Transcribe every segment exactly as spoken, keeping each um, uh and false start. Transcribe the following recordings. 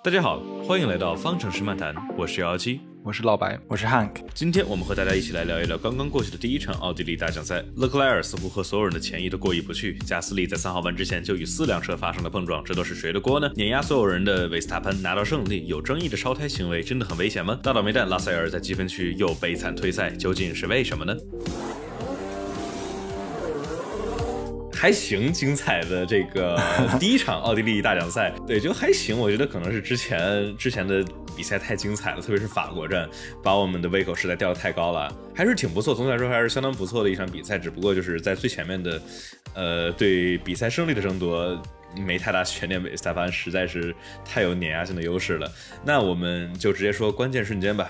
大家好，欢迎来到方程式漫谈，我是幺幺七， 我是老白， 我是 Hank。 今天我们和大家一起来聊一聊刚刚过去的第一场奥地利大奖赛。勒克莱尔似乎和所有人的前意都过意不去，加斯利在三号弯之前就与四辆车发生了碰撞，这都是谁的锅呢？碾压所有人的维斯塔潘拿到胜利，有争议的超胎行为真的很危险吗？大倒霉蛋拉塞尔在积分区又悲惨退赛，究竟是为什么呢？还行，精彩的这个第一场奥地利大奖赛，对，就还行。我觉得可能是之前之前的比赛太精彩了，特别是法国站，把我们的胃口实在吊得太高了，还是挺不错。总体来说还是相当不错的一场比赛，只不过就是在最前面的，呃，对比赛胜利的争夺没太大悬念，维斯塔潘实在是太有碾压性的优势了。那我们就直接说关键瞬间吧。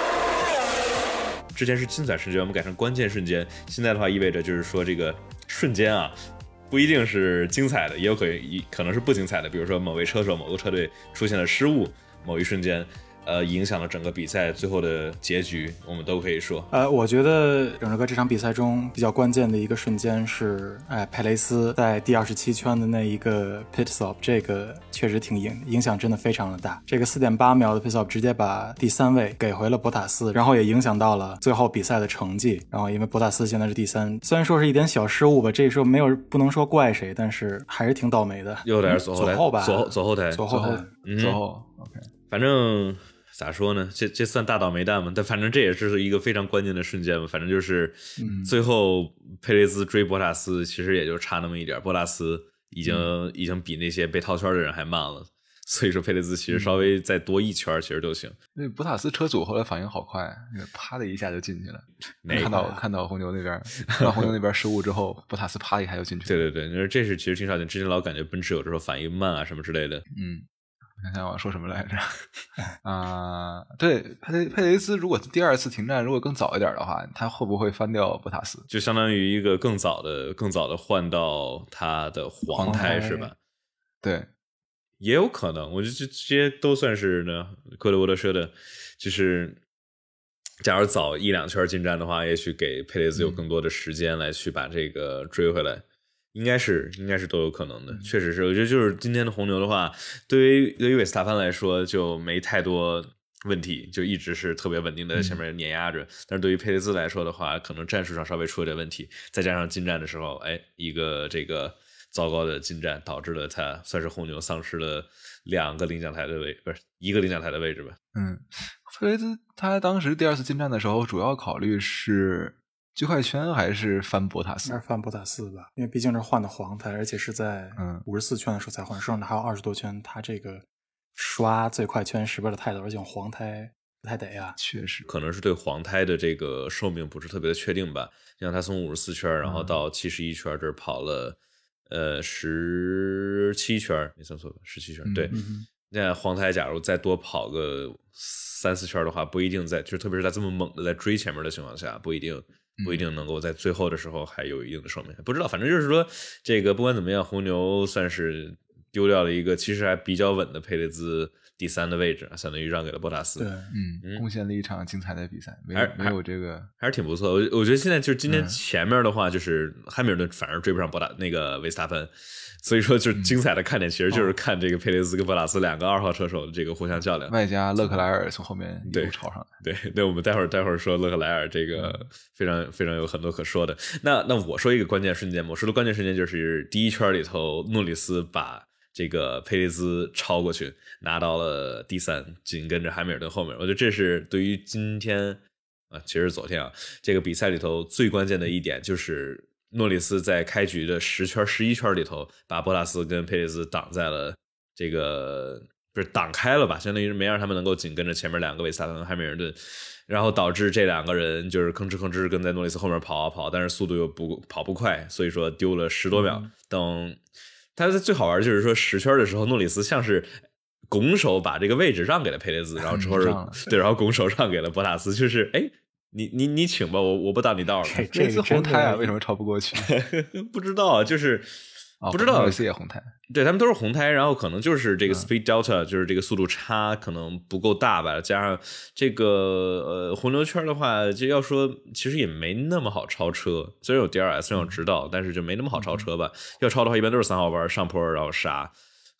之前是精彩瞬间，我们改成关键瞬间。现在的话意味着就是说这个瞬间啊，不一定是精彩的，也有可可能是不精彩的。比如说某位车手、某个车队出现了失误，某一瞬间，呃，影响了整个比赛最后的结局，我们都可以说。 呃，我觉得整个这场比赛中比较关键的一个瞬间是，哎，佩雷斯在第二十七圈的那一个 pit stop， 这个确实挺影影响真的非常的大。这个 四点八秒的 pit stop 直接把第三位给回了博塔斯，然后也影响到了最后比赛的成绩。然后因为博塔斯现在是第三，虽然说是一点小失误吧，这时候没有不能说怪谁，但是还是挺倒霉的。 右台左后台， 左后吧， 左后左后台， 左后台， 嗯，左后 OK， 反正。咋说呢？这这算大倒霉蛋吗？但反正这也是一个非常关键的瞬间嘛。反正就是最后佩雷兹追博塔斯，其实也就差那么一点。博塔斯已经、嗯、已经比那些被套圈的人还慢了，所以说佩雷兹其实稍微再多一圈其实就行。 那博塔斯车主后来反应好快，那个啪的一下就进去了。看到看到红牛那边，看到红牛那边失误之后，博塔斯啪一下就进去了。 对对对，你说这是其实挺少见。之前老感觉奔驰有的时候反应慢啊什么之类的。 嗯。看看我说什么来着啊、呃？对，佩雷佩雷斯如果第二次停战如果更早一点的话，他会不会翻掉博塔斯？ 就相当于一个更早的、更早的换到他的黄胎是吧？ 对， 也有可能。我觉得这些都算是呢，克德沃德说的，就是假如早一两圈进站的话，也许给佩雷兹有更多的时间来去把这个追回来。嗯应该是应该是都有可能的，确实是。我觉得就是今天的红牛的话，对于对于维斯塔潘来说就没太多问题，就一直是特别稳定的在前面碾压着。嗯、但是对于佩雷兹来说的话，可能战术上稍微出了点问题，再加上进站的时候，哎，一个这个糟糕的进站导致了他算是红牛丧失了两个领奖台的位，不是一个领奖台的位置吧？ 嗯，佩雷兹他当时第二次进站的时候，主要考虑是。最快圈还是翻博塔斯？ 应该是翻博塔斯吧，因为毕竟是换的黄胎，而且是在五十四圈的时候才换，剩下还有二十多圈，他这个刷最快圈是不是太多，而且用黄胎不太得啊。 确实， 可能是对黄胎的这个寿命不是特别的确定吧。像他从五十四圈，然后到七十一圈，这儿跑了、嗯、呃十七圈，没算错吧？十七圈，对。 嗯那黄胎假如再多跑个三四圈的话，不一定在，就是特别是在这么猛的在追前面的情况下，不一定。不一定能够在最后的时候还有一定的寿命，不知道，反正就是说，这个不管怎么样，红牛算是丢掉了一个其实还比较稳的佩雷兹第三的位置，相当于让给了博塔斯。 对， 嗯，贡献了一场精彩的比赛，没有没有这个， 还是挺不错。我我觉得现在就是今天前面的话，就是汉密尔顿反而追不上博塔那个维斯塔潘。所以说，就是精彩的看点，其实就是看这个佩雷兹跟博塔斯两个二号车手的这个互相较量， 外加勒克莱尔从后面一路超上来。 对，对，那我们待会儿待会儿说勒克莱尔这个非常非常有很多可说的。那那我说一个关键瞬间，我说的关键瞬间就是第一圈里头，诺里斯把这个佩雷兹超过去，拿到了第三，紧跟着汉密尔顿后面。我觉得这是对于今天啊，其实是昨天啊，这个比赛里头最关键的一点就是。诺里斯在开局的十圈、十一圈里头，把博塔斯跟佩雷兹挡在了这个，不是挡开了吧？相当于没让他们能够紧跟着前面两个维斯塔潘和汉密尔顿，然后导致这两个人就是吭哧吭哧跟在诺里斯后面跑啊跑，但是速度又不跑不快，所以说丢了十多秒。嗯、等他最好玩就是说十圈的时候，诺里斯像是拱手把这个位置让给了佩雷兹，然后之后是对，然后拱手让给了博塔斯，就是哎。你你你请吧，我我不挡你道了。 这这次红胎啊，为什么超不过去？ 不知道，就是不知道。 诺里斯也红胎， 对他们都是红胎，然后可能就是这个 speed delta，、嗯、就是这个速度差可能不够大吧，加上这个呃红牛圈的话，就要说其实也没那么好超车，虽然有 D R S 虽然有直道，但是就没那么好超车吧。嗯、要超的话，一般都是三号弯上坡然后刹。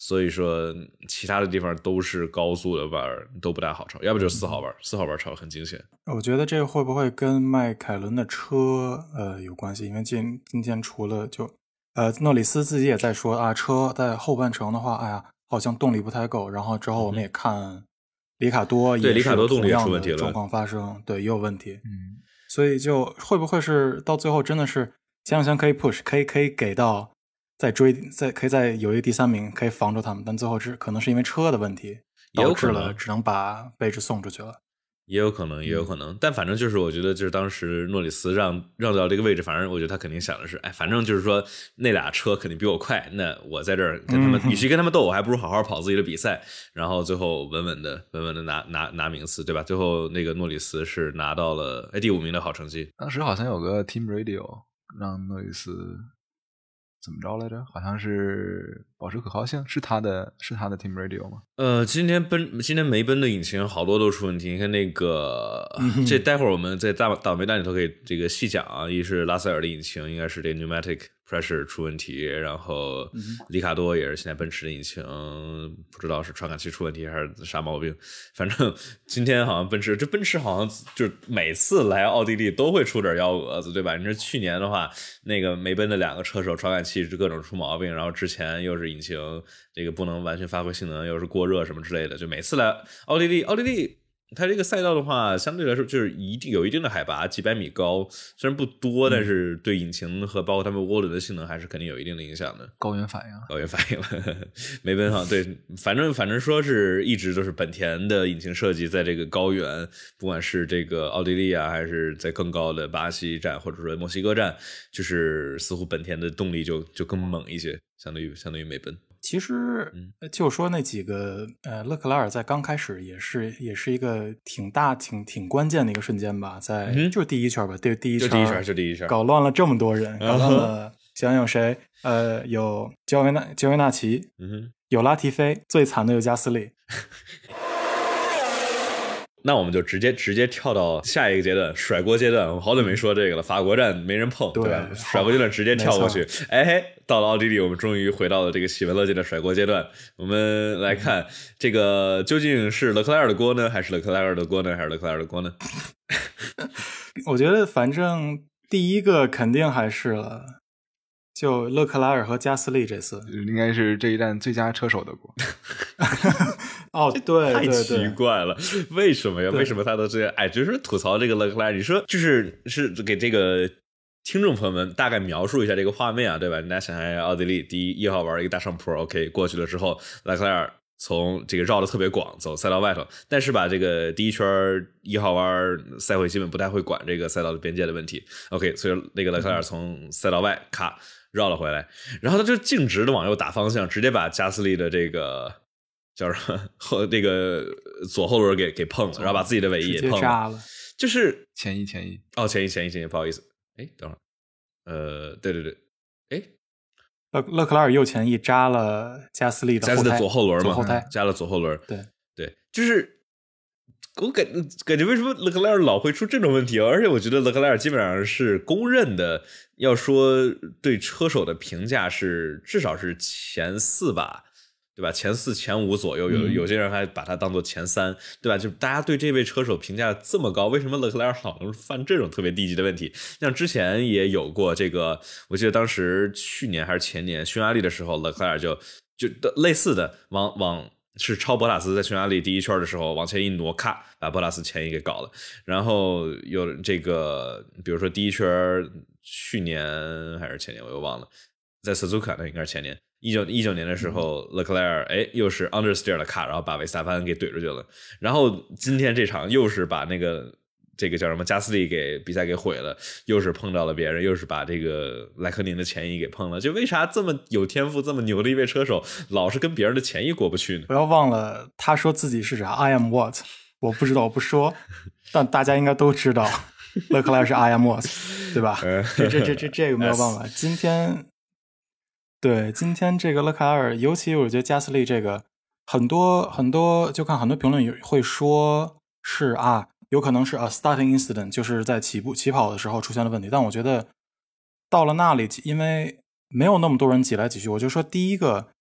所以说其他的地方都是高速的弯都不大好超，要不就是四号弯，四号弯超很惊险。 我觉得这个会不会跟迈凯伦的车呃有关系？因为今今天除了就呃诺里斯自己也在说啊，车在后半程的话，哎呀好像动力不太够。然后之后我们也看里卡多也是有同样的状况发生，对，也有问题。 嗯， 所以就会不会是到最后真的是前两箱可以 push， 可以可以给到再追，再可以再有一个第三名可以防住他们，但最后只可能是因为车的问题导致了只能把位置送出去了。 也有可能，也有可能，嗯、但反正就是我觉得，就是当时诺里斯让让到这个位置，反正我觉得他肯定想的是，哎，反正就是说那俩车肯定比我快，那我在这儿跟他们，与、嗯、其跟他们斗，我还不如好好跑自己的比赛，然后最后稳稳的、稳稳的拿拿拿名次，对吧？最后那个诺里斯是拿到了哎第五名的好成绩。 当时好像有个 Team Radio 让诺里斯怎么着来着？好像是保持可靠性，是他的，是他的 Team Radio 吗？ 呃，今天奔今天梅奔的引擎好多都出问题。你看那个，嗯、这待会儿我们在大倒霉蛋里头可以这个细讲啊。一是拉塞尔的引擎应该是这个 pneumatic pressure 出问题，然后里卡多也是现在奔驰的引擎不知道是传感器出问题还是啥毛病。反正今天好像奔驰，这奔驰好像就每次来奥地利都会出点幺蛾子，对吧？你说去年的话，那个梅奔的两个车手传感器各种出毛病，然后之前又是引擎这个不能完全发挥性能，又是过热什么之类的，就每次来奥地利，奥地利它这个赛道的话，相对来说就是一定有一定的海拔，几百米高，虽然不多，但是对引擎和包括他们涡轮的性能还是肯定有一定的影响的。 高原反应， 高原反应了，梅奔哈，对，反正反正说是一直都是本田的引擎设计，在这个高原，不管是这个奥地利啊，还是在更高的巴西站或者说墨西哥站，就是似乎本田的动力就就更猛一些，相对于相对于梅奔。 其实就说那几个呃，勒克莱尔在刚开始也是也是一个挺大挺挺关键的一个瞬间吧，在、嗯、就是第一圈吧，对，第一圈就第一圈就第一圈搞乱了这么多人，搞乱了想想有谁呃，有焦维纳焦维纳奇， 嗯哼， 有拉提菲，最惨的有加斯利。 那我们就直接直接跳到下一个阶段，甩锅阶段。我们好久没说这个了，法国站没人碰， 对, 对吧？甩锅阶段直接跳过去。哎，到了奥地利，我们终于回到了这个喜闻乐见的甩锅阶段。我们来看、嗯、这个究竟是勒克莱尔的锅呢，还是勒克莱尔的锅呢，还是勒克莱尔的锅呢？ 我觉得反正第一个肯定还是了。就勒克莱尔和加斯利这次应该是这一站最佳车手的锅。 哦，对， 太奇怪了，为什么呀？为什么他都这样？哎，就是吐槽这个勒克莱尔。你说，就是是给这个听众朋友们大概描述一下这个画面啊，对吧？大家想象一下，奥地利第一一号玩一个大上坡 ，OK， 过去了之后，勒克莱尔从这个绕的特别广，走赛道外头，但是吧，这个第一圈一号弯赛会基本不太会管这个赛道的边界的问题 ，OK， 所以那个勒克莱尔从赛道外卡绕了回来，然后他就径直的往右打方向，直接把加斯利的这个叫什么后这个左后轮给给碰了，然后把自己的尾翼也碰了， 了就是前翼前翼哦前翼前翼前翼，不好意思，哎，等会儿，呃，对对对，哎。 勒勒克莱尔右前翼扎了加斯利的后胎， 加斯的左后轮嘛， 左后胎加了左后轮。 对对，就是我感感觉为什么勒克莱尔老会出这种问题啊？而且我觉得勒克莱尔基本上是公认的，要说对车手的评价是至少是前四吧。对吧？前四、前五左右，有有些人还把他当做前三，对吧？就大家对这位车手评价这么高，为什么勒克莱尔老能犯这种特别低级的问题？像之前也有过这个，我记得当时去年还是前年匈牙利的时候，勒克莱尔就就类似的往往是超博塔斯在匈牙利第一圈的时候往前一挪，咔把博塔斯前翼给搞了。然后有这个，比如说第一圈去年还是前年我又忘了，在斯图卡那应该是前年。一九一九年的时候，勒克莱尔哎又是 understeer 了卡，然后把维斯塔潘给怼出去了。然后今天这场又是把那个这个叫什么加斯利给比赛给毁了，又是碰到了别人，又是把这个莱科宁的前翼给碰了。就为啥这么有天赋、这么牛的一位车手，老是跟别人的前翼过不去呢？ 不要忘了，他说自己是啥 ？I am what？ 我不知道，我不说，但大家应该都知道，勒克莱尔是 I am what， 对吧？这这这这这个没有办法。今天。对，今天这个勒克莱尔，尤其我觉得加斯利这个，很多很多，就看很多评论会说是啊，有可能是啊 starting incident， 就是在起步起跑的时候出现了问题。但我觉得到了那里，因为没有那么多人挤来挤去，我就说第一个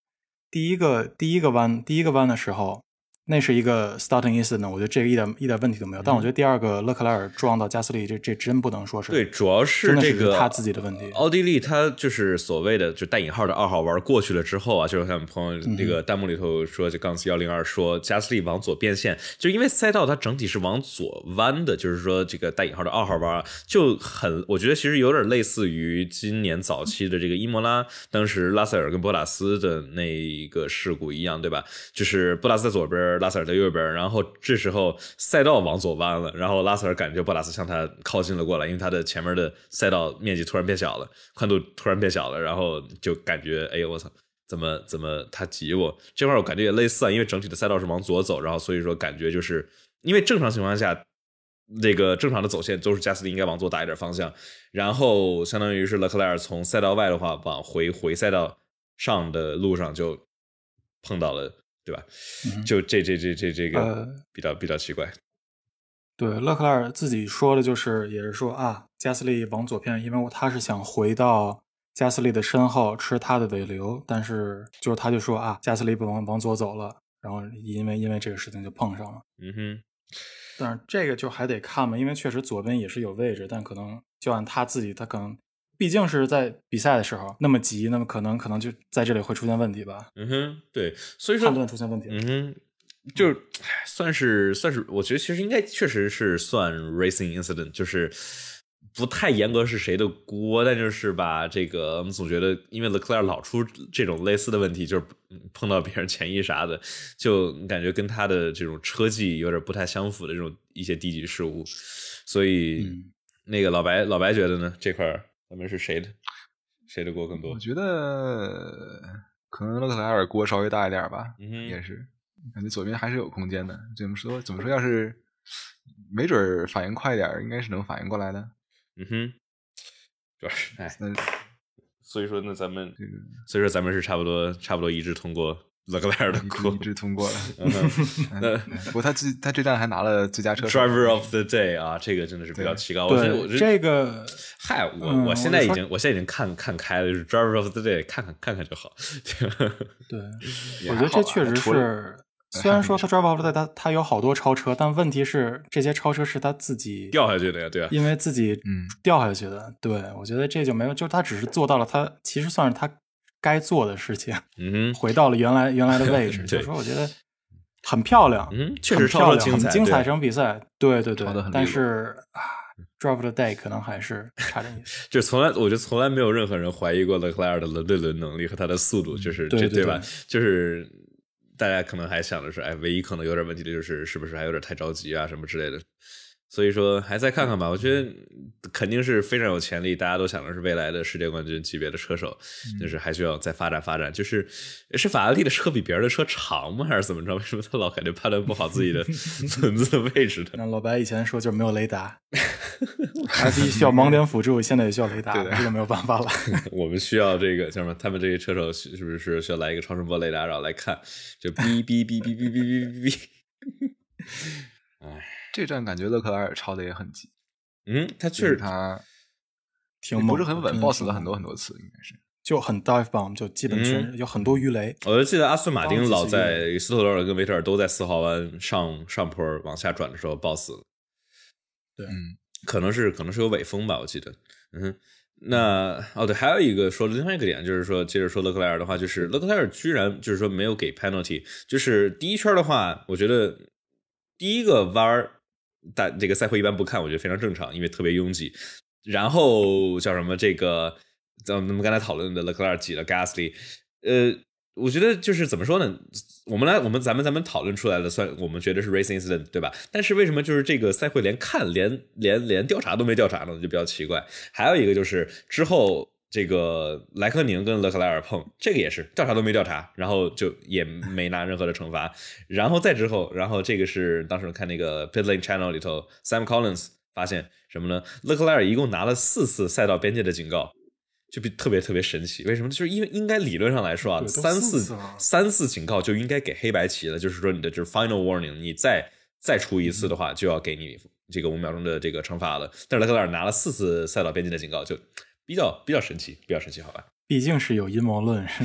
第一个第一个弯第一个弯的时候，那是一个 starting incident， 我觉得这个一点一点问题都没有。嗯、但我觉得第二个勒克莱尔撞到加斯利，这这真不能说是对，主要是这个他自己的问题。 奥地利他就是所谓的就带引号的二号弯过去了之后啊，就是像朋友那个弹幕里头说，就杠一零二说加斯利往左变线，就因为赛道它整体是往左弯的，就是说这个带引号的二号弯就很，我觉得其实有点类似于今年早期的这个伊莫拉，当时拉塞尔跟博塔斯的那一个事故一样，对吧？就是博塔斯在左边，拉塞尔在右边，然后这时候赛道往左弯了，然后拉塞尔感觉博塔斯向他靠近了过来，因为他的前面的赛道面积突然变小了，宽度突然变小了，然后就感觉哎我操，怎么怎么他挤我这块，我感觉也类似啊，因为整体的赛道是往左走，然后所以说感觉就是因为正常情况下这个正常的走线都是加斯利应该往左打一点方向，然后相当于是勒克莱尔从赛道外的话往回回赛道上的路上就碰到了，对吧？嗯、就这这这这这个比较、呃、比较奇怪。 对，勒克莱尔自己说的就是，也是说啊，加斯利往左偏，因为他是想回到加斯利的身后吃他的尾流，但是就是他就说啊，加斯利往往左走了，然后因为因为这个事情就碰上了。 嗯哼， 但是这个就还得看嘛，因为确实左边也是有位置，但可能就按他自己，他可能毕竟是在比赛的时候那么急，那么可能可能就在这里会出现问题吧。 嗯哼，对，所以说判断出现问题。 嗯哼。就算是算是，我觉得其实应该确实是算 racing incident， 就是不太严格是谁的锅，但就是吧，这个我们总觉得，因为 Leclerc 老出这种类似的问题，就是碰到别人前翼啥的，就感觉跟他的这种车技有点不太相符的这种一些低级事物，所以、嗯、那个老白老白觉得呢，这块咱们是谁的谁的锅更多？ 我觉得可能勒克莱尔锅稍微大一点吧， 嗯、 也是。感觉左边还是有空间的，怎么说？怎么说？要是没准反应快一点，应该是能反应过来的。 嗯哼，主要是哎，那所以说那咱们，这个、所以说咱们是差不多差不多一致通过勒克莱尔的锅， 一致通过了。 那不过他这他这站还拿了最佳车手 Driver of the Day 啊，这个真的是比较奇高。 对， 我这个嗨，我、嗯、我现在已经我现在已经看看开了，就是 Driver of the Day 看看看看就好。 对，我觉得这确实是。虽然说他 drive off 的他他有好多超车，但问题是这些超车是他自己掉下去的呀，对啊， 因为自己掉下去的。嗯、对，我觉得这就没有，就他只是做到了他其实算是他该做的事情， 嗯， 回到了原来原来的位置。就是说，我觉得很漂亮， 嗯，确实超精彩，很精彩这场比赛，对对对， 对但是啊 ，drive the day 可能还是差点意思。 就从来我觉得从来没有任何人怀疑过勒克莱尔的轮对轮能力和他的速度，就是对 对, 对, 对吧？就是。大家可能还想的是，哎，唯一可能有点问题的就是是不是还有点太着急啊什么之类的，所以说还再看看吧。我觉得肯定是非常有潜力，大家都想的是未来的世界冠军级别的车手，就是还需要再发展发展。就是是法拉利的车比别人的车长吗？还是怎么着？为什么他老感觉判断不好自己的轮子的位置的？ 那老白以前说就是没有雷达，还是需要盲点辅助，现在也需要雷达，这个没有办法了。 我们需要这个叫什么？他们这些车手是不是需要来一个超声波雷达，然后来看，就哔哔哔哔哔哔哔哔。 哎，这站感觉勒克莱尔超的也很急。 嗯，他确实他挺猛， 不是很稳 ，boss 了很多很多次，应该是就很 dive bomb， 就基本全、嗯、有很多鱼雷。 我就记得阿斯顿马丁老在斯特罗尔跟维特尔都在四号弯上上坡往下转的时候爆死了。 对， 嗯， 可能是可能是有尾风吧，我记得。嗯哼，那哦对，还有一个说另外一个点就是说，接着说勒克莱尔的话，就是勒克莱尔居然就是说没有给 penalty， 就是第一圈的话，我觉得第一个弯大这个赛会一般不看，我觉得非常正常，因为特别拥挤。然后叫什么这个，咱们刚才讨论的勒克莱尔挤了 Gasly， 呃，我觉得就是怎么说呢？我们来，我们咱们咱们讨论出来的，算我们觉得是 racing incident， 对吧？但是为什么就是这个赛会连看连连连调查都没调查呢？就比较奇怪。还有一个就是之后这个莱科宁跟勒克莱尔碰，这个也是调查都没调查，然后就也没拿任何的惩罚。然后再之后，然后这个是当时看那个 Pit Lane Channel 里头 ，Sam Collins 发现什么呢？勒克莱尔一共拿了四次赛道边界的警告。就特别特别神奇，为什么？就是因为应该理论上来说啊，三次三次警告就应该给黑白旗了，就是说你的就是 final warning， 你再再出一次的话，就要给你这个五秒钟的这个惩罚了。但是勒克莱尔拿了四次赛道边界的警告，就比较比较神奇，比较神奇，好吧？ 毕竟是有阴谋论，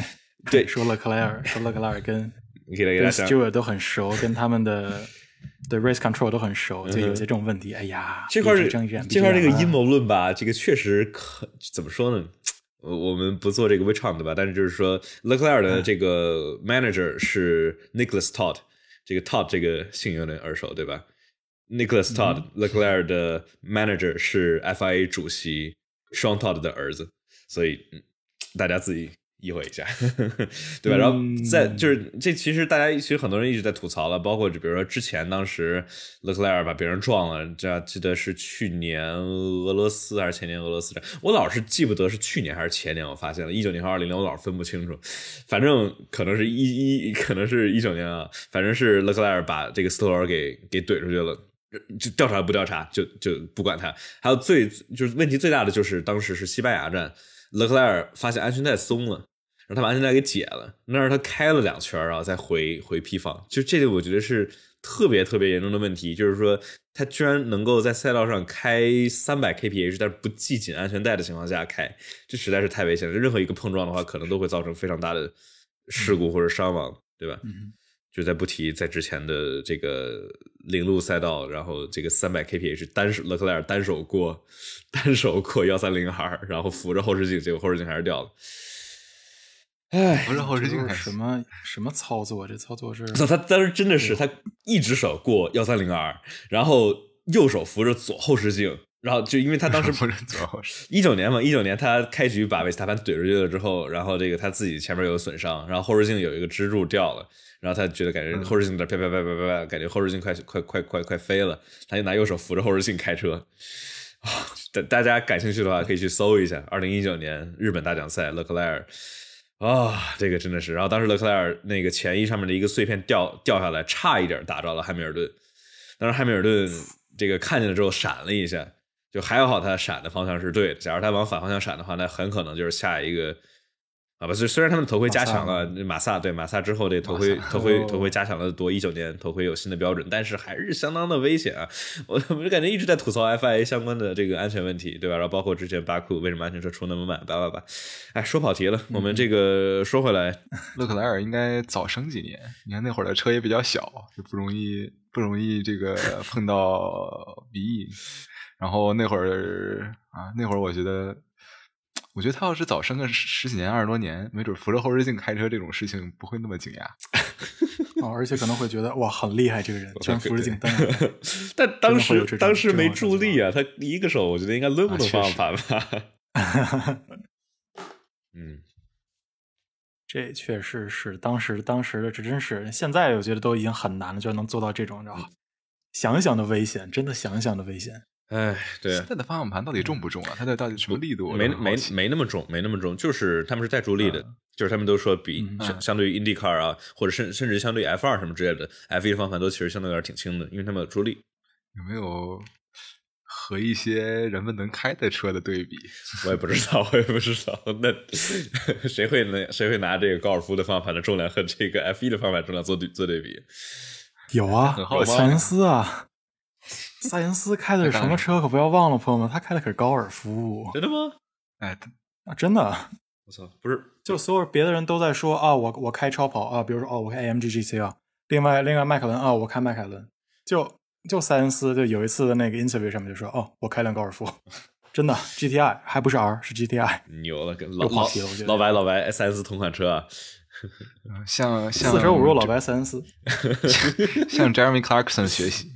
对， 说勒克莱尔，说勒克莱尔跟跟给他给他讲 Stewart 都很熟，跟他们的对 race control 都很熟，就有些这种问题。哎呀， 这块儿睁一只眼闭这块儿这个啊阴谋论吧，这个确实可怎么说呢？我我们不做这个 witch hunt 吧，但是就是说，勒克莱尔的这个 manager 是 Nicholas Todd，、嗯、这个 Todd 这个姓有点耳熟，对吧 ？Nicholas Todd，、嗯、勒克莱尔的 manager 是 F I A 主席 Sean Todd 的儿子，所以、嗯、大家自己意会一下，对吧？然后在就是这，其实大家其实很多人一直在吐槽了，包括比如说之前当时勒克莱尔把别人撞了，这记得是去年俄罗斯还是前年俄罗斯站，我老是记不得是去年还是前年，我发现了，一九年和二零年我老是分不清楚，反正可能是一一可能是一九年啊，反正是勒克莱尔把这个斯托尔给给怼出去了。就调查不调查就就不管他，还有最就是问题最大的就是当时是西班牙站。勒克莱尔发现安全带松了，然后他把安全带给解了，那让他开了两圈，然后再回回 P 方。就这个我觉得是特别特别严重的问题，就是说他居然能够在赛道上开三百 K P H， 但是不系紧安全带的情况下开，这实在是太危险了。任何一个碰撞的话，可能都会造成非常大的事故或者伤亡，对吧？ 嗯， 就在不提在之前的这个零路赛道，然后这个三百 K P H 单手勒克莱尔单手过单手过一三零 R， 然后扶着后视镜，结果后视镜还是掉了。哎， 扶着后视镜还什么什么操作？这操作是他当时真的是他一只手过一三零 R， 然后右手扶着左后视镜。然后就因为他当时一九年嘛，一九年他开局把维斯塔潘怼出去了之后，然后这个他自己前面有损伤，然后后视镜有一个支柱掉了，然后他觉得感觉后视镜在啪啪啪啪啪，感觉后视镜快快快快快飞了，他就拿右手扶着后视镜开车。大大家感兴趣的话可以去搜一下，二零一九年日本大奖赛勒克莱尔啊、哦，这个真的是，然后当时勒克莱尔那个前翼上面的一个碎片掉掉下来，差一点打着了汉密尔顿，当时汉密尔顿这个看见了之后闪了一下。就还好他闪的方向是对的，假如他往反方向闪的话，那很可能就是下一个啊不是，虽然他们头盔加强了，马萨对马萨之后这头盔头盔头盔加强了多，一九年头盔有新的标准，但是还是相当的危险啊！我我就感觉一直在吐槽 F I A 相关的这个安全问题，对吧？然后包括之前巴库为什么安全车出那么慢，叭叭叭，哎，说跑题了，我们这个说回来， 勒克莱尔应该早生几年，你看那会儿的车也比较小，就不容易不容易这个碰到鼻翼。然后那会儿啊，那会儿我觉得，我觉得他要是早生个十几年、二十多年，没准扶着后视镜开车这种事情不会那么惊讶。 哦，而且可能会觉得哇，很厉害这个人，居然扶着镜蹬。 但当时当时没助力啊，他一个手我觉得应该抡不动方向盘吧。啊、嗯， 这确实是当时当时的，这真是现在我觉得都已经很难了，就能做到这种，知道吧？想一想的危险，真的想一想的危险。 哎，对， 现在的方向盘到底重不重啊？它的到底什么力度？ 没没没那么重，没那么重，就是他们是带助力的，嗯、就是他们都说比、嗯、相相对于 IndyCar 啊，或者甚甚至相对于 F 二 什么之类的 ，F 一 的方向盘都其实相对有点挺轻的，因为他们有助力。 有没有和一些人们能开的车的对比？ 我也不知道，我也不知道。那谁会拿谁会拿这个高尔夫的方向盘的重量和这个 F 一 的方向盘重量做对做对比？ 有啊，塞恩斯啊。塞恩斯开的是什么车？可不要忘了，朋友们，他开的可是高尔夫。 真的吗？ 哎，啊，真的。 我操，不是， 就所有别的人都在说啊，我我开超跑啊，比如说哦，我开 A M G G C 啊，另外另外迈凯伦啊，我开迈凯伦。就就塞恩斯就有一次的那个 interview 上面就说，哦，我开辆高尔夫，真的 G T I 还不是 R 是 G T I。 牛了，跟老老老白老白塞恩斯同款车啊。 像像四舍五入老白塞恩斯， 向 Jeremy Clarkson 学习。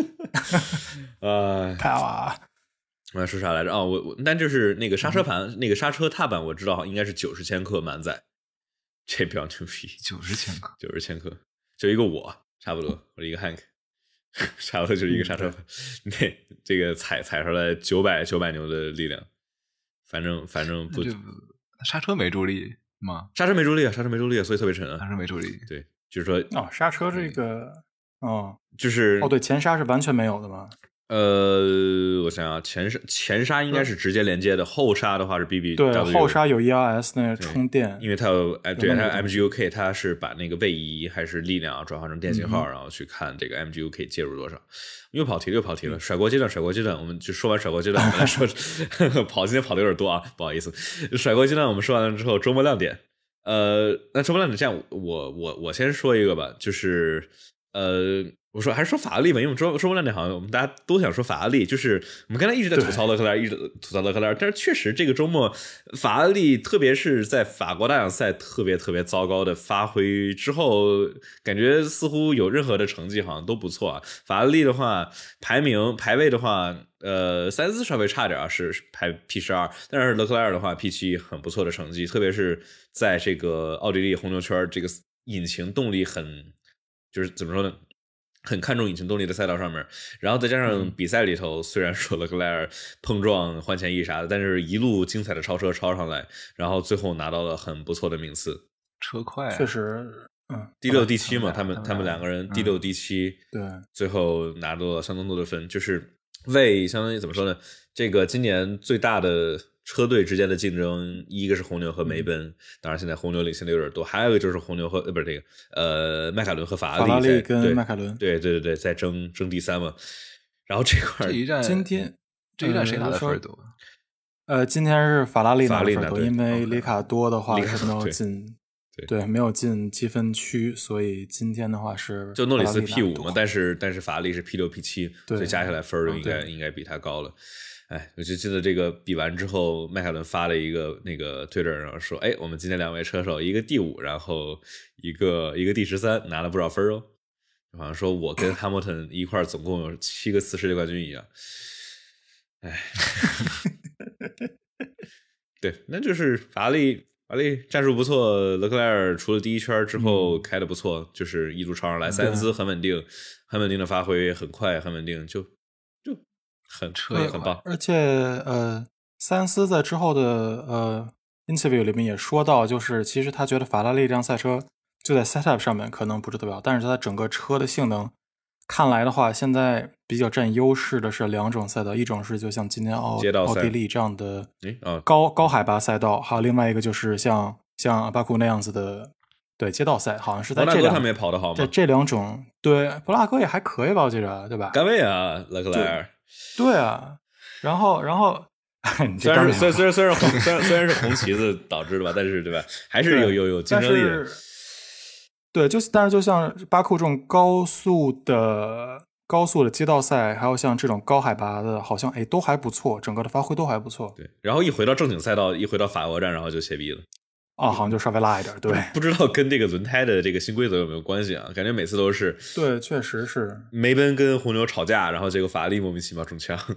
呃， 太好啊！ 我要说啥来着？啊、哦，我我但就是那个刹车盘，嗯、那个刹车踏板，我知道应该是九十千克满载，这比较牛逼。 九十千克， 九十千克，就一个我差不多，我一个 Hank， 差不多就是一个刹车盘，那、嗯、这个踩踩出来九百九百牛的力量，反正反正不， 刹车没助力吗？ 刹车没助力啊，刹车没助力啊，所以特别沉啊。 刹车没助力， 对，就是说哦，刹车这个。哦， 就是哦，对，前刹是完全没有的吗？ 呃，我想想，前刹前刹应该是直接连接的，后刹的话是 B B。 对，后刹有 E R S 那个充电， 因为它有哎，对，它 M G U K， 它是把那个位移还是力量转换成电信号，嗯、然后去看这个 M G U K 介入多少。又跑题了，又跑题了，甩锅阶段，甩锅阶段，我们就说完甩锅阶段，我们来说跑，今天跑的有点多啊，不好意思。甩锅阶段我们说完了之后，周末亮点。 呃，那周末亮点这样，我我我先说一个吧，就是呃，我说还是说法拉利吧，因为我们周周末亮点好像我们大家都想说法拉利，就是我们刚才一直在吐槽勒克莱尔，一直吐槽勒克莱尔，但是确实这个周末法拉利，特别是在法国大奖赛特别特别糟糕的发挥之后，感觉似乎有任何的成绩好像都不错啊。法拉利的话，排名排位的话。呃，塞恩斯稍微差点啊，是排 P 十二，但是勒克莱尔的话 P 七 很不错的成绩，特别是在这个奥地利红牛圈这个引擎动力很，就是怎么说呢，很看重引擎动力的赛道上面，然后再加上比赛里头，虽然说勒克莱尔碰撞换前翼啥的，但是一路精彩的超车超上来，然后最后拿到了很不错的名次， 车快， 确实。嗯， 第六、第七嘛，他们他们他们两个人第六、第七， 对， 最后拿到了相当多的分，就是为相当于怎么说呢？这个今年最大的车队之间的竞争，一个是红牛和梅奔，当然现在红牛领先的有点多，还有一个就是红牛和呃不是这个呃迈凯伦和法拉利， 法拉利跟迈凯伦， 对对对对，在争争第三嘛。然后这块这一站今天这一站谁拿的分多？ 呃，今天是法拉利拿的分多， 法拉利因为里卡多的话是没有对进。 对, 对，没有进积分区，所以今天的话是就诺里斯 P 五 嘛，但是但是法拉利是 P 六 P 七，所以加起来分儿应该、 嗯、 应该比他高了。哎，我就记得这个比完之后，迈凯伦发了一个那个推特，然后说，哎，我们今天两位车手，一个第五，然后一个一个第十三，拿了不少分哦。好像说我跟哈默特一块总共有七个次世界冠军一样。哎，对，那就是法拉利。法拉利战术不错，勒克莱尔除了第一圈之后开的不错，嗯、就是一路超上来。塞恩斯很稳定，很稳定的发挥，很快，很稳定，就就很车也很棒。 而且呃，塞恩斯在之后的呃 interview 里面也说到，就是其实他觉得法拉利这辆赛车就在 setup 上面可能不是特别好，但是它整个车的性能看来的话，现在比较占优势的是两种赛道，一种是就像今年奥奥地利这样的高、哦、高海拔赛道，还有另外一个就是像像巴库那样子的对街道赛，好像是在这两他们也跑得好吗？ 这这两种对布拉格也还可以吧，我记着对吧？ 甘位啊，勒克莱尔对啊，然后然后虽然虽虽然虽然红虽然虽然是红旗子导致的吧，但是对吧，还是有有有竞争力的。 对，就但是就像巴库这种高速的高速的街道赛，还有像这种高海拔的，好像哎都还不错，整个的发挥都还不错。 对，然后一回到正经赛道，一回到法国站，然后就歇逼了。 啊，好像就稍微拉一点。对， 不知道跟这个轮胎的这个新规则有没有关系啊？感觉每次都是。 对，确实是。 梅奔跟红牛吵架，然后结果法拉利莫名其妙中枪。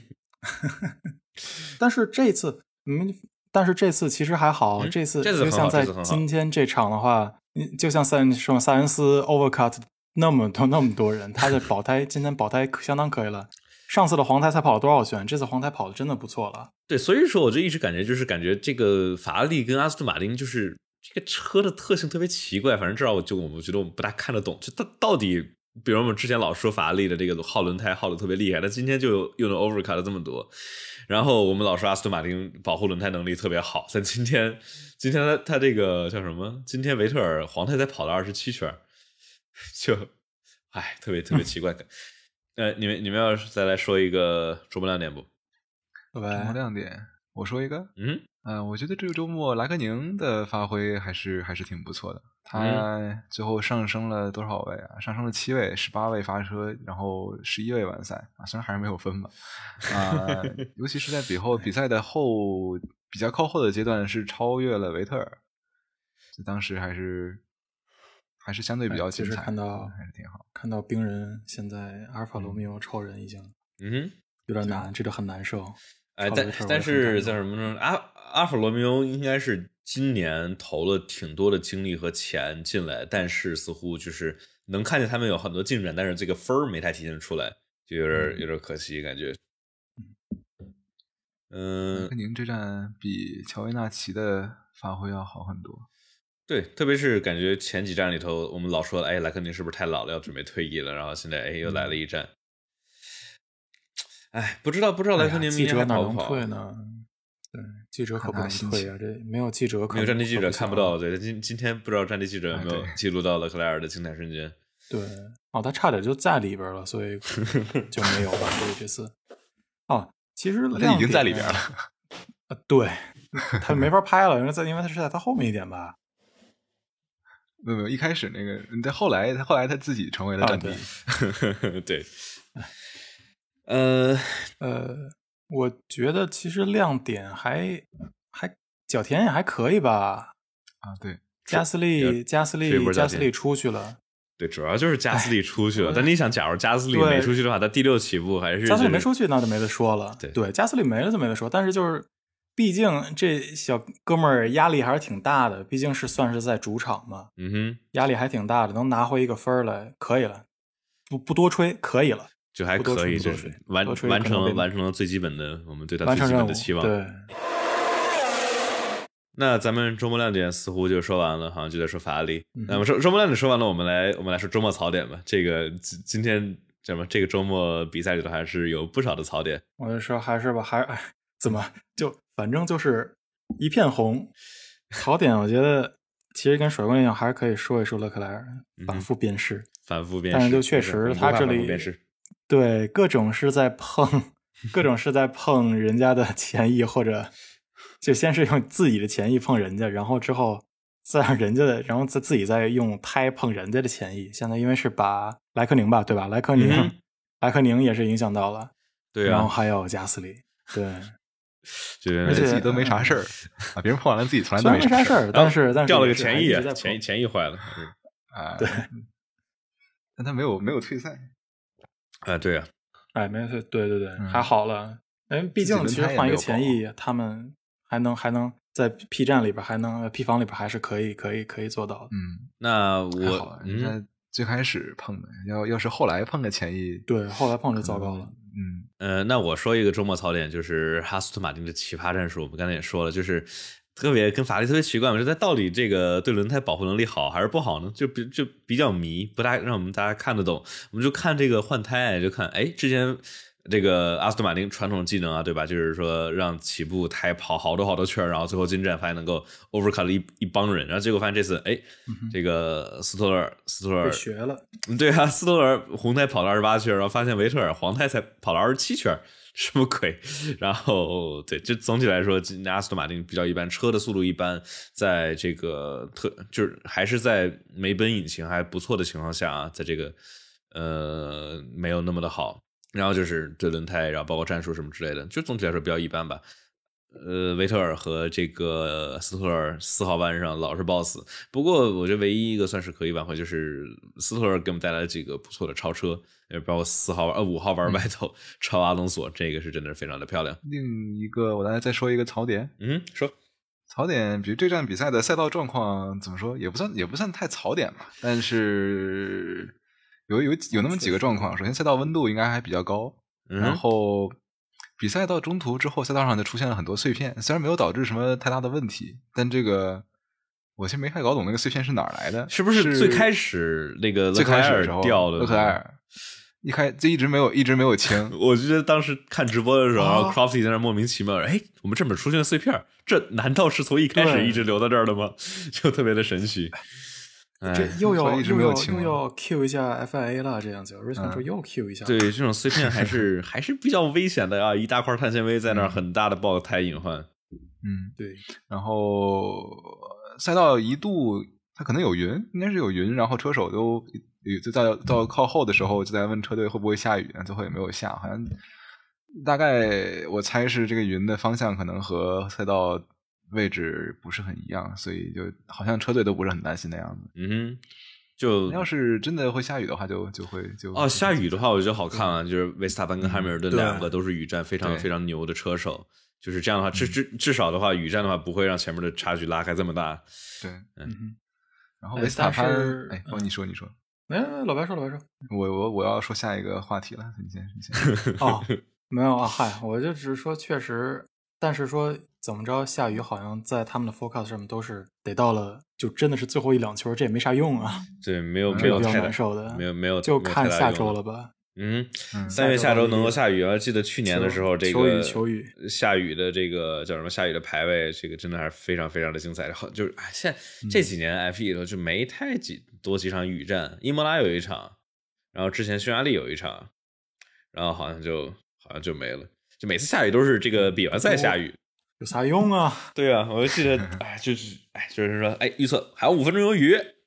但是这次，嗯，但是这次其实还好， 嗯、 这次这次就像在今天这场的话。就像塞恩说塞恩斯 overcut 那么多那么多人，他的保胎今天保胎相当可以了。上次的黄胎才跑了多少圈，这次黄胎跑的真的不错了。 对，所以说我就一直感觉就是感觉这个法拉利跟阿斯顿马丁就是这个车的特性特别奇怪，反正至少我就我觉得我们不大看得懂，就到到底，比如我们之前老说法拉利的这个耗轮胎耗的特别厉害，但今天就又能 overcut 了这么多。然后我们老说阿斯顿马丁保护轮胎能力特别好，但今天今天他他这个叫什么？今天维特尔黄胎才跑了二十七圈，就哎特别特别奇怪。呃，你们你们要再来说一个周末亮点不？ 周末亮点，我说一个。 嗯嗯、呃，我觉得这个周末莱克宁的发挥还是还是挺不错的。他最后上升了多少位啊？上升了七位，十八位发车，然后十一位完赛啊，虽然还是没有分吧。啊、呃，尤其是在比后比赛的后比较靠后的阶段，是超越了维特尔，就当时还是还是相对比较精彩， 其实看到还是挺好。 看到冰人现在阿尔法罗密欧超人已经嗯有点难，这个很难受。 哎，但但是在什么呢？阿阿尔法罗密欧应该是今年投了挺多的精力和钱进来，但是似乎就是能看见他们有很多进展，但是这个分儿没太体现出来，就有点有点可惜感觉。嗯， 莱克宁这站比乔维纳奇的发挥要好很多。 对，特别是感觉前几站里头，我们老说，哎，莱克宁是不是太老了，要准备退役了？然后现在，哎，又来了一站。哎，不知道不知道莱克宁明年还跑不跑？ 记者哪能退呢？对，记者可不能退啊！这没有记者可， 没有战地记者看不到。对，今今天不知道战地记者有没有记录到勒克莱尔的精彩瞬间。 对，哦，他差点就在里边了，所以就没有了。对，这次哦，其实他已经在里边了。 啊，对，他没法拍了，因为在因为他是在他后面一点吧。 没有没有，一开始那个，但后来他后来他自己成为了战地。 啊、对，对呃呃，我觉得其实亮点还还角田也还可以吧。 啊，对， 加斯利加斯利加斯利出去了。 对，主要就是加斯利出去了。但你想，假如加斯利没出去的话，他第六起步还是、就是、 加斯利没出去，那就没得说了。 对对，加斯利没了就没得说。但是就是，毕竟这小哥们儿压力还是挺大的，毕竟是算是在主场嘛。 嗯哼， 压力还挺大的，能拿回一个分来，可以了。不不多吹，可以了， 就还可以，就是完完成了完成了最基本的我们对他最基本的期望。 对。 那咱们周末亮点似乎就说完了，好像就在说法拉利。嗯、那么周周末亮点说完了，我们来我们来说周末槽点吧。这个今天怎么这个周末比赛里头还是有不少的槽点。 我就说还是吧，还哎怎么就反正就是一片红。槽点我觉得其实跟甩棍一样，还是可以说一说勒克莱尔反复鞭尸、嗯， 反复鞭尸。 但是就确实他这里对各种是在碰，各种是在碰人家的前翼或者。就先是用自己的前翼碰人家，然后之后再让人家的，然后再自己再用胎碰人家的前翼。现在因为是把莱克宁吧，对吧？莱克宁，嗯、莱克宁也是影响到了， 对啊。 然后还有加斯利，对， 而且自己都没啥事儿啊，别人碰完了自己从来都没啥事儿，但是但是掉了个前翼，前前翼坏了啊， 对， 但他没有没有退赛， 啊，对啊， 哎，没有退，对对对，嗯、还好了，哎，毕竟其实换一个前翼，他们。还能还能在 P 站里边还能 P 房里边还是可以可以可以做到的。 嗯， 那我人家最开始碰的，要要是后来碰个前翼， 对，后来碰就糟糕了。 嗯呃，那我说一个周末槽点，就是哈斯顿马丁的奇葩战术。我们刚才也说了，就是特别跟法拉利特别奇怪嘛，就在到底这个对轮胎保护能力好还是不好呢？就比就比较迷，不大让我们大家看得懂。我们就看这个换胎，就看哎之前。这个阿斯顿马丁传统技能啊，对吧？就是说让起步胎跑好多好多圈，然后最后进站还能够 overcut 了一一帮人，然后结果发现这次，哎，嗯、这个斯托尔斯托尔被学了， 对啊，斯托尔红胎跑了二十八圈，然后发现维特尔黄胎才跑了二十七圈，什么鬼？然后对，就总体来说，阿斯顿马丁比较一般，车的速度一般，在这个特就是还是在梅奔引擎还不错的情况下啊，在这个呃没有那么的好。然后就是对轮胎，然后包括战术什么之类的，就总体来说比较一般吧。呃，维特尔和这个斯托尔四号弯上老是抱死，不过我觉得唯一一个算是可以挽回，就是斯托尔给我们带来了几个不错的超车，包括四号呃五号弯外头、嗯、超阿隆索，这个是真的非常的漂亮。 另一个我来再说一个槽点， 嗯，说槽点，比如这站比赛的赛道状况怎么说，也不算也不算太槽点吧，但是。有有有那么几个状况，首先赛道温度应该还比较高， 嗯、 然后比赛到中途之后，赛道上就出现了很多碎片，虽然没有导致什么太大的问题，但这个我其实没太搞懂那个碎片是哪儿来的， 是不是最开始那个最开始时候掉的？ 勒克莱尔一开就一直没有一直没有清， 我觉得当时看直播的时候， 啊、 然后 Crofty 在那莫名其妙，哎，我们这边出现了碎片，这难道是从一开始一直留到这儿的吗？就特别的神奇。 这又要一直没有又要 Q 一下 F I A 了，这样子 Race Control 又 Q 一下。 对，这种碎片还是还是比较危险的啊！一大块碳纤维在那儿，很大的爆胎隐患。 嗯， 对。 然后赛道一度它可能有云，应该是有云，然后车手都就到到靠后的时候就在问车队会不会下雨，最后也没有下，好像大概我猜是这个云的方向可能和赛道位置不是很一样，所以就好像车队都不是很担心的样子。 嗯哼，就要是真的会下雨的话就，就就会就哦，下雨的话我觉得好看啊，就是维斯塔潘跟汉密尔顿两个都是雨战非常非常牛的车手，就是这样的话，至至至少的话，雨战的话不会让前面的差距拉开这么大。 对， 嗯。 然后维斯塔潘，哎，哦，你说你说， 哎，老白说老白说， 我我我要说下一个话题了，你先你先。 哦，没有啊，嗨，我就只是说确实。但是说怎么着，下雨好像在他们的 forecast 上面都是得到了，就真的是最后一两圈，这也没啥用啊。 对，没有没有太难受的， 没有没有， 就看下周了吧。 嗯，三月下周能够下雨啊！记得去年的时候，这个求雨下雨的这个叫什么？下雨的排位，这个真的还是非常非常的精彩。就是哎，现在这几年 F 一 里头就没太几多几场雨战，伊莫拉有一场，然后之前匈牙利有一场，然后好像就好像就没了。就每次下雨都是这个比完赛下雨， 有啥用啊？ 对啊，我就记得，哎，就是，哎，就是说，哎，预测还有五分钟有雨，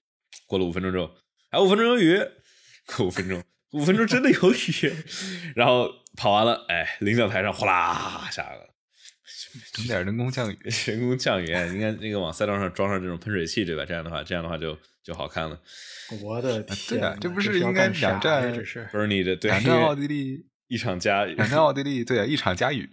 过了五分钟之后，还有五分钟有雨，过五分钟，五分钟真的有雨，然后跑完了，哎，领奖台上哗啦下来了。 整点人工降雨， 人工降雨，应该那个往赛道上装上这种喷水器，对吧？这样的话，这样的话就就好看了。 我的天、 啊，对啊，这不是应该两站？ 这是 Bernie 的对， 两站奥地利， 一场加两站奥地利，对啊，一场加雨。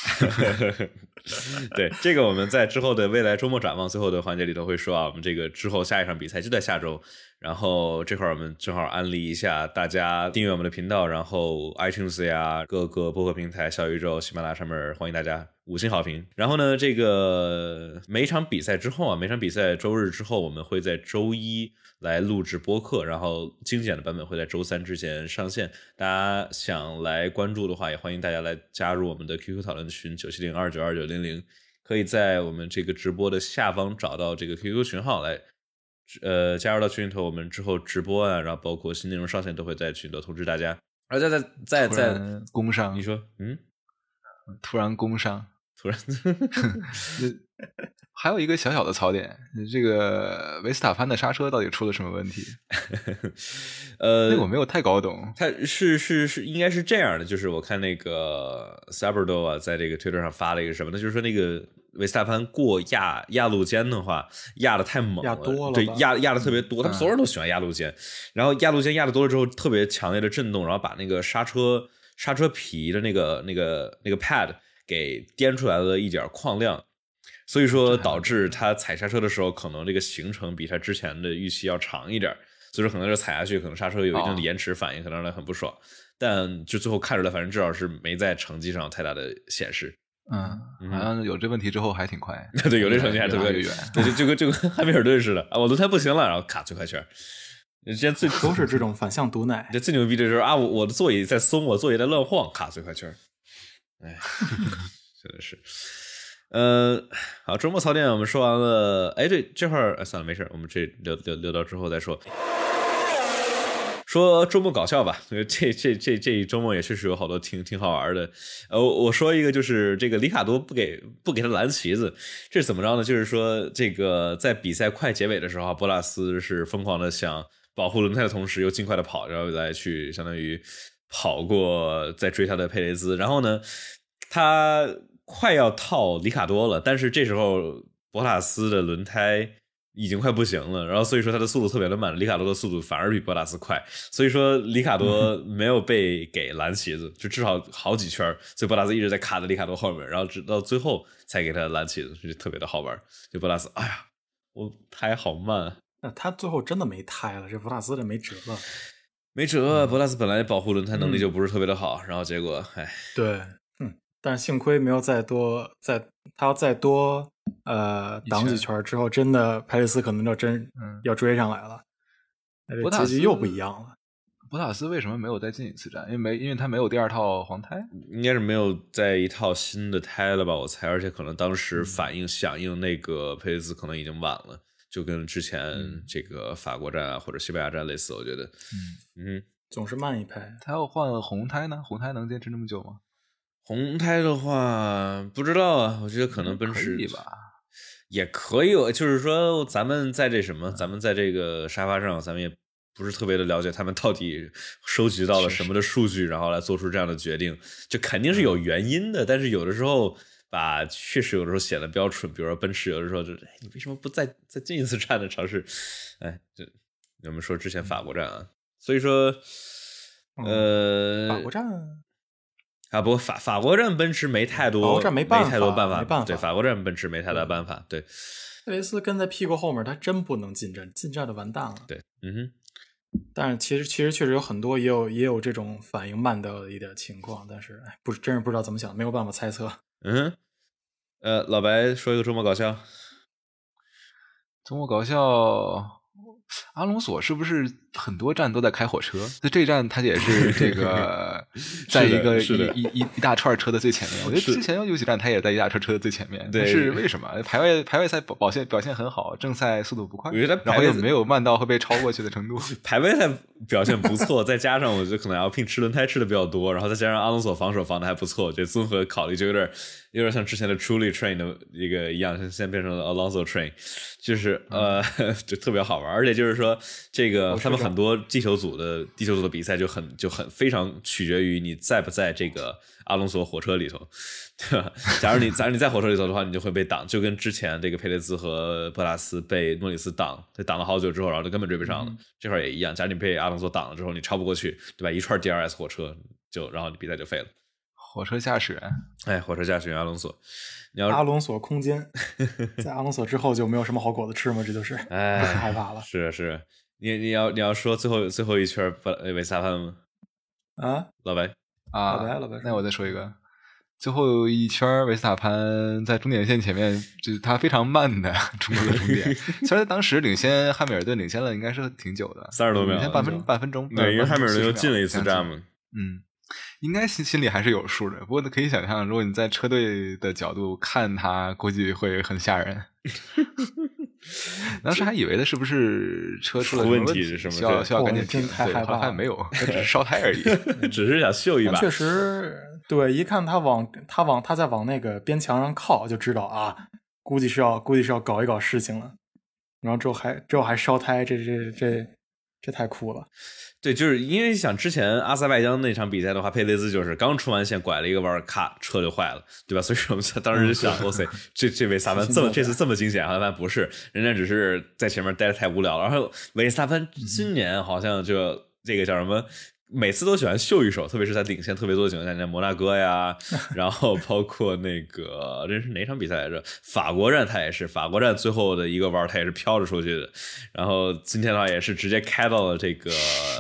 对，这个我们在之后的未来周末展望最后的环节里头会说啊，我们这个之后下一场比赛就在下周。然后这块儿我们正好安利一下，大家订阅我们的频道，然后 iTunes 呀、各个播客平台、小宇宙、喜马拉雅上面欢迎大家五星好评。然后呢，这个每一场比赛之后啊，每场比赛周日之后，我们会在周一来录制播客，然后精简的版本会在周三之前上线。大家想来关注的话，也欢迎大家来加入我们的 Q Q 讨论群九七零二九二九零零，可以在我们这个直播的下方找到这个 Q Q 群号来。呃，加入到群里头，我们之后直播啊，然后包括新内容上线都会在群里头通知大家。而再再再再工商， 你说，嗯， 突然工商， 突然， 还有一个小小的槽点，这个维斯塔潘的刹车到底出了什么问题？ 呃， 那个我没有太搞懂。 他是是是，应该是这样的，就是我看那个 Saberdo 啊，在这个 Twitter 上发了一个什么呢？就是说那个。维斯塔潘过压压路肩的话，压的太猛了， 压多了， 对，压压的特别多，他们所有人都喜欢压路肩，嗯、然后压路肩压的多了之后，特别强烈的震动，然后把那个刹车刹车皮的那个那个那个 pad 给颠出来了一点矿量，所以说导致他踩刹车的时候，可能这个行程比他之前的预期要长一点，所以说可能就踩下去，可能刹车有一定的延迟反应，可能让他很不爽，但就最后看出来，反正至少是没在成绩上有太大的显示。 嗯，好像有这问题之后还挺快， 对，有这成绩还特别远，对，就就跟就跟汉密尔顿似的啊，我轮胎不行了，然后卡最快圈，之前最都是这种反向毒奶。 这最牛逼的就是啊，我我的座椅在松，我座椅在乱晃，卡最快圈，哎，真的是，呃，好，周末槽点我们说完了，哎，对，这会儿、哎、算了，没事，我们这留留留到之后再说。说周末搞笑吧，这这这这一周末也确实有好多挺挺好玩的。呃，我说一个，就是这个里卡多不给不给他蓝旗子，这是怎么着呢？就是说这个在比赛快结尾的时候，博拉斯是疯狂的想保护轮胎的同时，又尽快的跑，然后来去相当于跑过再追他的佩雷兹。然后呢，他快要套里卡多了，但是这时候博拉斯的轮胎已经快不行了，然后所以说他的速度特别的慢，里卡多的速度反而比博拉斯快，所以说里卡多没有被给蓝旗子，就至少好几圈，所以博拉斯一直在卡在里卡多后面，然后直到最后才给他蓝旗子，就特别的好玩。就博拉斯，哎呀，我胎好慢， 那他最后真的没胎了，这博拉斯这没辙了， 没辙。博拉斯本来保护轮胎能力就不是特别的好，嗯、然后结果，哎， 对，嗯，但是幸亏没有再多，再他要再多。呃，挡几圈之后，真的佩雷斯可能就真要追上来了，那这结局又不一样了。 博塔斯为什么没有再进一次站？因为没，因为他没有第二套黄胎， 应该是没有再一套新的胎了吧？我猜，而且可能当时反应、嗯、响应那个佩雷斯可能已经晚了，就跟之前这个法国站啊或者西班牙站类似，我觉得，嗯嗯， 总是慢一拍。 他要换红胎呢？红胎能坚持那么久吗？ 红胎的话不知道啊，我觉得可能奔驰可以吧， 也可以，就是说咱们在这什么，咱们在这个沙发上，咱们也不是特别的了解他们到底收集到了什么的数据，然后来做出这样的决定，这肯定是有原因的。但是有的时候把确实有的时候显得比较蠢，比如说奔驰有的时候就，哎，你为什么不再再进一次站的尝试？哎，这我们说之前法国站啊，所以说，呃， 法国站。 啊，不，法法国站奔驰没太多， 法国站没办法， 没太多办法， 没办法。 对，法国站奔驰没太大办法。对， 佩雷斯跟在屁股后面，他真不能进站，进站就完蛋了。 对，嗯哼。 但是其实其实确实有很多也有也有这种反应慢的一点情况，但是哎，不是真是不知道怎么想，没有办法猜测。 嗯哼，呃，老白说一个周末搞笑。 周末搞笑。阿隆索是不是很多站都在开火车？那这一站他也是这个在一个一一一大串车的最前面。我觉得之前有几站他也在一大串车的最前面，但是为什么排位排位赛表现表现很好，正赛速度不快，然后又没有慢到会被超过去的程度。 排位赛表现不错，再加上我觉得可能要拼吃轮胎吃的比较多，然后再加上阿隆索防守防的还不错，这综合考虑就有点有点像之前的 Truly Train 的一个一样，现在变成了 Alonso Train， 就是呃就特别好玩，而且就是说这个他们很多地球组的地球组的比赛就很就很非常取决于你在不在这个阿隆索火车里头，对吧？假如你假如你在火车里头的话，你就会被挡，就跟之前这个佩雷兹和博塔斯被诺里斯挡，他挡了好久之后，然后就根本追不上了。嗯、这块也一样，假如你被阿隆索挡了之后，你超不过去，对吧？一串 D R S 火车就然后你比赛就废了。 火车驾驶员， 哎，火车驾驶员阿隆索，你要阿隆索空间，在阿隆索之后就没有什么好果子吃吗？这就是， 哎， 害怕了。 是是，你你要你要说最后最后一圈维斯塔潘吗？ 啊， 老白啊， 老白老白， 那我再说一个，最后一圈维斯塔潘在终点线前面，就是他非常慢的冲出了终点，虽然当时领先汉密尔顿领先了应该是挺久的， 三十多秒， 领先半分半分钟， 对，因为汉密尔顿又进了一次站嘛， 嗯。应该心心里还是有数的，不过可以想象，如果你在车队的角度看他，估计会很吓人。当时还以为他是不是车出了问题是什么， 需要需要赶紧停， 真太害怕了。 后来没有，他只是烧胎而已， 只是想秀一把。 确实，对，一看他往他往他在往那个边墙上靠，就知道啊，估计是要估计是要搞一搞事情了。然后之后还之后还烧胎，这这这这太酷了。 对，就是因为想之前阿塞拜疆那场比赛的话，佩雷兹就是刚出完线拐了一个弯，咔，车就坏了，对吧？所以我们当时就想，哇、嗯、塞，这这维斯塔潘这么这次这么惊险，好像不是，人家只是在前面待得太无聊了。然后维斯塔潘今年好像就这个叫什么？每次都喜欢秀一手，特别是在领先特别多的情况下，像摩纳哥呀，然后包括那个这是哪场比赛来着？法国站他也是，法国站最后的一个弯他也是飘着出去的。然后今天的话也是直接开到了这个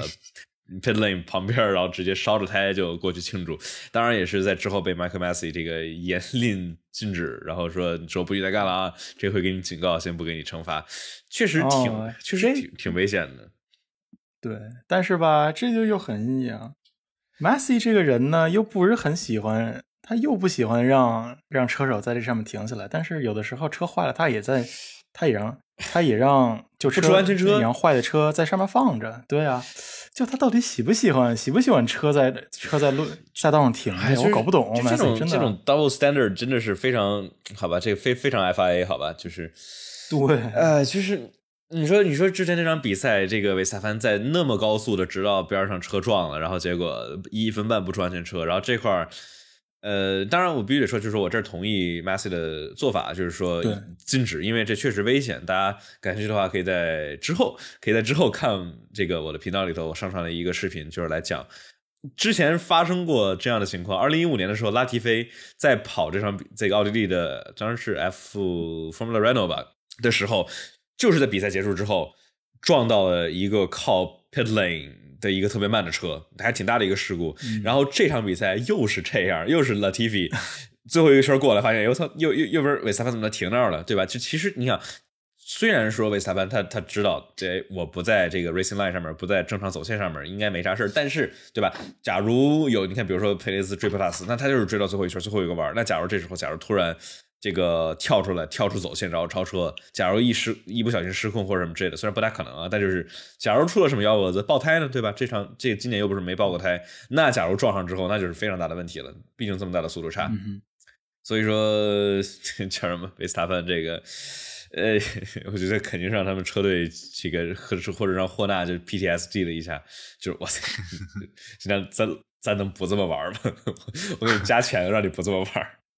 pit lane 旁边，然后直接烧着胎就过去庆祝。当然也是在之后被 Michael Massey 这个严令禁止，然后说说不许再干了啊，这回给你警告，先不给你惩罚。确实挺、哦、确实挺挺危险的。 对，但是吧，这就又很一样。Massey 这个人呢，又不是很喜欢，他又不喜欢让让车手在这上面停下来。但是有的时候车坏了，他也在，他也让，他也让就车不出安全车， 也让坏的车在上面放着。对啊，就他到底喜不喜欢，喜不喜欢车在车在路赛道上停着、哎？我搞不懂。 这种 Massey 真的这种 double standard 真的是非常好吧？这个非非常 F I A 好吧？就是对， 呃，就是。你说，你说之前那场比赛，这个维斯塔潘在那么高速的直到边上车撞了，然后结果一分半不出安全车，然后这块儿，呃，当然我必须得说，就是说我这儿同意 Massey 的做法，就是说禁止，因为这确实危险。大家感兴趣的话，可以在之后，可以在之后看这个我的频道里头，我上传了一个视频，就是来讲之前发生过这样的情况。二零一五年的时候，拉提菲在跑这场这个奥地利的，当然是 F Formula Renault 吧的时候。就是在比赛结束之后撞到了一个靠 pit lane 的一个特别慢的车，还挺大的一个事故、嗯、然后这场比赛又是这样，又是 Latifi 最后一个圈过来发现又又又又不是维斯塔潘怎么停那儿了，对吧？就其实你想，虽然说维斯塔潘他他知道这我不在这个 racing line 上面，不在正常走线上面应该没啥事，但是对吧，假如有你看比如说佩雷兹追博塔斯，那他就是追到最后一圈最后一个弯，那假如这时候假如突然这个跳出来，跳出走线，然后超车。假如一失一不小心失控或者什么之类的，虽然不太可能啊，但就是假如出了什么幺蛾子，爆胎呢，对吧？这场这今年又不是没爆过胎，那假如撞上之后，那就是非常大的问题了，毕竟这么大的速度差。 嗯、 所以说叫什么维斯塔潘这个，呃，我觉得肯定让他们车队这个或者让霍纳就 P T S D 了一下，就是哇塞，现在咱咱能不这么玩吗？我给你加钱让你不这么玩。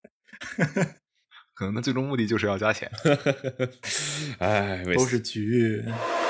可能他最终目的就是要加钱。 哎， 都是局。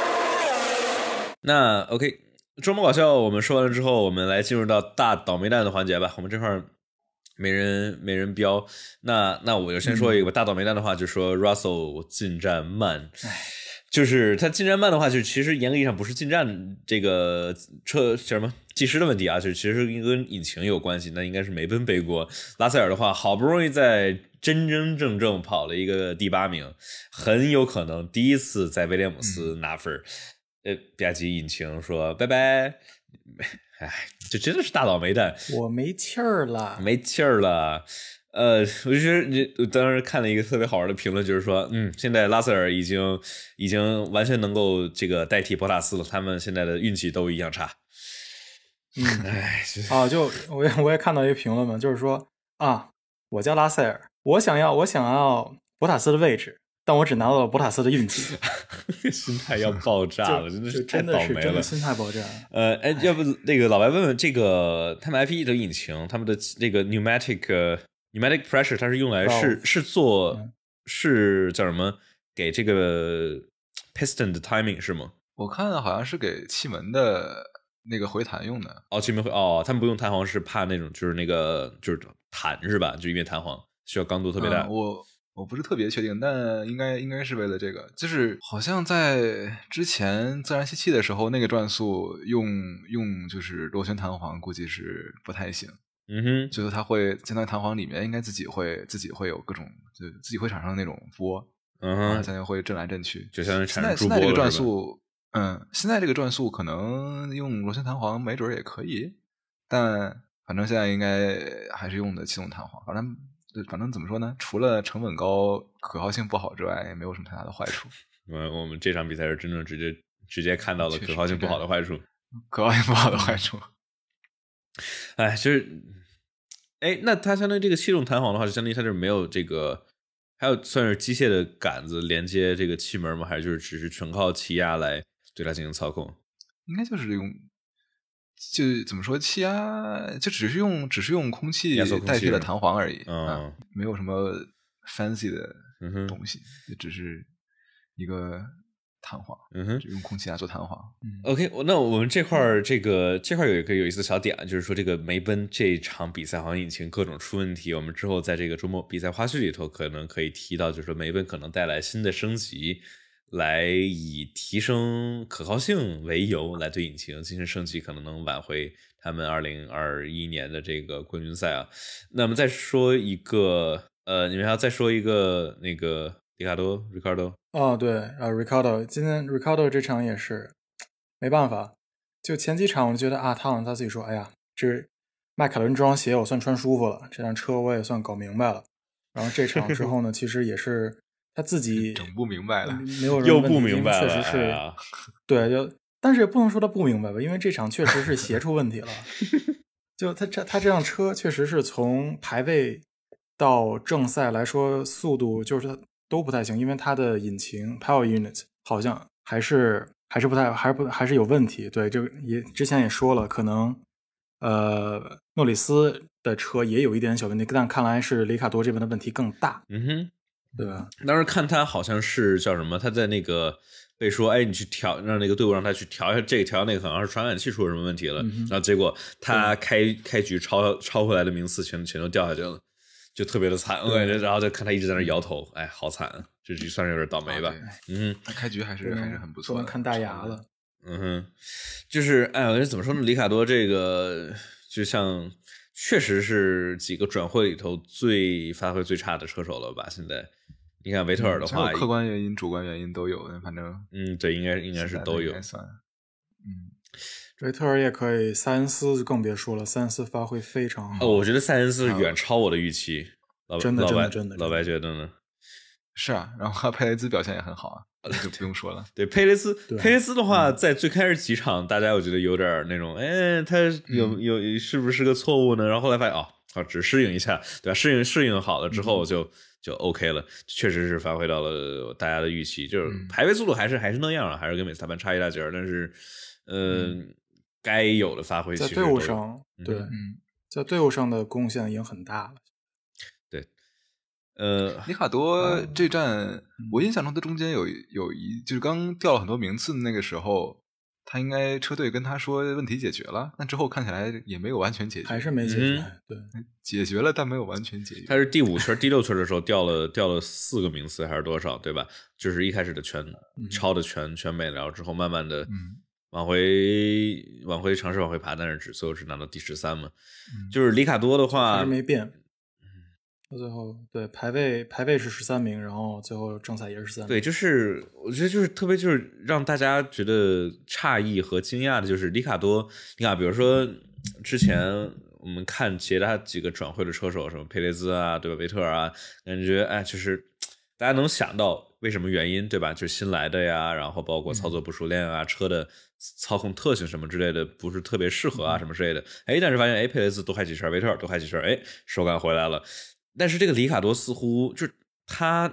那 OK， 周末搞笑我们说完了之后，我们来进入到大倒霉蛋的环节吧。我们这块没人没人标，那那我就先说一个吧。嗯、大倒霉蛋的话，就说 Russell 进站慢。就是他进站慢的话，就其实严格意义上不是进站这个车叫什么技师的问题啊，就其实跟引擎有关系，那应该是梅奔背锅。拉塞尔的话，好不容易在真真正正跑了一个第八名，很有可能第一次在威廉姆斯拿分，嗯、呃，吧唧引擎说拜拜，哎，这真的是大倒霉蛋， 我没气儿了， 没气儿了。呃，我就觉得你当时看了一个特别好玩的评论，就是说，嗯，现在拉塞尔已经已经完全能够这个代替博塔斯了，他们现在的运气都一样差。 嗯，哎，啊，就我也我也看到一个评论嘛，就是说啊，我叫拉塞尔，我想要我想要博塔斯的位置， 但我只拿到了博塔斯的运气， 心态要爆炸了，真的是太真的倒霉了。 是真的心态爆炸。 呃，哎，要不那个老白问问这个他们 F 一 的引擎，他们的那个 pneumatic、呃、pneumatic pressure， 它是用来是、oh, 是做、嗯、是叫什么？给这个 piston 的 timing 是吗？ 我看好像是给气门的那个回弹用的。 哦，气门回哦，他们不用弹簧是怕那种就是那个就是弹是吧？就因为弹簧需要刚度特别大。 嗯、我我不是特别确定，但应该应该是为了这个，就是好像在之前自然吸气的时候，那个转速用用就是螺旋弹簧估计是不太行。 嗯哼， 就是它会相当于弹簧里面应该自己会自己会有各种就自己会产生那种波。 嗯哼， 现在会震来震去， 就相当于产生现在这个转速，嗯，现在这个转速可能用螺旋弹簧没准也可以，但反正现在应该还是用的气动弹簧。反正反正怎么说呢？除了成本高、可靠性不好之外，也没有什么太大的坏处。 嗯，我们这场比赛是真正直接直接看到了可靠性不好的坏处， 可靠性不好的坏处。 哎，就是，哎，那它相当于这个气动弹簧的话，就相当于它就是没有这个。还有算是机械的杆子连接这个气门吗？还是就是只是纯靠气压来对它进行操控？ 应该就是用，就怎么说气压，就只是用只是用空气代替了弹簧而已， 嗯、 啊，没有什么 fancy 的东西，嗯、只是一个弹簧， 嗯哼， 用空气来做弹簧。 嗯、OK， 那我们这块儿这个这块有一个有意思的小点，就是说这个梅奔这场比赛好像引擎各种出问题。我们之后在这个周末比赛花絮里头可能可以提到，就是说梅奔可能带来新的升级，来以提升可靠性为由来对引擎进行升级，可能能挽回他们二零二一年的这个冠军赛啊。那么再说一个，呃，你们还要再说一个那个。里卡多 Ricardo 哦，对啊 Ricardo 今天 Ricardo 这场也是没办法，就前几场我觉得啊，他好像他自己说，哎呀，这迈凯伦这双鞋我算穿舒服了，这辆车我也算搞明白了。然后这场之后呢，其实也是他自己整不明白了， 没有又不明白了， 确实是， 哎、 对，就但是也不能说他不明白吧，因为这场确实是鞋出问题了。就他这他这辆车确实是从排位到正赛来说，速度就是他。都不太行，因为它的引擎 power unit 好像还是还是不太还是不还是有问题。对，这个也之前也说了，可能呃诺里斯的车也有一点小问题，但看来是里卡多这边的问题更大。 嗯哼， 对吧？ 当时看他好像是叫什么，他在那个被说，哎，你去调让那个队伍让他去调一下这个调那个，好像是传感器出了什么问题了， 嗯、 然后结果他开开局超超回来的名次全全都掉下去了。就特别的惨，我感觉，然后就看他一直在那摇头，哎，好惨，这就算是有点倒霉吧。 啊、 嗯， 他开局还是还是很不错的， 看大牙了。 嗯哼，就是哎，我觉得怎么说呢？里卡多这个就像确实是几个转会里头最发挥最差的车手了吧？现在你看维特尔的话， 嗯、客观原因、主观原因都有，反正嗯，对，应该应该是都有。 嗯。 维特尔也可以，塞恩斯就更别说了，塞恩斯发挥非常好。 哦，我觉得塞恩斯远超我的预期，老真的真的真的， 老白觉得呢？ 是啊，然后佩雷兹表现也很好啊，就不用说了。 对佩雷兹，佩雷兹的话，在最开始几场，大家我觉得有点那种，哎，他有有是不是个错误呢？然后后来发现，哦，哦，只适应一下，对吧？适应适应好了之后就。嗯就 OK 了，确实是发挥到了大家的预期，就是排位速度还是还是那样了，还是跟美斯塔潘差一大截儿，但是，呃，嗯、该有的发挥其实在队伍上， 嗯、 对，嗯，在队伍上的贡献已经很大了。 对，呃， 里卡多这站，嗯、我印象中他中间有有一就是刚掉了很多名次的那个时候。他应该车队跟他说问题解决了，但之后看起来也没有完全解决， 还是没解决。 嗯、 对， 解决了，但没有完全解决。 他是第五圈、第六圈的时候掉了掉了四个名次还是多少，对吧？就是一开始的全、嗯、超的全全没了，然后之后慢慢的往回、嗯、往回尝试往回爬，但是只最后只拿到第十三嘛。嗯、就是里卡多的话还是没变。最后对排位排位是十三名，然后最后正赛也是十三名。 对，就是我觉得就是特别就是让大家觉得诧异和惊讶的就是里卡多，你看，比如说之前我们看其他几个转会的车手，什么佩雷兹啊，对吧，维特尔啊，感觉哎，就是大家能想到为什么原因，对吧？就是新来的呀，然后包括操作不熟练啊，嗯、车的操控特性什么之类的不是特别适合啊，什么之类的。哎，但是发现哎，佩雷兹多开几圈，维特尔多开几圈，哎，手感回来了。但是这个里卡多似乎就是他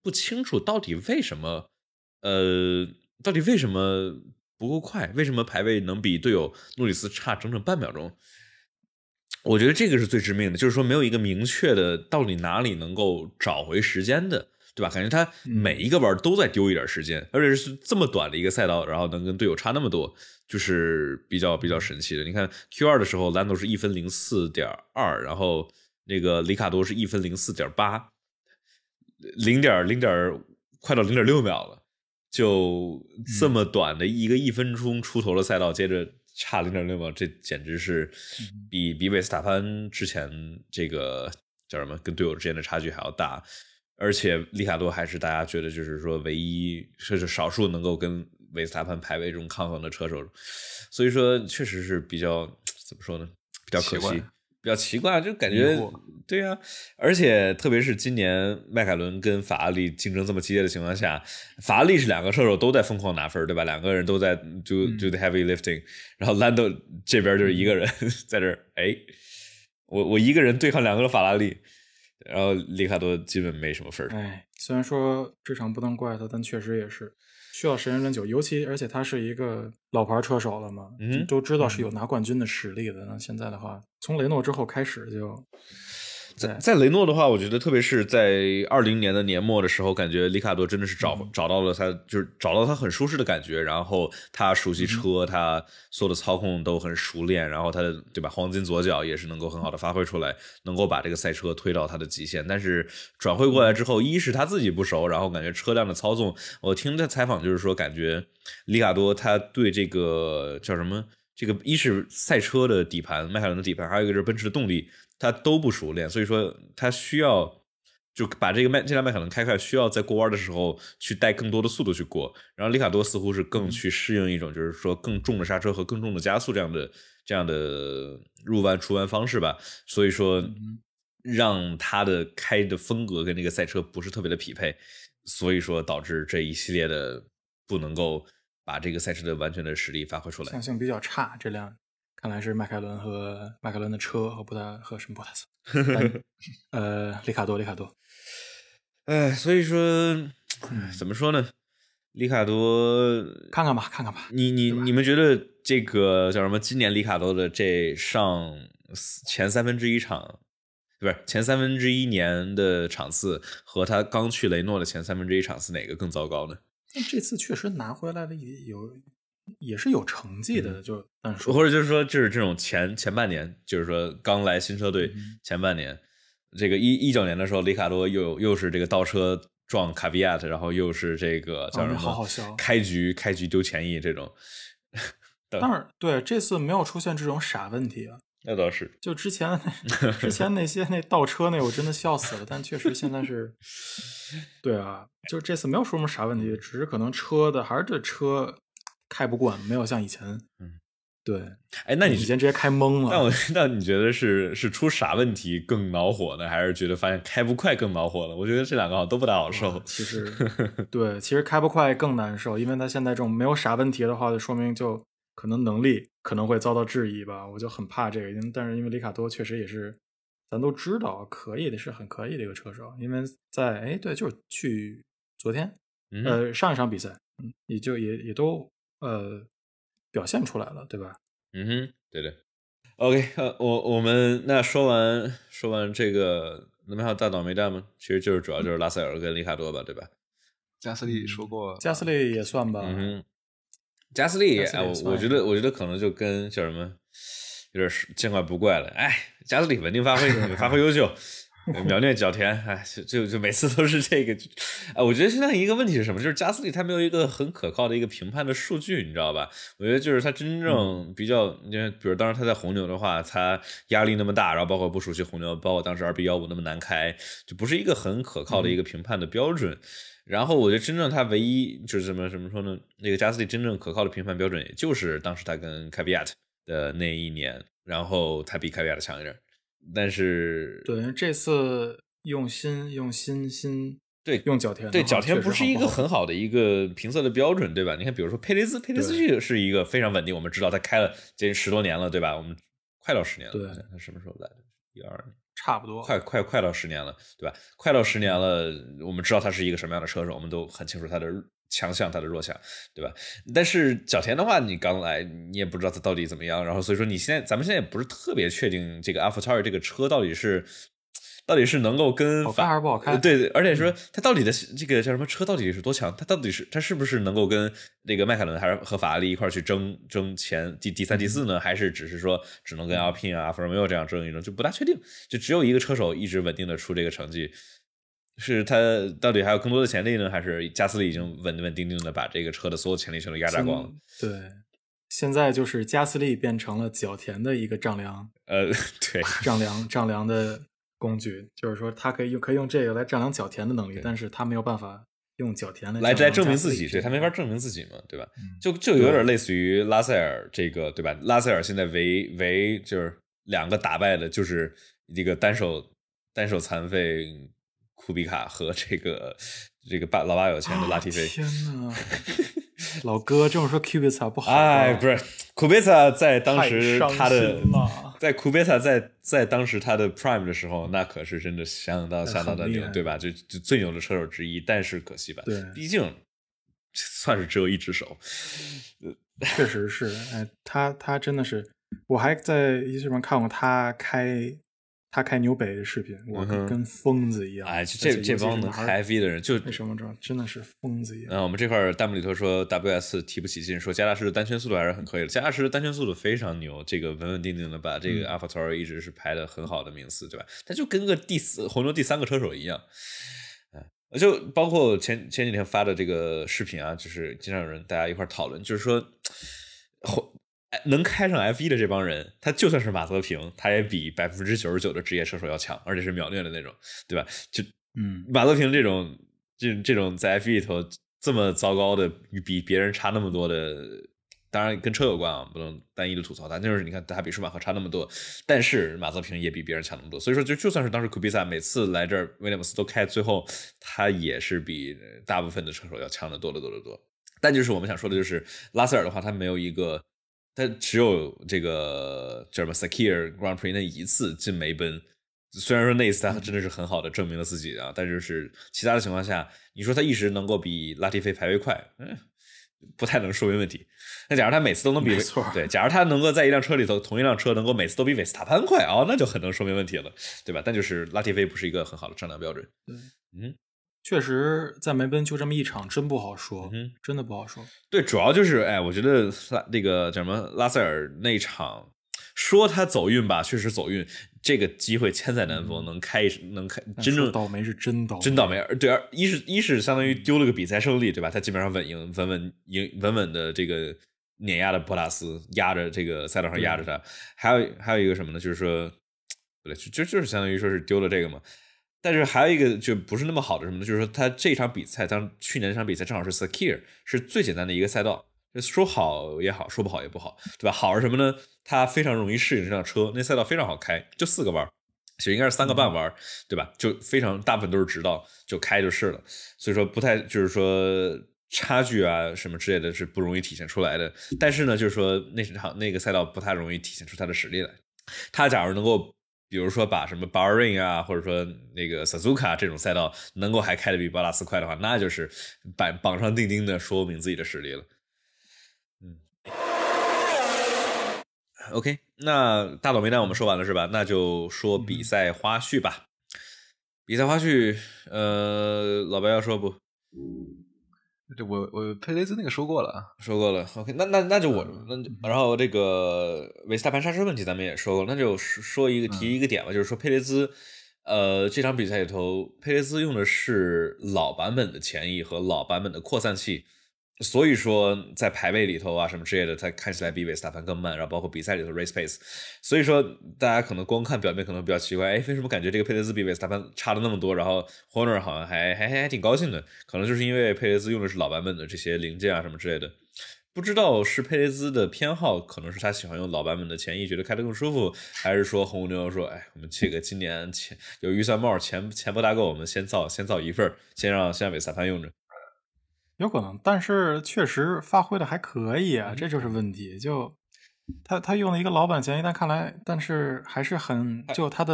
不清楚到底为什么，呃，到底为什么不够快，为什么排位能比队友诺里斯差整整半秒钟。我觉得这个是最致命的，就是说没有一个明确的到底哪里能够找回时间的，对吧？感觉他每一个弯都在丢一点时间，嗯、而且是这么短的一个赛道，然后能跟队友差那么多，就是比较比较神奇的。你看 Q 二 的时候，兰多是一分零四点二，然后那个里卡多是一分零四点八，零点零点快到零点六秒了，就这么短的一个一分钟出头的赛道，接着差零点六秒，这简直是比比韦斯塔潘之前这个叫什么跟队友之间的差距还要大，而且里卡多还是大家觉得就是说唯一甚至少数能够跟韦斯塔潘排位这种抗衡的车手，所以说确实是比较怎么说呢，比较可惜。比较奇怪，就感觉对啊，而且特别是今年迈凯伦跟法拉利竞争这么激烈的情况下，法拉利是两个车手都在疯狂拿分，对吧？两个人都在 do do the heavy lifting，、嗯、然后兰多这边就是一个人在这儿，哎，我我一个人对抗两个法拉利，然后里卡多基本没什么分。 哎，虽然说这场不能怪他，但确实也是需要时间很久，尤其而且他是一个老牌车手了嘛，嗯，都知道是有拿冠军的实力的。那现在的话，从雷诺之后开始就， 在在雷诺的话，我觉得特别是在二零年的年末的时候，感觉里卡多真的是找、嗯、找到了他，就是找到他很舒适的感觉，然后他熟悉车，嗯、他所有的操控都很熟练，然后他的对吧，黄金左脚也是能够很好的发挥出来，能够把这个赛车推到他的极限。但是转会过来之后，一是他自己不熟，然后感觉车辆的操纵，我听他采访就是说，感觉里卡多他对这个叫什么？这个一是赛车的底盘，迈凯伦的底盘，还有一个是奔驰的动力，他都不熟练，所以说他需要就把这个迈这辆迈凯伦开快，需要在过弯的时候去带更多的速度去过。然后里卡多似乎是更去适应一种就是说更重的刹车和更重的加速这样的这样的入弯出弯方式吧，所以说让他的开的风格跟那个赛车不是特别的匹配，所以说导致这一系列的不能够把这个赛车的完全的实力发挥出来， 向性比较差。这辆看来是迈凯伦和迈凯伦的车和布达和什么布达斯，呃，里卡多，里卡多。 哎，所以说，嗯、怎么说呢？里卡多， 看看吧，看看吧。 你你你们觉得这个叫什么？今年里卡多的这上前三分之一场，不是前三分之一年的场次，和他刚去雷诺的前三分之一场次，哪个更糟糕呢？ 这次确实拿回来了有也是有成绩的，嗯、就但是或者就是说就是这种前前半年，就是说刚来新车队前半年，嗯、这个一一九年的时候，里卡多又又是这个倒车撞卡比亚特，然后又是这个叫什么、 哦、好好笑开局开局丢前翼这种。 当然，对这次没有出现这种傻问题啊。 那倒是， 就之前之前那些那倒车那我真的笑死了，但确实现在是，对啊，就这次没有出什么傻问题，只是可能车的还是这车开不惯，没有像以前，嗯，对， 哎，那你以前直接开懵了。 那我那你觉得是是出傻问题更恼火呢，还是觉得发现开不快更恼火呢？我觉得这两个好像都不大好受。 其实，对，其实开不快更难受，因为他现在这种没有傻问题的话，就说明就。可能能力可能会遭到质疑吧，我就很怕这个。但是因为里卡多确实也是，咱都知道可以的，是很可以的一个车手。因为在哎对，就是去昨天，嗯、呃上一场比赛，嗯，也就也也都呃表现出来了，对吧？ 嗯哼，对的。OK， 呃，我我们那说完说完这个，那么还有大倒霉蛋吗？其实就是主要就是拉塞尔跟里卡多吧，对吧？ 加斯利说过， 加斯利也算吧。 嗯哼。加斯利，哎，我我觉得，我觉得可能就跟叫什么，有点见怪不怪了。哎，加斯利稳定发挥，发挥优秀，秒虐角田，哎，就就每次都是这个。哎，我觉得现在一个问题是什么？就是加斯利他没有一个很可靠的一个评判的数据，你知道吧？我觉得就是他真正比较，因为比如当时他在红牛的话，他压力那么大，然后包括不熟悉红牛，包括当时 R B 十五那么难开，就不是一个很可靠的一个评判的标准。嗯然后我觉得真正他唯一就是怎么怎么说呢？那个加斯利真正可靠的评判标准，也就是当时他跟凯比亚特的那一年，然后他比凯比亚特强一点。但是对这次用心用心心对用角田对角田不是一个很好的一个评测的标准，对吧？你看，比如说佩雷兹，佩雷兹是一个非常稳定，我们知道他开了接近十多年了，对吧？我们快到十年了。 对， 他什么时候来的？一二年。 差不多， 快快快到十年了，对吧？快到十年了，我们知道他是一个什么样的车手，我们都很清楚他的强项，他的弱项，对吧？但是角田的话，你刚来，你也不知道他到底怎么样，然后所以说你现在咱们现在也不是特别确定这个 AlphaTauri 这个车到底是。到底是能够跟好开还是不好开？ 对对，而且说它到底的这个叫什么车到底是多强？它到底是它是不是能够跟那个迈凯伦还是和法拉利一块去争争前第第三、第四呢？还是只是说只能跟 Alpine 啊、Alfa Romeo 这样争一争？就不大确定。就只有一个车手一直稳定的出这个成绩，是他到底还有更多的潜力呢？还是加斯利已经稳稳定定的把这个车的所有潜力全都压榨光了？ 对。现在就是加斯利变成了角田的一个丈量， 呃，对， 丈量丈量的工具，就是说他可以用可以用这个来丈量角田的能力，但是他没有办法用角田来来来证明自己，对他没法证明自己嘛，对吧？嗯、就就有点类似于拉塞尔这个，对吧？拉塞尔现在唯唯就是两个打败的，就是这个单手单手残废库比卡和这个这个爸老爸有钱的拉提菲。 啊、天哪！老哥这么说库比萨不好、啊、 哎，不是库比萨在当时他的在库比萨在在当时他的 prime 的时候，那可是真的相当相当的牛，对吧？就就最牛的车手之一，但是可惜吧， 对， 毕竟算是只有一只手。 确实是，哎，他他真的是，我还在 YouTube 上看过他开。他开纽北的视频，我跟,、嗯、跟疯子一样。 哎，这这帮能开 F 一的人，就为什么着真的是疯子一样。 嗯，我们这块弹幕里头说 W S 提不起劲，说加大师的单圈速度还是很可以的。加大师的单圈速度非常牛，这个稳稳定定的把这个 AlphaTauri 一直是排的很好的名次，对吧？他就跟个第四红牛第三个车手一样。嗯，就包括前前几天发的这个视频啊，就是经常有人大家一块讨论，就是说。能开上 F 一 的这帮人，他就算是马泽平，他也比百分之九十九的职业车手要强，而且是秒虐的那种，对吧？就嗯， 马泽平这种这这种在 F 一 里头这么糟糕的，比别人差那么多的，当然跟车有关啊，不能单一的吐槽他。就是你看他比舒马赫差那么多，但是马泽平也比别人强那么多，所以说就就算是当时库比萨每次来这儿威廉姆斯都开，最后他也是比大部分的车手要强的多得多得多。但就是我们想说的就是拉塞尔的话，他没有一个。他只有这个叫什么 Sakir Grand Prix 那一次进梅奔，虽然说那一次他真的是很好的证明了自己啊，但就是其他的情况下，你说他一直能够比拉提菲排位快，嗯，不太能说明问题。那假如他每次都能比，对，假如他能够在一辆车里头，同一辆车能够每次都比维斯塔潘快哦，那就很能说明问题了，对吧？但就是拉提菲不是一个很好的丈量标准。 对， 嗯。 确实，在梅奔就这么一场，真不好说，嗯，真的不好说。 对，主要就是，哎，我觉得拉那个叫什么拉塞尔那一场，说他走运吧，确实走运，这个机会千载难逢，能开能开，真正倒霉是真倒霉， 真倒霉。对，一是一是相当于丢了个比赛胜利，对吧？他基本上稳赢，稳稳赢，稳稳的这个碾压的博拉斯，压着这个赛道上压着他。还有还有一个什么呢？就是说，不对，就就是相当于说是丢了这个嘛。但是还有一个就不是那么好的什么呢？就是说他这场比赛，当去年这场比赛正好是 Sakir 是最简单的一个赛道，说好也好，说不好也不好，对吧？好是什么呢？他非常容易适应这辆车，那赛道非常好开，就四个弯，其实应该是三个半弯，对吧？就非常大部分都是直道，就开就是了。所以说不太就是说差距啊什么之类的是不容易体现出来的。但是呢，就是说那场那个赛道不太容易体现出他的实力来。他假如能够。比如说把什么 Bahrain 啊，或者说那个 Suzuka 这种赛道能够还开得比博拉斯快的话，那就是绑绑上钉钉的说明自己的实力了。嗯 ，OK， 那大倒霉蛋我们说完了是吧？那就说比赛花絮吧。比赛花絮，呃，老白要说不？ 我我佩雷兹那个说过了， 说过了。OK， 那那那就我那然后这个维斯塔潘刹车问题咱们也说过，那就说一个提一个点吧，嗯、就是说佩雷兹，呃，这场比赛里头，佩雷兹用的是老版本的前翼和老版本的扩散器，所以说在排位里头啊什么之类的，它看起来比维斯塔潘更慢，然后包括比赛里头 race pace， 所以说大家可能光看表面可能比较奇怪，哎，为什么感觉这个佩雷兹比维斯塔潘差了那么多？然后 Horner 好像还还还还挺高兴的，可能就是因为佩雷兹用的是老版本的这些零件啊什么之类的。不知道是佩雷兹的偏好，可能是他喜欢用老版本的前翼，觉得开得更舒服，还是说红牛说，哎，我们这个今年钱有预算帽，钱钱不大够，我们先造先造一份，先让先让维斯塔潘用着。 有可能，但是确实发挥的还可以啊，这就是问题。就他他用了一个老版前翼，但看来，但是还是很就他的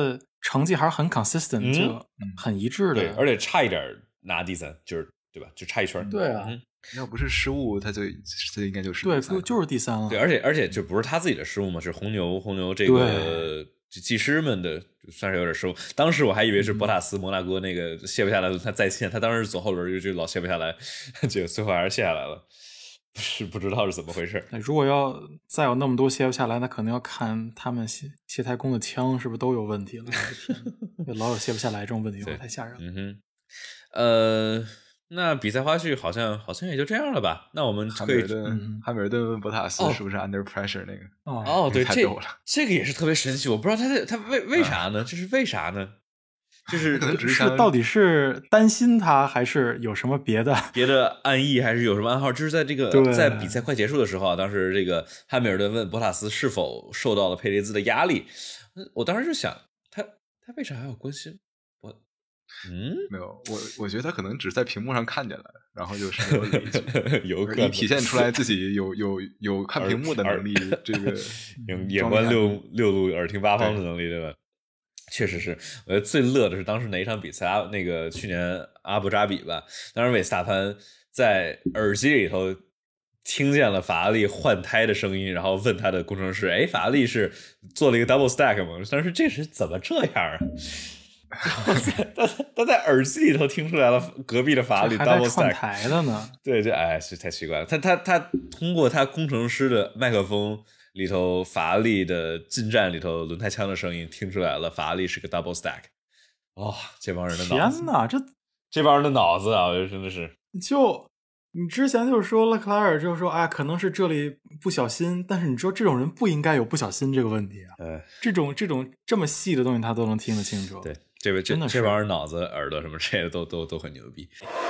成绩还是很 consistent，、嗯、就很一致的， 对，而且差一点拿第三，就是对吧？就差一圈。 对啊， 嗯、 要不是失误，他就这应该就是对，就是第三了。 对，而且而且就不是他自己的失误嘛，是红牛红牛这个技师们的，算是有点失误。当时我还以为是博塔斯、嗯、摩纳哥那个卸不下来，他再陷，他当时走后轮就就老卸不下来，结果最后还是卸下来了。是不知道是怎么回事。 如果要再有那么多卸不下来，那可能要看他们卸卸太空的枪是不是都有问题了。老有卸不下来这种问题，太吓人了。 嗯哼，呃，那比赛花絮好像好像也就这样了吧？那我们可以， 嗯、汉密尔顿问博塔斯是不是 under pressure 那个？ 哦， 哦对，这这个也是特别神奇，我不知道他他为为啥呢？这、啊、是为啥呢？就是是到底是担心他，还是有什么别的别的暗意，还是有什么暗号？就是在这个在比赛快结束的时候啊，当时这个汉密尔顿问博塔斯是否受到了佩雷兹的压力，我当时就想，他他为啥还要关心我？嗯， 没有，我我觉得他可能只是在屏幕上看见了，然后就说了一句， 有可能体现出来自己有有有看屏幕的能力，这个眼观六六路，耳听八方的能力，对吧？确实是，我觉得最乐的是当时哪一场比赛啊？那个去年阿布扎比吧，当时维斯塔潘在耳机里头听见了法拉利换胎的声音，然后问他的工程师：“哎，法拉利是做了一个 double stack 吗？”当时这是怎么这样啊？他他在耳机里头听出来了，隔壁的法拉利 double stack 还台的呢。 对，这哎是太奇怪了。他他他通过他工程师的麦克风里头法拉利的进站里头轮胎枪的声音听出来了，法拉利是个 double stack。哦，这帮人的脑子！ 天哪，这这帮人的脑子啊，我觉得真的是。 就你之前就是说勒克莱尔就说哎，可能是这里不小心，但是你说这种人不应该有不小心这个问题啊。 呃， 这种这种这么细的东西他都能听得清楚。 对，这位这这帮人脑子、耳朵什么这些都都都很牛逼。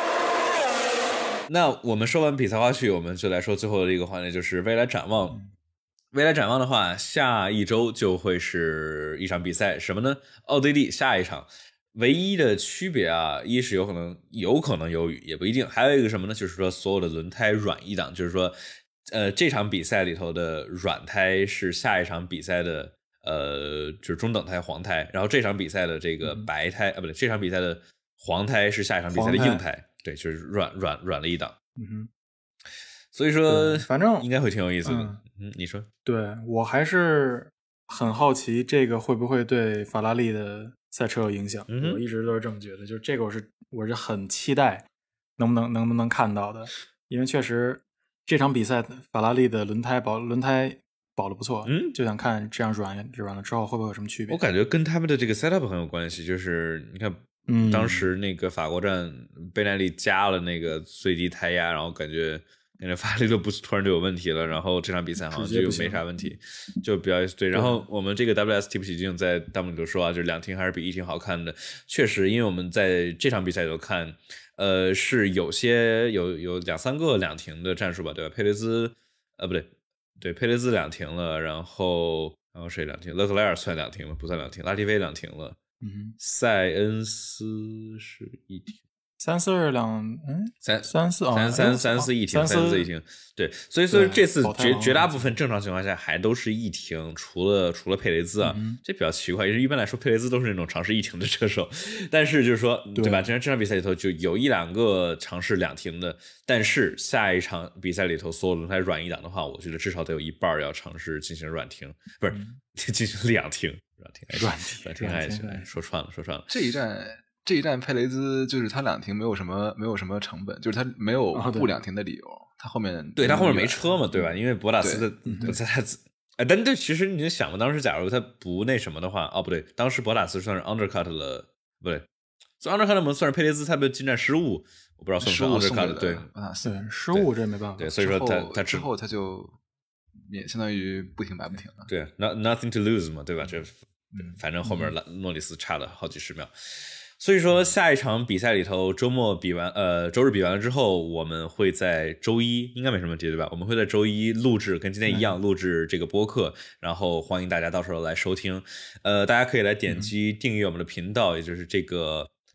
那我们说完比赛花絮，我们就来说最后的一个环节，就是未来展望。嗯未来展望的话，下一周就会是一场比赛，什么呢？奥地利下一场，唯一的区别啊，一是有可能有可能有雨，也不一定。还有一个什么呢？就是说所有的轮胎软一档，就是说，呃，这场比赛里头的软胎是下一场比赛的呃，就是中等胎黄胎，然后这场比赛的这个白胎、嗯、啊，不对，这场比赛的黄胎是下一场比赛的硬胎，对，就是软软软了一档。 嗯哼。 所以说， 反正应该会挺有意思的。 嗯， 嗯你说？ 对，我还是很好奇，这个会不会对法拉利的赛车有影响？ 嗯、 我一直都是这么觉得，就是这个我是我是很期待能不能能不能看到的，因为确实这场比赛法拉利的轮胎保轮胎保的不错， 嗯， 就想看这样软软了之后会不会有什么区别？ 我感觉跟他们的这个 setup 很有关系，就是你看。 嗯， 当时那个法国站贝奈利加了那个最低胎压，然后感觉那个法拉利都不突然就有问题了，然后这场比赛好像就没啥问题，就比较对。然后我们这个 W S 提不起劲在弹幕里头说啊，就是两厅还是比一厅好看的。确实，因为我们在这场比赛里头看，呃，是有些有有两三个两厅的战术吧，对吧？佩雷兹呃不对，对佩雷兹两厅了，然后然后谁两厅？勒克莱尔算两厅吗？不算两厅，拉蒂菲两厅了。 嗯， 塞恩斯是一停， 三四是两，嗯， 三三四三三三四一停，三四一停，对，所以所以这次绝绝大部分正常情况下还都是一停，除了除了佩雷兹啊， 嗯、 这比较奇怪，因为一般来说佩雷兹都是那种尝试一停的车手，但是就是说对吧？这场这场比赛里头就有一两个尝试两停的，但是下一场比赛里头所有轮胎软一档的话，我觉得至少得有一半要尝试进行软停，不是、嗯、进行两停。软停， 软停， 软停还行，说穿了，说穿了。 这一站，这一站，佩雷兹就是他两停没有什么，没有什么成本，就是他没有不两停的理由。哦、他后面对他后面没车嘛，对吧？因为博塔斯的，他哎，但对，其实你想嘛，当时假如他不那什么的话，哦，不对，当时博塔斯算是 undercut 了，不对，算 undercut 了，算是佩雷兹他的进站失误，我不知道算不算 undercut，对， 对，失误这没办法， 对，所以说他他之后他就也相当于不停白不停了， 对 ，not nothing to lose 嘛，对吧？这。反正后面诺里斯差了好几十秒，所以说下一场比赛里头，周末比完，呃，周日比完了之后，我们会在周一，应该没什么问题对吧？我们会在周一录制，跟今天一样录制这个播客，然后欢迎大家到时候来收听。呃，大家可以来点击订阅我们的频道，也就是这个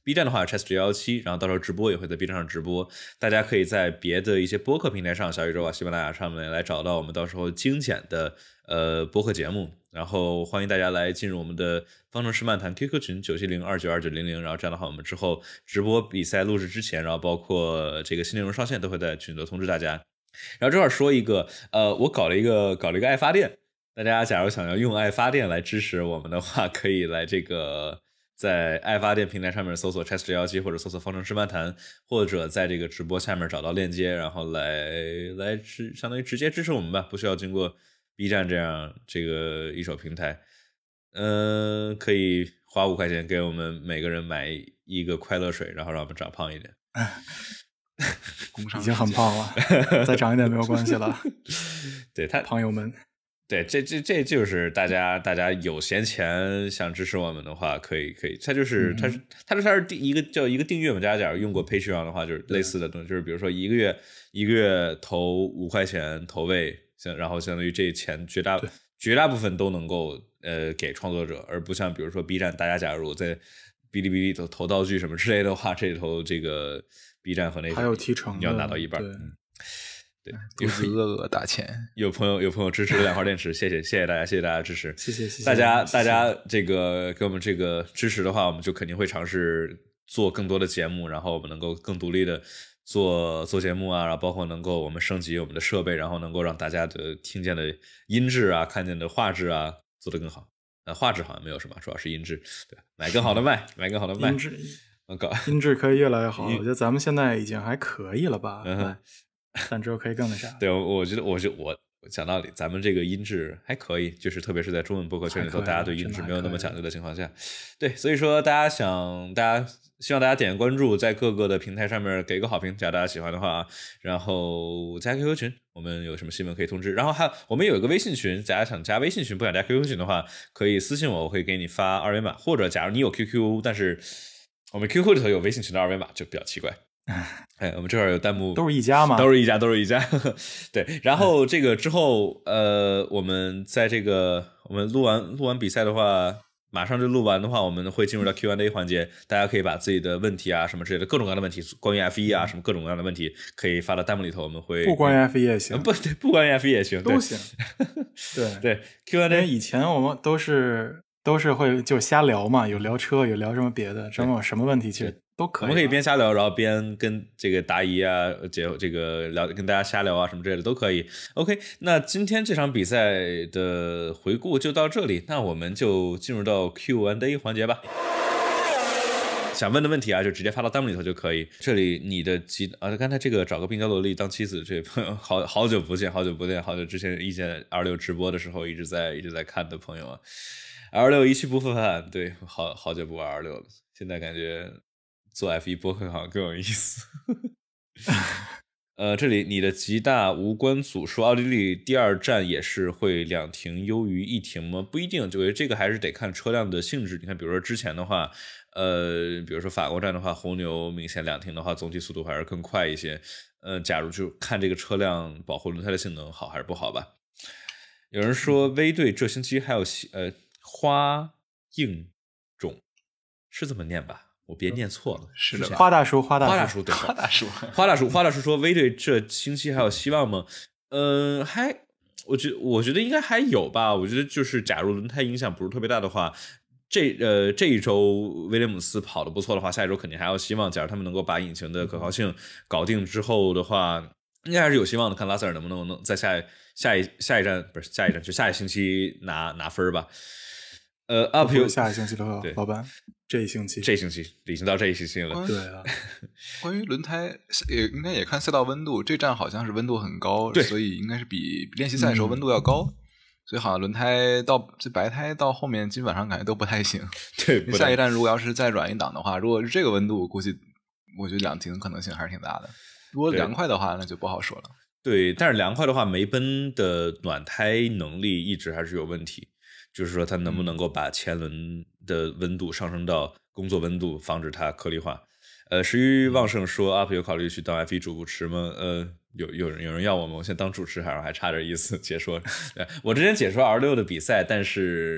B 站的话 Chess 九一七，然后到时候直播也会在 B 站上直播，大家可以在别的一些播客平台上，小宇宙啊、喜马拉雅上面来找到我们到时候精简的呃播客节目，然后欢迎大家来进入我们的方程式漫谈 Q Q 群九七零二九二九零零，然后这样的话我们之后直播比赛录制之前，然后包括这个新内容上线都会在群里通知大家。然后这块说一个呃我搞了一个搞了一个爱发电，大家假如想要用爱发电来支持我们的话，可以来这个在爱发电平台上面搜索 Chess 九一七或者搜索方程式漫谈，或者在这个直播下面找到链接，然后来来支相当于直接支持我们吧，不需要经过 B 站这样这个一手平台。嗯、呃，可以花五块钱给我们每个人买一个快乐水，然后让我们长胖一点。 已经很胖了，再长一点没有关系了。 对他朋友们， 对，这这这就是大家大家有闲钱想支持我们的话，可以可以，它就是它是它是它是一个叫一个订阅嘛，大家假如用过 Patreon 的话，就是类似的东西，就是比如说一个月一个月投五块钱投喂，相然后相当于这钱绝大绝大部分都能够呃给创作者，而不像比如说 B 站，大家假如在哔哩哔哩投投道具什么之类的话，这里头这个 B 站和那还有提成， 你要拿到一半。 对。 嗯对， 都是鹅鹅打钱。 有朋友有朋友支持两块电池，谢谢谢谢大家，谢谢大家支持， 谢谢谢谢大家谢谢大家这个给我们这个支持的话，我们就肯定会尝试做更多的节目，然后我们能够更独立的做做节目啊，然后包括能够我们升级我们的设备，然后能够让大家的听见的音质啊、看见的画质啊做得更好。呃，画质好像没有什么，主要是音质。对，买更好的麦，买更好的麦， 音质嗯，搞音质可以越来越好。我觉得咱们现在已经还可以了吧？ 嗯哼。 但之后可以更那啥。 对，我觉得，我觉得我讲道理，咱们这个音质还可以，就是特别是在中文播客圈里头，大家对音质没有那么讲究的情况下，对，所以说大家想，大家希望大家点个关注，在各个的平台上面给个好评，假如大家喜欢的话，然后加 Q Q 群，我们有什么新闻可以通知，然后还有我们有一个微信群，大家想加微信群不想加 Q Q 群的话，可以私信我，我会给你发二维码，或者假如你有 Q Q， 但是我们 Q Q 里头有微信群的二维码，就比较奇怪。哎，我们这会儿有弹幕， 都是一家嘛， 都是一家，都是一家。对，然后这个之后，呃，我们在这个我们录完录完比赛的话，马上就录完的话，我们会进入到 Q and A 环节，大家可以把自己的问题啊什么之类的各种各样的问题，关于 F 一 啊什么各种各样的问题，可以发到弹幕里头，我们会不关于 F 一 也行， 不对，不关于 F 一 也行， 都行。对对 ，Q and A 以前我们都是都是会就瞎聊嘛，有聊车，有聊什么别的，这种什么问题其实都可以。 我们可以边瞎聊，然后边跟这个答疑啊，这这个聊跟大家瞎聊啊什么之类的都可以。OK， 那今天这场比赛的回顾就到这里，那我们就进入到 Q and A 环节吧。想问的问题啊，就直接发到弹幕里头就可以。这里你的吉啊，刚才这个找个病娇萝莉当妻子，这位朋友好好久不见，好久不见，好久之前遇见 R 六 直播的时候一直在一直在看的朋友啊 ，R 六 一去不复返，对，好好久不玩 R 六 了，现在感觉做 F 一 播客好像更有意思。呃，这里你的极大无关组说奥地利第二站也是会两停优于一停吗？不一定，就这个还是得看车辆的性质。你看，比如说之前的话，呃，比如说法国站的话，红牛明显两停的话，总体速度还是更快一些。呃，假如就看这个车辆保护轮胎的性能好还是不好吧。有人说威队这星期还有呃花应种，是这么念吧？我别念错了， 是的， 花大叔，花大叔， 花大叔，对， 花大叔， 花大叔，花大叔说，威队这星期还有希望吗？嗯、呃，还，我觉我觉得应该还有吧。我觉得就是，假如轮胎影响不是特别大的话，这呃这一周威廉姆斯跑得不错的话，下一周肯定还有希望。假如他们能够把引擎的可靠性搞定之后的话，应该还是有希望的。看拉塞尔能不能能在下下一下一站不是下一站，就下一星期拿拿分吧。呃 ，up 有下一星期的话，老板。这一星期， 这一星期已经到这一星期了。 对啊， 关于轮胎也应该也看赛道温度，这站好像是温度很高，所以应该是比练习赛的时候温度要高，嗯、所以好像轮胎到这白胎到后面基本上感觉都不太行。 对， 下一站如果要是再软一档的话，如果是这个温度，估计我觉得两停可能性还是挺大的。如果凉快的话，那就不好说了。 对，但是凉快的话，梅奔的暖胎能力一直还是有问题。就是说，它能不能够把前轮的温度上升到工作温度，防止它颗粒化？呃，食欲旺盛说 ，U P 有考虑去当 F 一主持吗？呃，有有人有人要我吗？我现在当主持还还差点意思解说。我之前解说 R 六 的比赛，但是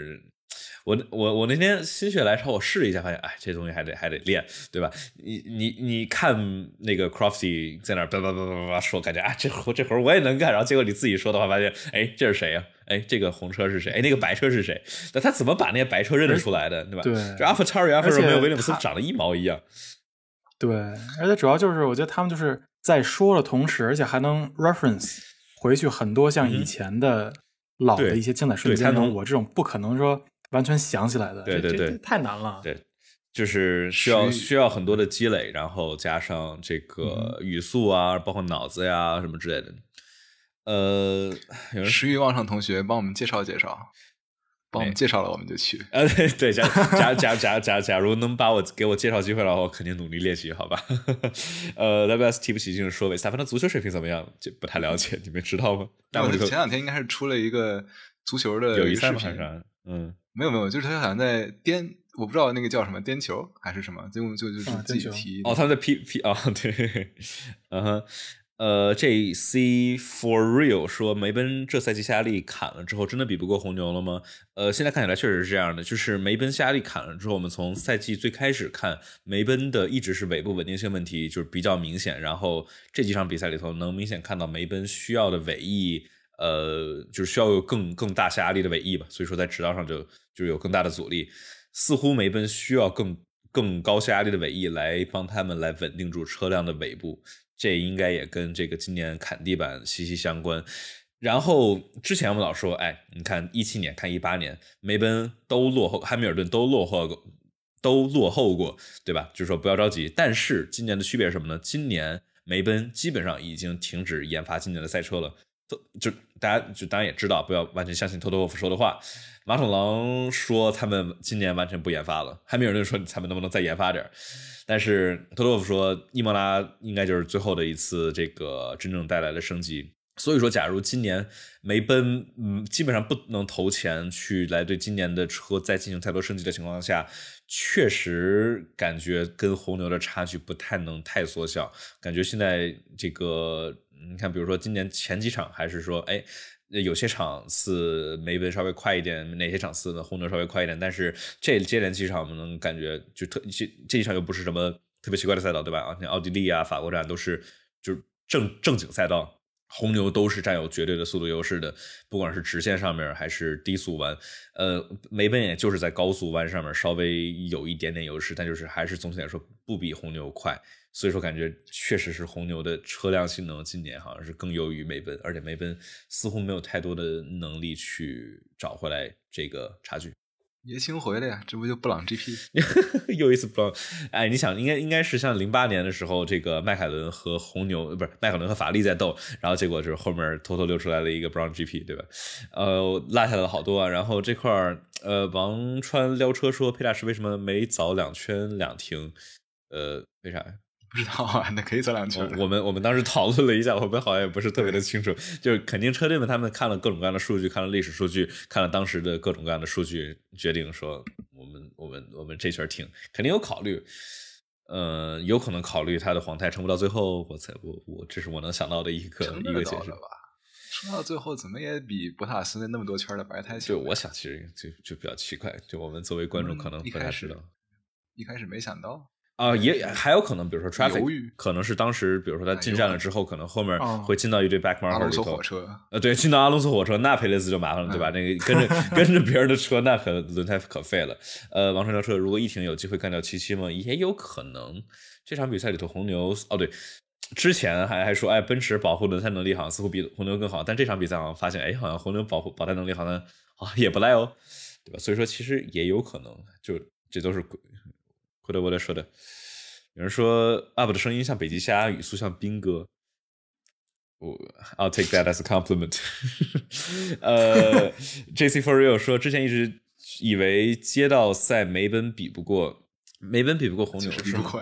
我我我那天心血来潮，我试了一下，发现哎，这东西还得还得练，对吧？你你你看那个 Crofty 在那叭叭叭叭叭说，感觉啊，这活这活我也能干，然后结果你自己说的话，发现哎，这是谁呀、啊？哎，这个红车是谁？哎，那个白车是谁？那他怎么把那些白车认得出来的，对吧？ 对， 这 AlphaTauri、Alfa Romeo、威廉姆斯长得一毛一样。 对，而且主要就是我觉得他们就是在说的同时，而且还能 reference 回去很多像以前的老的一些精彩瞬间，然后我这种不可能说完全想起来的， 对对对， 太难了。 对，就是需要需要很多的积累，然后加上这个语速啊，嗯、包括脑子呀什么之类的。呃， 食欲旺盛同学帮我们介绍介绍。帮我们介绍了，我们就去。 呃，对对，假假假假假假如能把我给我介绍机会的话，我肯定努力练习，好吧？呃 ，W S 提不起劲说，韦斯塔潘的足球水平怎么样？就不太了解，你们知道吗？ 但我前两天应该是出了一个足球的友谊赛吗？ 还是嗯， 没有没有，就是他好像在颠，我不知道那个叫什么颠球还是什么，就就就是自己踢。 哦，他们在 P P 啊，对，嗯哼。呃 ，J C for real 说梅奔这赛季下压力砍了之后，真的比不过红牛了吗？呃，现在看起来确实是这样的，就是梅奔下压力砍了之后，我们从赛季最开始看，梅奔的一直是尾部稳定性问题，就是比较明显。然后这几场比赛里头，能明显看到梅奔需要的尾翼，呃，就是需要有更更大下压力的尾翼吧，所以说在直道上就就有更大的阻力。似乎梅奔需要更更高下压力的尾翼来帮他们来稳定住车辆的尾部。这应该也跟这个今年砍地板息息相关。然后之前我们老说，哎，你看一七年，看一八年，梅奔都落后，汉密尔顿都落后过，都落后过，对吧？就是说不要着急。但是今年的区别是什么呢？今年梅奔基本上已经停止研发今年的赛车了。就大家就当然也知道，不要完全相信托托沃夫说的话。马桶狼说他们今年完全不研发了，汉密尔顿说他们能不能再研发点。但是托托沃夫说伊莫拉应该就是最后的一次这个真正带来的升级。所以说假如今年梅奔嗯基本上不能投钱去来对今年的车再进行太多升级的情况下，确实感觉跟红牛的差距不太能太缩小。感觉现在这个你看比如说今年前几场还是说哎有些场次梅奔稍微快一点，哪些场次呢红牛稍微快一点，但是这接连几场我们能感觉就特这这一场又不是什么特别奇怪的赛道，对吧？像奥地利啊法国站都是就是正正经赛道，红牛都是占有绝对的速度优势的，不管是直线上面还是低速弯，呃，梅奔也就是在高速弯上面稍微有一点点优势，但就是还是总体来说不比红牛快。所以说感觉确实是红牛的车辆性能今年好像是更优于梅奔，而且梅奔似乎没有太多的能力去找回来这个差距。 爷青回了呀，这不就布朗 G P 又一次布朗。哎，你想应该应该是像零八年的时候，这个迈凯伦和红牛不是迈凯伦和法拉利在斗，然后结果就是后面偷偷溜出来了一个布朗 G P， 对吧？呃，落下了好多啊。然后这块儿呃，王川撩车说佩大师为什么没早两圈两停？呃，为啥呀？ 不知道啊，那可以早两圈。 我们我们当时讨论了一下，我们好像也不是特别的清楚，就是肯定车队们他们看了各种各样的数据，看了历史数据，看了当时的各种各样的数据，决定说我们我们我们这圈停，肯定有考虑，呃，有可能考虑他的黄胎撑不到最后，我才我我这是我能想到的一个一个解释吧。撑到最后怎么也比博塔斯那那么多圈的白胎强。 就我想其实就就比较奇怪，就我们作为观众可能不太知道， 一开始没想到。 啊、呃，也还有可能，比如说 traffic， 可能是当时，比如说他进站了之后，可能后面会进到一堆 back marker 里头。 火车， 呃，对，进到阿隆索火车，那佩雷斯就麻烦了，对吧？嗯、那个跟着跟着别人的车，那可轮胎可废了。呃，王传聊车如果一停有机会干掉七七吗？也有可能。这场比赛里头，红牛哦对，之前还还说，哎，奔驰保护轮胎能力好像似乎比红牛更好，但这场比赛好像发现，哎，好像红牛保护保胎能力好像啊也不赖哦，对吧？所以说其实也有可能，就这都是奎德沃德说的。有人说 U P 的声音像北极虾，语速像兵哥。我 I'll take that as a compliment 呃 J C for real 说之前一直以为街道赛梅奔比不过梅奔比不过红牛是吗？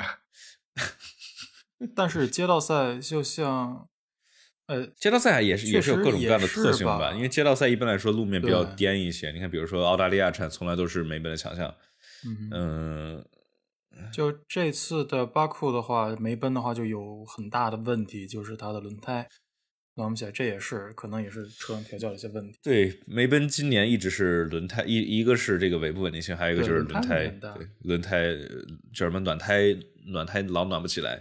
但是街道赛就像呃， 街道赛也是也是有各种各样的特性吧，因为街道赛一般来说路面比较颠一些，你看比如说澳大利亚站从来都是梅奔的强项。嗯、呃就这次的巴库的话，梅奔的话就有很大的问题，就是它的轮胎。 暖不起来，这也是可能也是车上调教的一些问题。 对，梅奔今年一直是轮胎一一个是这个尾部稳定性，还有一个就是轮胎，对轮胎叫什么暖胎暖胎老暖不起来。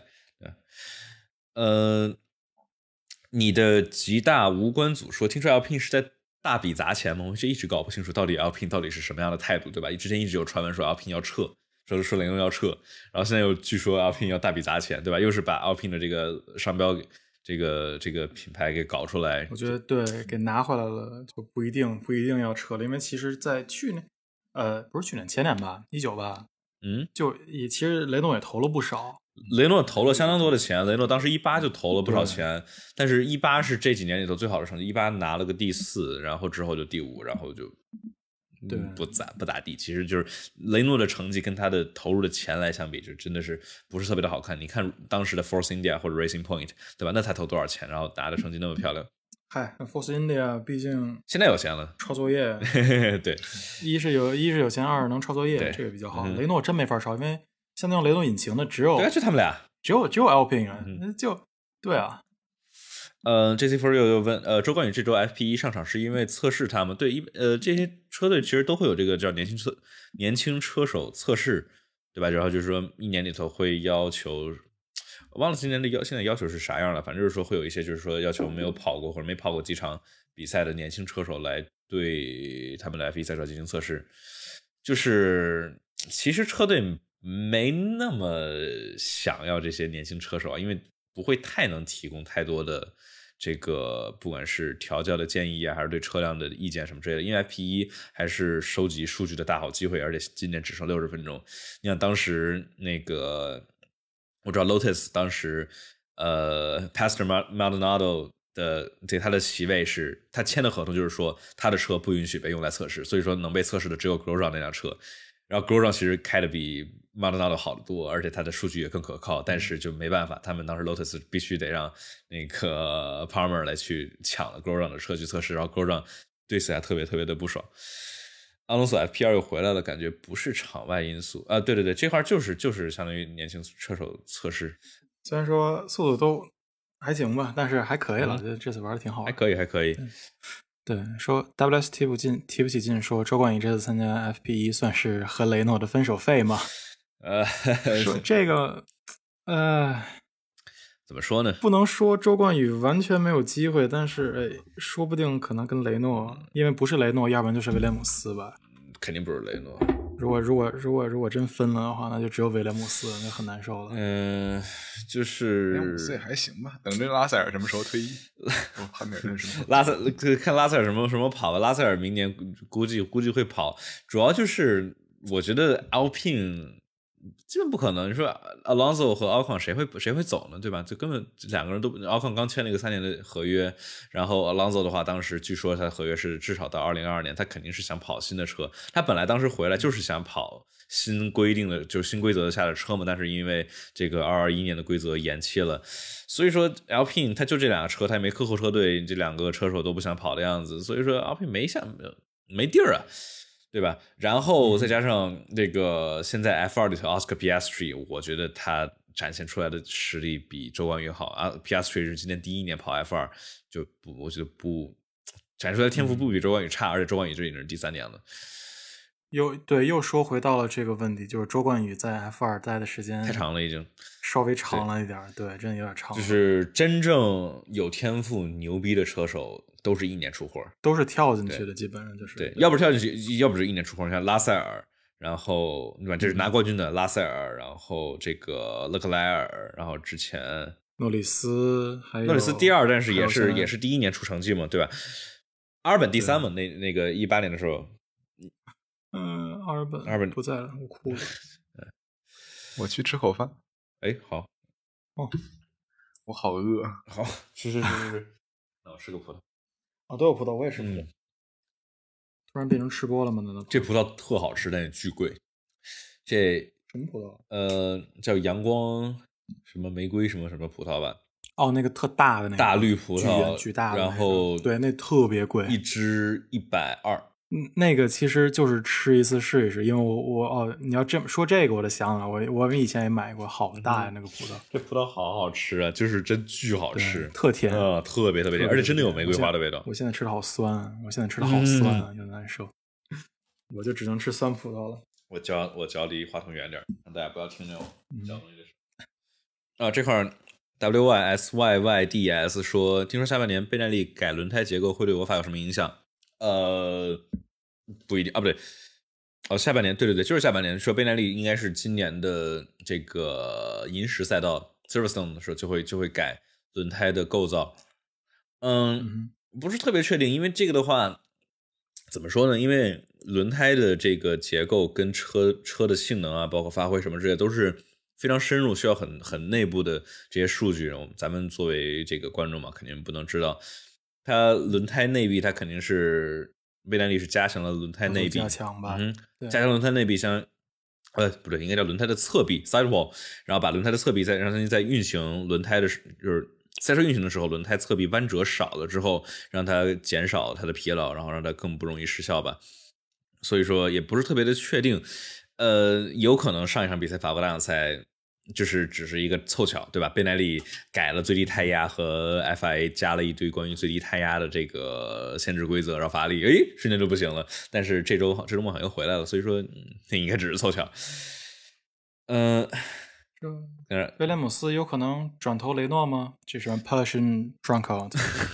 呃，你的极大无关组说，听说 Alpine 是在大笔砸钱吗？我这一直搞不清楚到底 Alpine 到底是什么样的态度，对吧？之前一直有传闻说 Alpine 要撤，说说雷诺要撤，然后现在又据说 Alpine 要大笔砸钱，对吧？又是把 Alpine 的这个商标给这个这个品牌给搞出来。 我觉得对，给拿回来了就不一定不一定要撤了，因为其实在去年，呃，不是去年前年吧，一九吧， 嗯， 就也其实雷诺也投了不少。 雷诺投了相当多的钱，雷诺当时一八就投了不少钱，但是一八是这几年里头最好的成绩，一八拿了个第四，然后之后就第五，然后就对不咋不咋地。其实就是雷诺的成绩跟他的投入的钱来相比，就真的是不是特别的好看。你看当时的 Force India 或者 Racing Point， 对吧？那才投多少钱，然后拿的成绩那么漂亮。 嗨，那 Force India 毕竟现在有钱了， 抄作业。 对， 一是有一是有钱，二是能抄作业，这个比较好。嗯、雷诺真没法抄，因为现在用雷诺引擎的只有对啊，就他们俩， 只有只有 Alpine 啊，嗯、就对啊。 呃 ，J C Four 又又问，呃，周冠宇这周 F P 一上场是因为测试他们？对，一呃这些车队其实都会有这个叫年轻车年轻车手测试，对吧？然后就是说一年里头会要求，我忘了今年的要现在要求是啥样了，反正就是说会有一些就是说要求没有跑过或者没跑过几场比赛的年轻车手来对他们的 F 一 赛车进行测试，就是其实车队没那么想要这些年轻车手啊，因为不会太能提供太多的这个不管是调教的建议啊，还是对车辆的意见什么之类的，因为 F 一 还是收集数据的大好机会，而且今年只剩六十分钟。你想当时那个我知道 Lotus 当时呃 Pastor Maldonado 的对他的席位是他签的合同，就是说他的车不允许被用来测试，所以说能被测试的只有 Grosjean 那辆车。然后 Grosjean 其实开的比 Maldonado 好得多，而且他的数据也更可靠，但是就没办法，他们当时 Lotus 必须得让那个 Palmer 来去抢了 Grosjean 的车去测试，然后 Grosjean 对此还特别特别的不爽。阿隆索 F P 二 又回来了，感觉不是场外因素啊，对对对，这块就是就是相当于年轻车手测试， 虽然说速度都还行吧，但是还可以了，觉得、嗯、这次玩的挺好的， 还可以还可以。 对，说 W S 提不进提不起劲，说周冠宇这次参加 F P 一算是和雷诺的分手费吗？ 呃， 说这个，呃， 怎么说呢？ 不能说周冠宇完全没有机会，但是哎，说不定可能跟雷诺，因为不是雷诺，要不然就是威廉姆斯吧。 肯定不是雷诺。 如果如果如果如果真分了的话，那就只有威廉姆斯，那很难受了。 嗯、呃，就是威廉姆斯也还行吧，等着拉塞尔什么时候退役，我还没认识。 拉塞看拉塞尔什么什么跑吧，拉塞尔明年估计估计会跑，主要就是我觉得 Alpine 基本不可能。你说 Alonso 和 Ocon 谁会谁会走呢？对吧？就根本两个人都 Ocon 刚签了一个三年的合约，然后 Alonso 的话，当时据说他的合约是至少到二零二二年，他肯定是想跑新的车。他本来当时回来就是想跑新规定的，就是新规则下的车嘛，但是因为这个二二一年的规则延期了，所以说 Alpine 他就这两个车，他也没客户车队，这两个车手都不想跑的样子，所以说 Alpine 没想没地儿啊。对吧？然后再加上这个现在 F 二 里头 Oscar Piastri， 我觉得他展现出来的实力比周冠宇好啊。Piastri 是今年第一年跑 F 二， 就不，我觉得不展示出来的天赋不比周冠宇差，而且周冠宇这已经是第三年了。 又对，又说回到了这个问题，就是周冠宇在 F 二 待的时间太长了，已经稍微长了一点，对，对真的有点长了。 就是真正有天赋、牛逼的车手，都是一年出活， 都是跳进去的，基本上就是对，对要不是跳进去，要不是一年出活。像拉塞尔，然后对吧？这是拿冠军的拉塞尔，然后这个勒克莱尔，然后之前诺里斯，还有诺里斯第二，但是也是也是第一年出成绩嘛，对吧？阿尔本第三嘛，那那个一八年的时候。 嗯，阿尔本， 阿尔本不在了，我哭了。 我去吃口饭。 哎，好。 哦， 我好饿。 好，吃吃吃吃吃。那我吃个葡萄。 啊，都有葡萄，我也吃葡萄。 嗯、 突然变成吃播了吗？难道这葡萄特好吃，但也巨贵。这什么葡萄？ 呃，叫阳光什么玫瑰什么什么葡萄吧。 哦，那个特大的那个大绿葡萄， 巨大的、那个， 然后对，那特别贵， 一支一百二。 嗯，那个其实就是吃一次试一试，因为我我哦，你要这么说这个，我就想了，我我以前也买过，好大呀、嗯、那个葡萄， 这葡萄好好吃啊，就是真巨好吃， 特甜， 呃，特别特别甜，而且真的有玫瑰花的味道。 我现在吃的好酸，我现在吃的好酸啊，有、嗯、点难受，我就只能吃酸葡萄了。 我脚我脚离话筒远点，让大家不要听见我脚东西的事。啊，这块 W Y S Y Y D S 说，听说下半年倍耐力改轮胎结构会对我法有什么影响？呃，不一定啊，不对，哦，下半年，对对对，就是下半年。说倍耐力应该是今年的这个银石赛道 Silverstone 的时候就会就会改轮胎的构造。嗯，嗯不是特别确定，因为这个的话，怎么说呢？因为轮胎的这个结构跟车车的性能啊，包括发挥什么之类，都是非常深入，需要很很内部的这些数据。咱们作为这个观众嘛，肯定不能知道。它轮胎内壁，它肯定是倍耐力是加强了轮胎内壁， 加强吧， 嗯，加强轮胎内壁像，呃，不对，应该叫轮胎的侧壁 sidewall， 然后把轮胎的侧壁在让它在运行轮胎的，就是赛车运行的时候，轮胎侧壁弯折少了之后，让它减少它的疲劳，然后让它更不容易失效吧。所以说也不是特别的确定，呃，有可能上一场比赛法国大奖赛。就是只是一个凑巧，对吧？倍耐力改了最低胎压和 F I A 加了一堆关于最低胎压的这个限制规则，然后法拉利哎瞬间就不行了。但是这周这周末好像又回来了，所以说那、嗯、应该只是凑巧。嗯、 呃，威廉姆斯有可能转投雷诺吗？这是 Persian Drunkout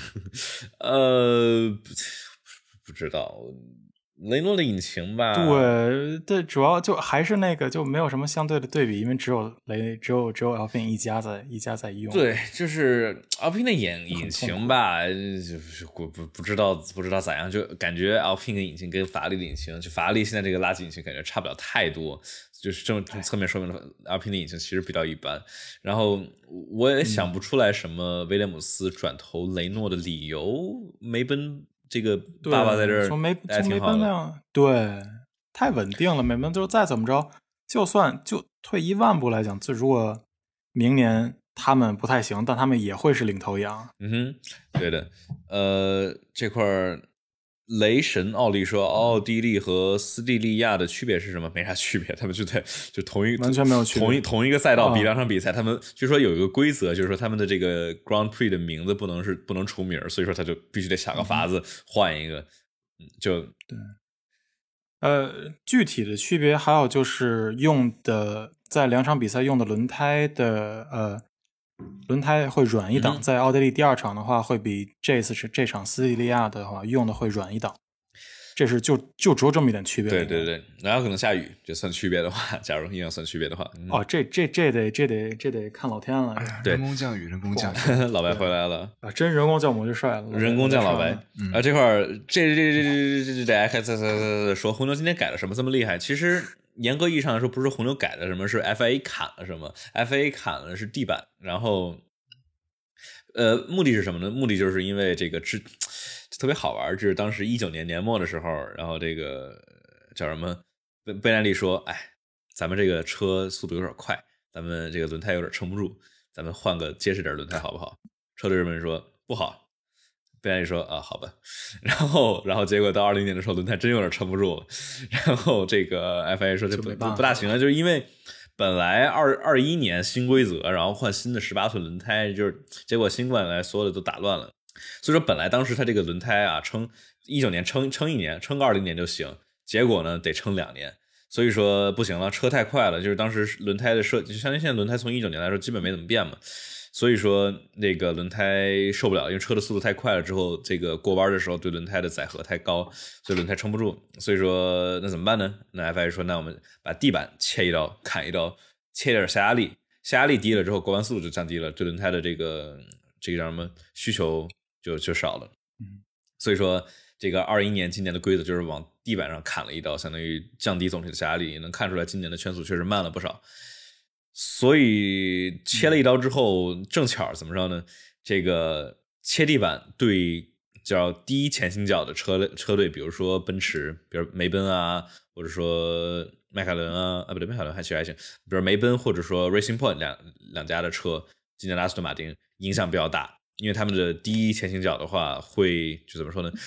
呃，不, 不知道。雷诺的引擎吧， 对对，主要就还是那个就没有什么相对的对比，因为只有雷只有只有 Alpine 一家在一家在用。 对，就是 Alpine 的引引擎吧，就是不不不知道不知道咋样，就感觉 Alpine 的引擎跟法拉利的引擎，就法拉利现在这个垃圾引擎感觉差不了太多，就是这种侧面说明了 Alpine 的引擎其实比较一般。然后我也想不出来什么威廉姆斯转投雷诺的理由，梅奔。这个爸爸在这儿， 从梅从梅奔那样，对，太稳定了。梅奔就再怎么着，就算就退一万步来讲，就如果明年他们不太行，但他们也会是领头羊。 嗯哼，对的。呃，这块雷神奥利说，奥地利和斯蒂利亚的区别是什么？没啥区别，他们就在就同一完全没有区别， 同一同一个赛道比两场比赛，哦、他们据说有一个规则，就是说他们的这个 Grand Prix 的名字不能是不能重名，所以说他就必须得想个法子换一个，嗯、就对。呃，具体的区别还有就是用的在两场比赛用的轮胎的呃。轮胎会软一档、嗯，在奥地利第二场的话，会比这次是这场斯蒂利亚的话用的会软一档，这是就就只有这么一点区别。 对对对，然后可能下雨，就算区别的话，假如硬要算区别的话， 嗯、哦，这这这得这得这得看老天了。 对， 人工降雨，人工降雨， 老白回来了啊！真人工降母就帅了， 人工降老白、嗯、啊！这块儿这这这这这这大家看，再再再说红牛今天改了什么这么厉害？其实。严格意义上来说，不是红牛改了什么，是 F I A 砍了什么 ？F I A 砍了是地板，然后，呃，目的是什么呢？目的就是因为这个之特别好玩，就是当时一九年年末的时候，然后这个叫什么贝贝耐利说，哎，咱们这个车速度有点快，咱们这个轮胎有点撑不住，咱们换个结实点轮胎好不好？车队人们说不好。贝耐利说啊，好吧，然后，然后结果到二零年的时候，轮胎真有点撑不住了。然后这个 F I A 说这不不大行了，就是因为本来二二一年新规则，然后换新的十八寸轮胎，就是结果新冠来所有的都打乱了。所以说本来当时它这个轮胎啊，撑一九年撑撑一年，撑个二零年就行，结果呢得撑两年。所以说不行了，车太快了，就是当时轮胎的设计，就相当于现在轮胎从一九年来说基本没怎么变嘛。所以说那个轮胎受不了，因为车的速度太快了之后，这个过弯的时候对轮胎的载荷太高，所以轮胎撑不住。所以说那怎么办呢？那 F I A 说，那我们把地板切一刀，砍一刀，切点下压力，下压力低了之后，过弯速度就降低了，对轮胎的这个这个叫什么需求就就少了。 嗯， 所以说这个二一年今年的规则就是往地板上砍了一刀，相当于降低总体的下压力，也能看出来今年的圈速确实慢了不少。所以切了一刀之后，正巧怎么着呢？这个切地板对叫低前倾角的车车队，比如说奔驰，比如梅奔啊，或者说迈凯伦啊，啊不对，迈凯伦还其实还行，比如梅奔或者说 Racing Point 两两家的车，今年的阿斯顿马丁影响比较大，因为他们的低前倾角的话会就怎么说呢？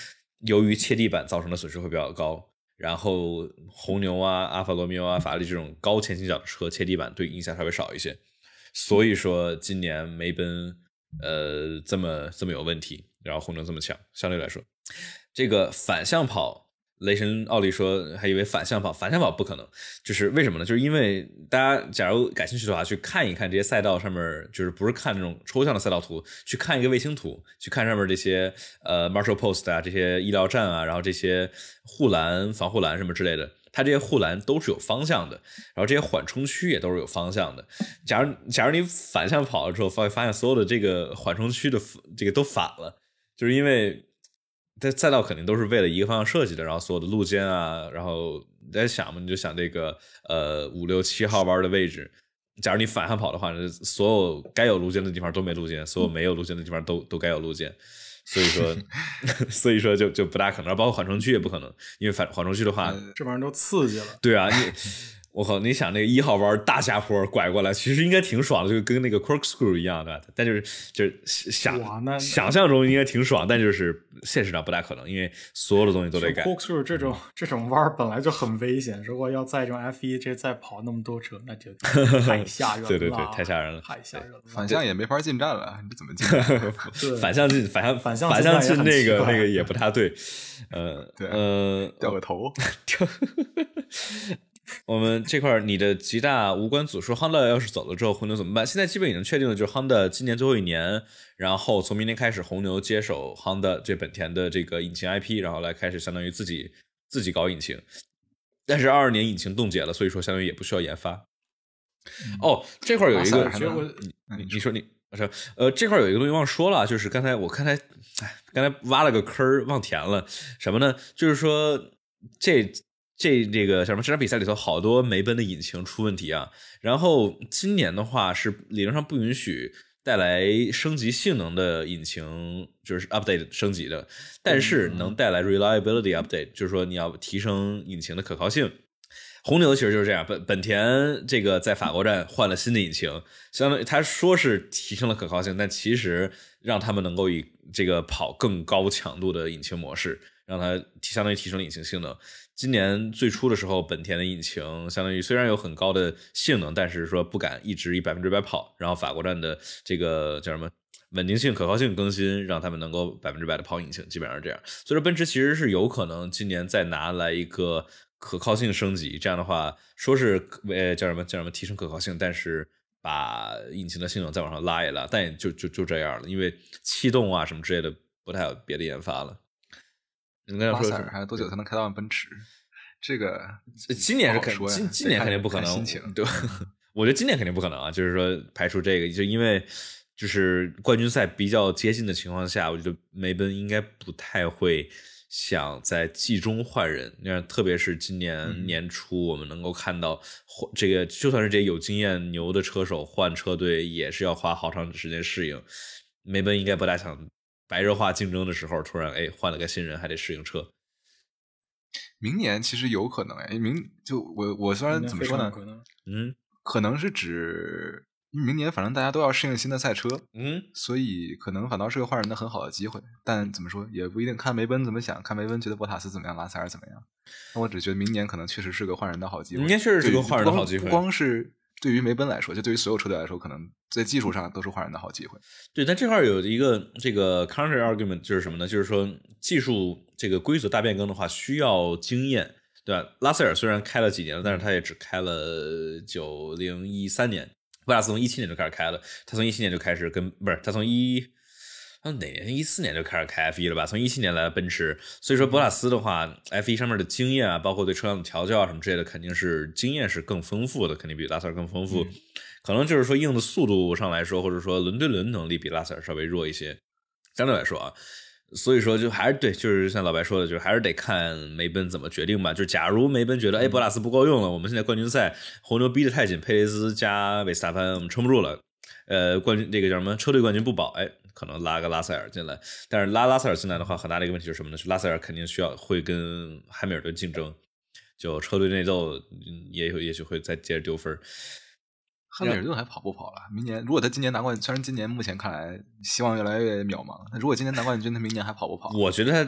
由于切地板造成的损失会比较高，然后红牛啊、阿法罗密欧啊、法拉利这种高前倾角的车切地板对影响稍微少一些，所以说今年梅奔呃这么这么有问题，然后红牛这么强，相对来说，这个反向跑。雷神奥利说还以为反向跑，反向跑不可能，就是为什么呢？就是因为大家假如感兴趣的话，去看一看这些赛道上面，就是不是看那种抽象的赛道图，去看一个卫星图，去看上面这些呃 Marshall Post 啊，这些医疗站啊，然后这些护栏、防护栏什么之类的，它这些护栏都是有方向的，然后这些缓冲区也都是有方向的。假如假如你反向跑了之后，发发现所有的这个缓冲区的这个都反了，就是因为。这赛道肯定都是为了一个方向设计的，然后所有的路肩啊，然后你在想嘛，你就想这个呃五六七号弯的位置，假如你反向跑的话，所有该有路肩的地方都没路肩，所有没有路肩的地方都都该有路肩，所以说所以说就就不大可能，包括缓冲区也不可能，因为反缓冲区的话， 这玩意儿都刺激了。 对啊，你。我靠！你想那个一号弯大下坡拐过来，其实应该挺爽的，就跟那个 corkscrew 一样的。但就是就是想想象中应该挺爽，但就是现实上不大可能，因为所有的东西都得改。 corkscrew 这种这种弯本来就很危险，如果要在这种 F 一 这再跑那么多车，那就太吓人了。 对对对，太吓人了， 太吓人了。 反向也没法进站了，你怎么进站？ 反向进，反向反向反向进那个那个也不太对。呃， 对， 呃， 掉个头， 掉。我们这块你的极大无关组说 Honda 要是走了之后红牛怎么办？现在基本已经确定了，就是 Honda 今年最后一年，然后从明年开始红牛接手 Honda 这本田的这个引擎 I P， 然后来开始相当于自己自己搞引擎。但是二二年引擎冻结了，所以说相当于也不需要研发。嗯、哦，这块有一个，你你说你我说呃这块有一个东西忘说了，就是刚才我刚才哎刚才挖了个坑忘填了什么呢？就是说这。这这个什么这场比赛里头好多梅奔的引擎出问题啊，然后今年的话是理论上不允许带来升级性能的引擎就是 update 升级的，但是能带来 reliability update， 就是说你要提升引擎的可靠性。红牛其实就是这样，本本田这个在法国站换了新的引擎，相当于他说是提升了可靠性，但其实让他们能够以这个跑更高强度的引擎模式，让它相当于提升了引擎性能。今年最初的时候，本田的引擎相当于虽然有很高的性能，但是说不敢一直以百分之百跑。然后法国站的这个叫什么稳定性、可靠性更新，让他们能够百分之百的跑引擎，基本上是这样。所以说，奔驰其实是有可能今年再拿来一个可靠性升级，这样的话说是呃叫什么叫什么提升可靠性，但是把引擎的性能再往上拉一拉，但也就就就这样了，因为气动啊什么之类的不太有别的研发了。你刚才说还有多久才能开到奔驰？这个今年是肯今今年肯定不可能，对，我觉得今年肯定不可能啊。就是说排除这个，就因为就是冠军赛比较接近的情况下，我觉得梅奔应该不太会想在季中换人。那特别是今年年初，我们能够看到这个，就算是这些有经验牛的车手换车队，也是要花好长时间适应。梅奔应该不大想。白热化竞争的时候，突然哎换了个新人，还得适应车。 明年其实有可能哎，明就我我虽然怎么说呢，嗯，可能是指明年反正大家都要适应新的赛车， 嗯， 所以可能反倒是个换人的很好的机会。但怎么说也不一定，看梅奔怎么想，看梅奔觉得博塔斯怎么样，拉塞尔怎么样。那我只觉得明年可能确实是个换人的好机会， 明年确实是个换人的好机会， 不光是。对于梅奔来说，就对于所有车队来说，可能在技术上都是换人的好机会。 对，但这块有一个这个 counter argument 就是什么呢？就是说技术这个规则大变更的话，需要经验，对吧？拉塞尔虽然开了几年了，但是他也只开了九零一三年，博塔斯从一七年就开始开了，他从一七年就开始跟不是他从一。他哪年？一四年就开始开 F 一 了吧？从一七年来奔驰，所以说博塔斯的话 ，F 一 上面的经验啊，包括对车辆的调教啊什么之类的，肯定是经验是更丰富的，肯定比拉塞尔更丰富。嗯、可能就是说硬的速度上来说，或者说轮对轮能力比拉塞尔稍微弱一些，相对来说啊。所以说就还是对，就是像老白说的，就还是得看梅奔怎么决定吧。就假如梅奔觉得，哎，博塔斯不够用了，我们现在冠军赛红牛逼得太紧，佩雷兹加维斯塔潘我们撑不住了。呃，冠军这个叫什么车队冠军不保，哎，可能拉个拉塞尔进来。但是拉拉塞尔进来的话，很大的一个问题是什么呢？是拉塞尔肯定需要会跟汉密尔顿竞争，就车队内斗也有也许会再接着丢分。 汉密尔顿还跑不跑了？明年如果他今年拿冠军，虽然今年目前看来希望越来越渺茫，那如果今年拿冠军，他明年还跑不跑？ 我觉得他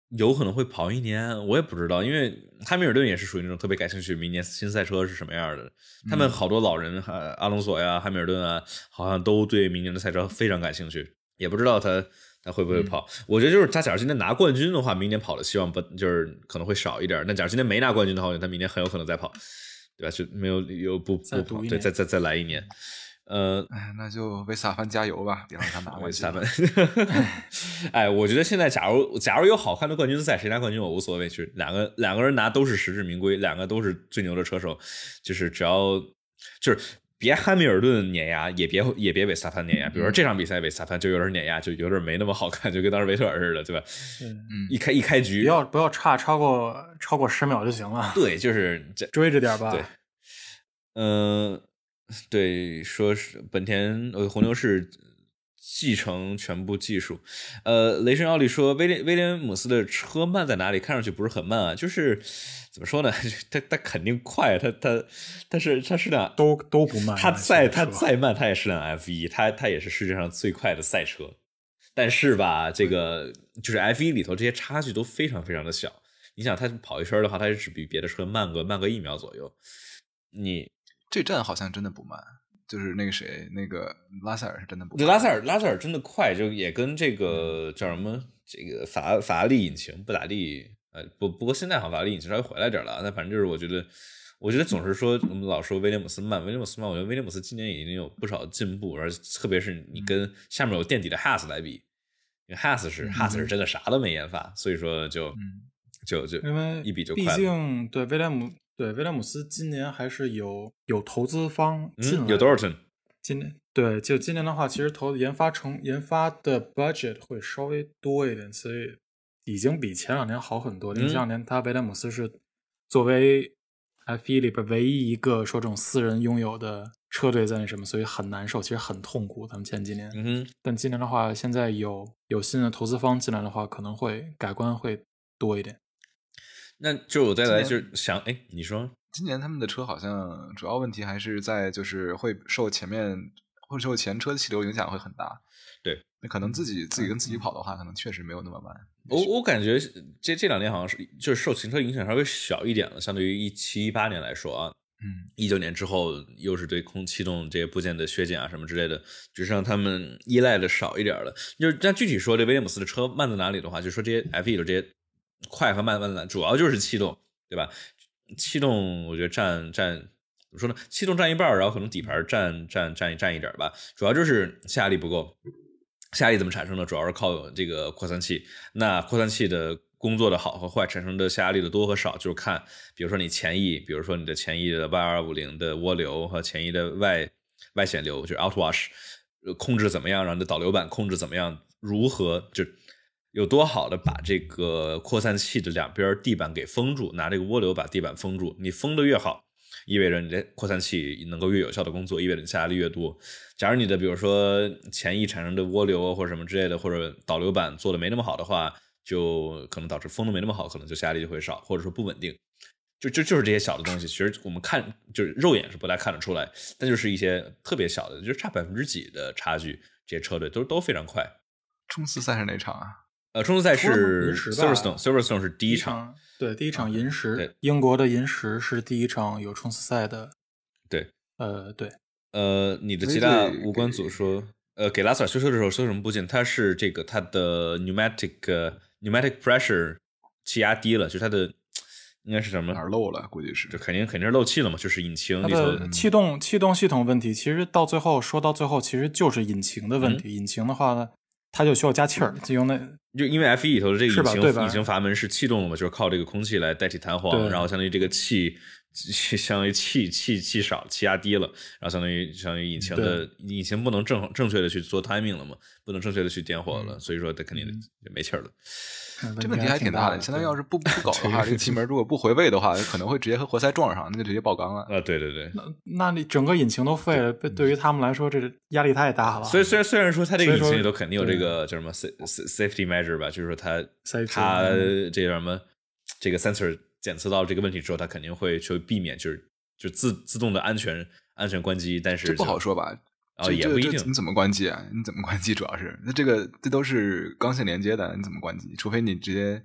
有可能会跑一年，我也不知道，因为汉密尔顿也是属于那种特别感兴趣明年新赛车是什么样的。他们好多老人，嗯、阿隆索呀、汉密尔顿啊，好像都对明年的赛车非常感兴趣，也不知道他他会不会跑。嗯、我觉得就是他假如今天拿冠军的话，明年跑的希望不就是可能会少一点。那假如今天没拿冠军的话，他明年很有可能再跑，对吧？就没有有不不跑，对，再再再来一年。呃， 哎，那就为萨凡加油吧，别让他拿冠军。 萨凡，哎，我觉得现在假如假如有好看的冠军赛，谁拿冠军我无所谓，就是两个两个人拿都是实至名归，两个都是最牛的车手，就是只要就是别汉密尔顿碾压，也别也别韦萨潘碾压。比如说这场比赛韦萨潘就有点碾压，就有点没那么好看，就跟当时维特尔似的，对吧？ 嗯， 一开一开局不要不要差超过超过十秒就行了。 对，就是追着点吧。 对，嗯、呃。对，说是本田呃红牛是继承全部技术，呃，雷神奥利说威廉威廉姆斯的车慢在哪里？看上去不是很慢啊，就是怎么说呢？他他肯定快，他他他是他是辆都都不慢， 他再他再慢，他也是辆 F 一，他他也是世界上最快的赛车，但是吧，这个就是 F 一里头这些差距都非常非常的小。你想他跑一圈的话，他只比别的车慢个慢个一秒左右，你。 这站好像真的不慢，就是那个谁，那个拉塞尔是真的不慢。 对，拉塞尔，拉塞尔真的快，就也跟这个叫什么，这个法法拉利引擎不咋地，呃，不不过现在好像法拉利引擎稍微回来点了。那反正就是我觉得，我觉得总是说我们老说威廉姆斯慢，威廉姆斯慢，我觉得威廉姆斯今年已经有不少进步，而特别是你跟下面有垫底的哈斯来比，因为哈斯是哈斯是真的啥都没研发，所以说就、嗯、就就因为一比就快了。 毕竟对威廉姆。对，威廉姆斯今年还是有有投资方进来、 嗯，有多少钱？ 今年对，就今年的话，其实投研发成研发的 budget 会稍微多一点，所以已经比前两年好很多。因为前两年他威廉姆斯是作为 F 一 里边唯一一个说这种私人拥有的车队在那什么，所以很难受，其实很痛苦。他们前几年， 嗯哼， 但今年的话，现在有有新的投资方进来的话，可能会改观会多一点。 那就我再来就想，哎，你说今年他们的车好像主要问题还是在就是会受前面会受前车气流影响会很大。 对， 那可能自己自己跟自己跑的话，可能确实没有那么慢。 我我感觉这这两年好像是就是受前车影响稍微小一点了，相对于一七一八年来说啊， 嗯， 一九年之后又是对空气动这些部件的削减啊什么之类的，只是让他们依赖的少一点了。就是但具体说这威廉姆斯的车慢在哪里的话，就说这些 F 一 的这些。快和慢慢的主要就是气动，对吧？气动我觉得占占怎么说呢？气动占一半，然后可能底盘占占占占一点吧。主要就是下压力不够，下压力怎么产生呢？主要是靠这个扩散器。那扩散器的工作的好和坏，产生的下压力的多和少，就是看，比如说你前翼，比如说你的前翼的 Y 二五零的涡流和前翼的外外显流，就是 outwash 控制怎么样，然后你的导流板控制怎么样，如何就。有多好的把这个扩散器的两边地板给封住，拿这个涡流把地板封住，你封的越好，意味着你的扩散器能够越有效的工作，意味着你下压力越多。假如你的比如说前翼产生的涡流或者什么之类的，或者导流板做的没那么好的话，就可能导致封的没那么好，可能就下压力就会少，或者说不稳定。就就就是这些小的东西，其实我们看就是肉眼是不太看得出来，但就是一些特别小的，就是差百分之几的差距，这些车队都都非常快。 冲刺赛是哪场啊？ 呃，冲刺赛是 Silverstone，Silverstone 是第一场， 对，第一场银石， 对， 英国的银石是第一场有冲刺赛的， 对， 呃，对， 呃，你的吉大无关组说，呃，给拉塞尔修车的时候修什么部件？它是这个它的 pneumatic、uh, pneumatic pressure 气压低了，就是它的应该是什么哪儿漏了？估计是， 就肯定肯定是漏气了嘛，就是引擎里头气动气动系统问题，其实到最后说到最后，其实就是引擎的问题。嗯、引擎的话呢，它就需要加气儿，就用那。 就因为 F 一 里头的这个引擎引擎阀门是气动的嘛，就是靠这个空气来代替弹簧，然后相当于这个气，相当于气气气少，气压低了，然后相当于相当于引擎的引擎不能正正确的去做 timing 了嘛，不能正确的去点火了，嗯、所以说它肯定就没气儿了。 这问题还挺大的，相当于要是不不搞的话，这个气门如果不回位的话，可能会直接和活塞撞上，那就直接爆缸了。 啊，对对对， 那那你整个引擎都废了，对, 对于他们来说，这压力太大了。 所以虽然虽然说它这个引擎里头肯定有这个叫什么 safety measure 吧，就是说它它这叫什么这个 sensor 检测到这个问题之后，它肯定会去避免就是就自自动的安全安全关机，但是这不好说吧。 哦，也不一定。 你怎么关机啊？你怎么关机？主要是那这个这都是刚性连接的，你怎么关机？除非你直接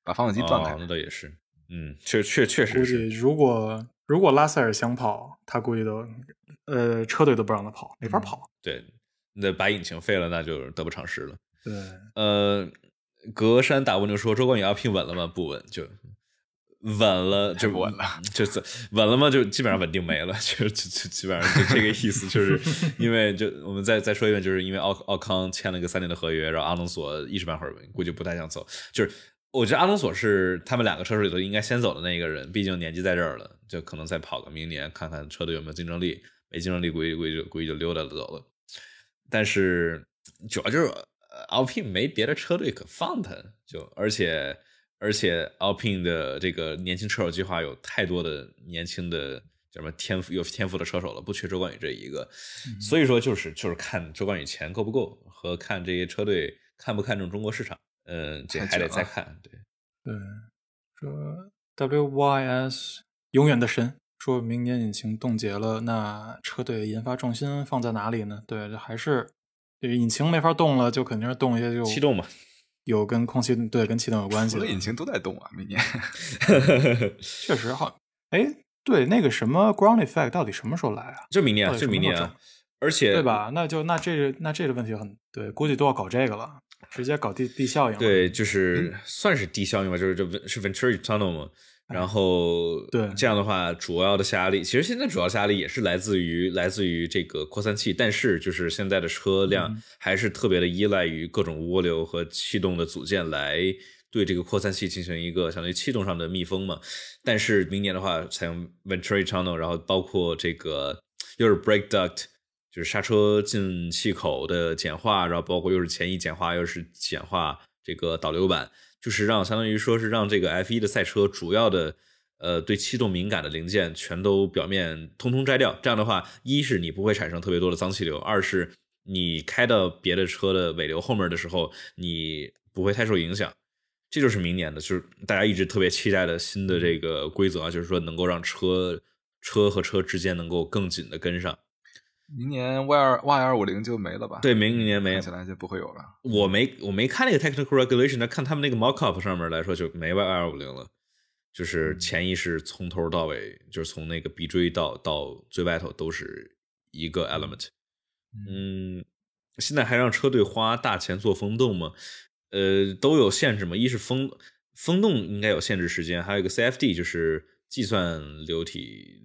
把发动机断开。 哦，那倒也是，嗯，确确确实估是。 计如果如果拉塞尔想跑，他估计都呃车队都不让他跑，没法跑。 嗯、对，那把引擎废了，那就得不偿失了。 对， 呃，格山打蜗牛说周冠宇阿 P 稳了吗？不稳，就稳了就不稳了， 就是稳了吗？就基本上稳定没了，就就就基本上就这个意思，就是因为就我们再再说一遍，就是因为奥奥康签了个三年的合约，然后阿隆索一时半会儿估计不太想走，就是我觉得阿隆索是他们两个车手里头应该先走的那一个人，毕竟年纪在这儿了，就可能再跑个明年，看看车队有没有竞争力，没竞争力估计估计就估计就溜达了走了。但是主要就是 Alpine 没别的车队可放他，就而且而且 Alpine 的这个年轻车手计划有太多的年轻的叫什么天赋有天赋的车手了，不缺周冠宇这一个，嗯、所以说就是就是看周冠宇钱够不够和看这些车队看不看重中国市场，嗯，这还得再看。对对，说 W Y S 永远的神。说明年引擎冻结了，那车队研发重心放在哪里呢？对，这还是引擎没法动了，就肯定是动一些就气动嘛， 有跟空气对跟气动有关系的。 引擎都在动啊，明年确实好。哎，对，那个什么 ground effect 到底什么时候来啊？ 就明年，就明年啊，而且对吧？那就那这个那这个问题很对，估计都要搞这个了，直接搞地地效应了。 对，就是、嗯、算是地效应吧，就是这是 Venturi Tunnel 嘛。然后， 对这样的话，主要的下压力，其实现在主要下压力也是来自于来自于这个扩散器，但是就是现在的车辆还是特别的依赖于各种涡流和气动的组件来对这个扩散器进行一个相当于气动上的密封嘛。但是明年的话，采用 Venturi Tunnel， 然后包括这个又是 brake duct， 就是刹车进气口的简化，然后包括又是前翼简化，又是简化这个导流板。就是让相当于说是让这个 F 一 的赛车主要的呃对气动敏感的零件全都表面通通摘掉，这样的话，一是你不会产生特别多的脏气流，二是你开到别的车的尾流后面的时候，你不会太受影响。这就是明年的，就是大家一直特别期待的新的这个规则，就是说能够让车车和车之间能够更紧的跟上。 明年 Y 二 Y 二五零就没了吧？ 对，明年没， 看起来就不会有了。 我没我没看那个 technical regulation， 但看他们那个 mockup 上面来说就没 Y 二五零了，就是前翼是从头到尾，就是从那个鼻锥到到最外头都是一个 element。嗯，现在还让车队花大钱做风洞吗？呃，都有限制嘛。一是风风洞应该有限制时间，还有一个 C F D 就是计算流体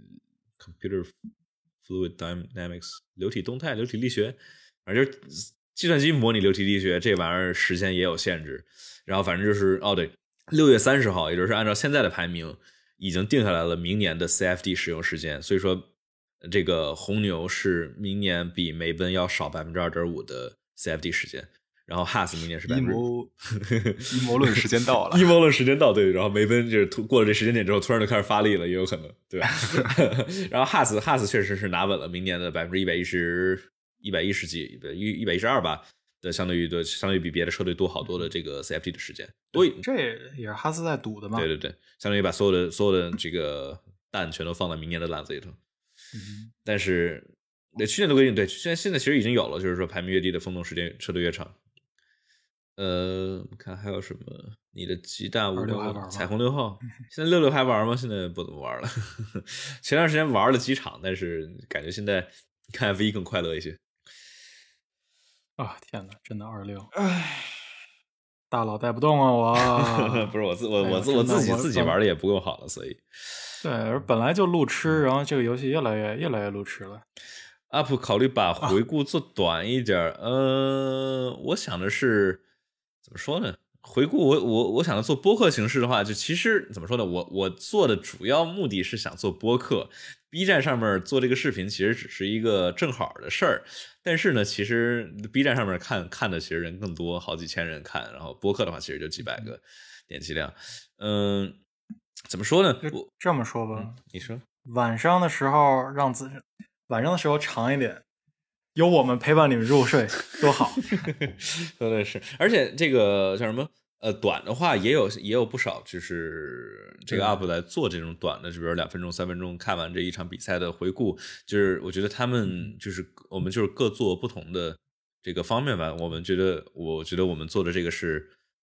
computer。Fluid Dynamics 流体动态、流体力学，反正就是计算机模拟流体力学这玩意儿时间也有限制。然后反正就是哦对，六月三十号，也就是按照现在的排名已经定下来了明年的 C F D 使用时间。所以说这个红牛是明年比梅奔要少 百分之二点五 的 C F D 时间。然后 Haas 明年是阴谋阴谋论时间到了， 阴谋论时间到，对，然后梅奔就是过了这时间点之后，突然就开始发力了，也有可能，对吧？然后 Haas Haas 确实是拿稳了明年的百分之一百一十一百一十几一一百一十二吧的，相对于的相对于比别的车队多好多的这个 C F D 的时间，对， 这也是哈斯在赌的嘛？ 对对对，相当于把所有的所有的这个蛋全都放在明年的篮子里头。 嗯， 但是对去年的规定，对，现在现在其实已经有了，就是说排名越低的风洞时间车队越长。呃，看还有什么？你的极大无关彩虹六号，现在六六还玩吗？现在不怎么玩了。前段时间玩了几场，但是感觉现在看 F 一 更快乐一些。 啊，天哪，真的二六，唉，大佬带不动啊，我不是我自我我自我自己自己玩的也不够好了，所以对，本来就路痴，然后这个游戏越来越越来越路痴了。 U P 考虑把回顾做短一点，啊、呃，我想的是。怎么说呢？回顾我我我想要做播客形式的话，就其实怎么说呢？我我做的主要目的是想做播客 ，B 站上面做这个视频其实只是一个正好的事儿。但是呢，其实 B 站上面看看的其实人更多，好几千人看，然后播客的话其实就几百个点击量。嗯，怎么说呢？我这么说吧、 嗯，你说晚上的时候让自晚上的时候长一点。有我们陪伴你们入睡多好。 说的是，而且这个叫什么呃短的话也有也有不少，就是这个 U P 来做这种短的，就比如两分钟三分钟看完这一场比赛的回顾，就是我觉得他们就是我们就是各做不同的这个方面吧。我们觉得我觉得我们做的这个是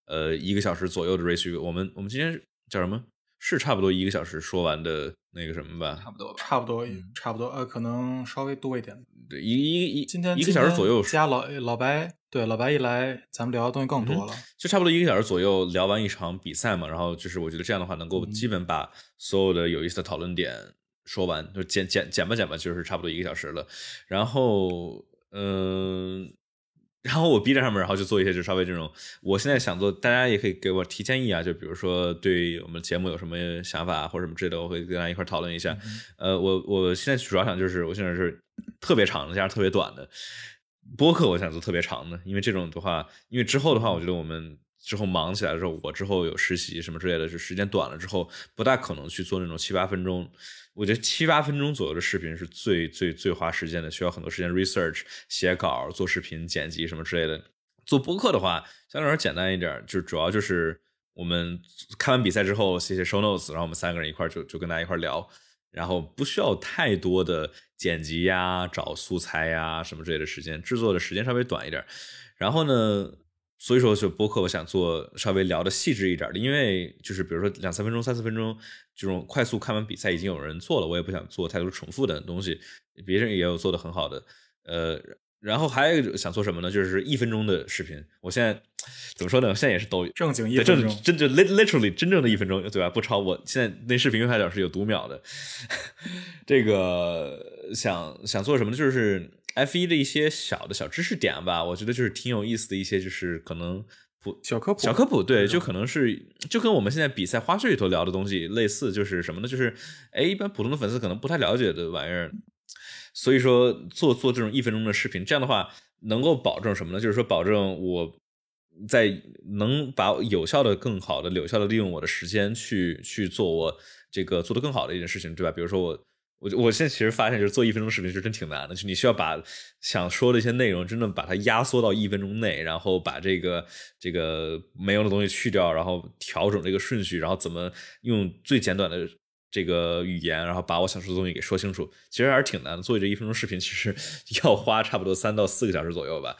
呃一个小时左右的 race， 我们我们今天叫什么？是差不多一个小时说完的那个什么吧？ 差不多吧， 差不多，嗯、差不多，呃，可能稍微多一点。 对，一一一今天一个小时左右加老老白，对老白一来，咱们聊的东西更多了、嗯， 就差不多一个小时左右聊完一场比赛嘛。然后就是我觉得这样的话，能够基本把所有的有意思的讨论点说完，就剪剪剪吧剪吧，就是差不多一个小时了。然后，嗯、呃。然后我 B 站上面，然后就做一些就稍微这种，我现在想做，大家也可以给我提建议啊，就比如说对我们节目有什么想法或者什么之类的，我会跟大家一块讨论一下。嗯、呃，我我现在主要想就是，我现在是特别长的加上特别短的播客，我想做特别长的，因为这种的话，因为之后的话，我觉得我们之后忙起来的时候，我之后有实习什么之类的，就时间短了之后，不大可能去做那种七八分钟。我觉得七八分钟左右的视频是最最最花时间的，需要很多时间 research、写稿、做视频、剪辑什么之类的。做播客的话，相对来说简单一点，就主要就是我们看完比赛之后写写 show notes， 然后我们三个人一块就就跟大家一块聊，然后不需要太多的剪辑呀、找素材呀什么之类的时间，制作的时间稍微短一点。然后呢，所以说就播客我想做稍微聊的细致一点的，因为就是比如说两三分钟、三四分钟这种快速看完比赛已经有人做了，我也不想做太多重复的东西，别人也有做的很好的，呃，然后还有一个想做什么呢？就是一分钟的视频。我现在怎么说呢？现在也是都正经一分钟， 真正 literally 真正的一分钟，对吧？不超。我现在那视频右下角是有读秒的。这个想想做什么呢？就是 F 一 的一些小的小知识点吧，我觉得就是挺有意思的一些，就是可能小科普， 小科普，对，就可能是就跟我们现在比赛花絮里头聊的东西类似，就是什么呢？就是哎，一般普通的粉丝可能不太了解的玩意儿。所以说做做这种一分钟的视频，这样的话能够保证什么呢？就是说保证我在能把有效的、更好的、有效的利用我的时间去去做我这个做得更好的一件事情，对吧？比如说我我我现在其实发现，就是做一分钟视频是真挺难的，就你需要把想说的一些内容真的把它压缩到一分钟内，然后把这个这个没用的东西去掉，然后调整这个顺序，然后怎么用最简短的这个语言，然后把我想说的东西给说清楚，其实还是挺难的。做这一分钟视频，其实要花差不多三到四个小时左右吧。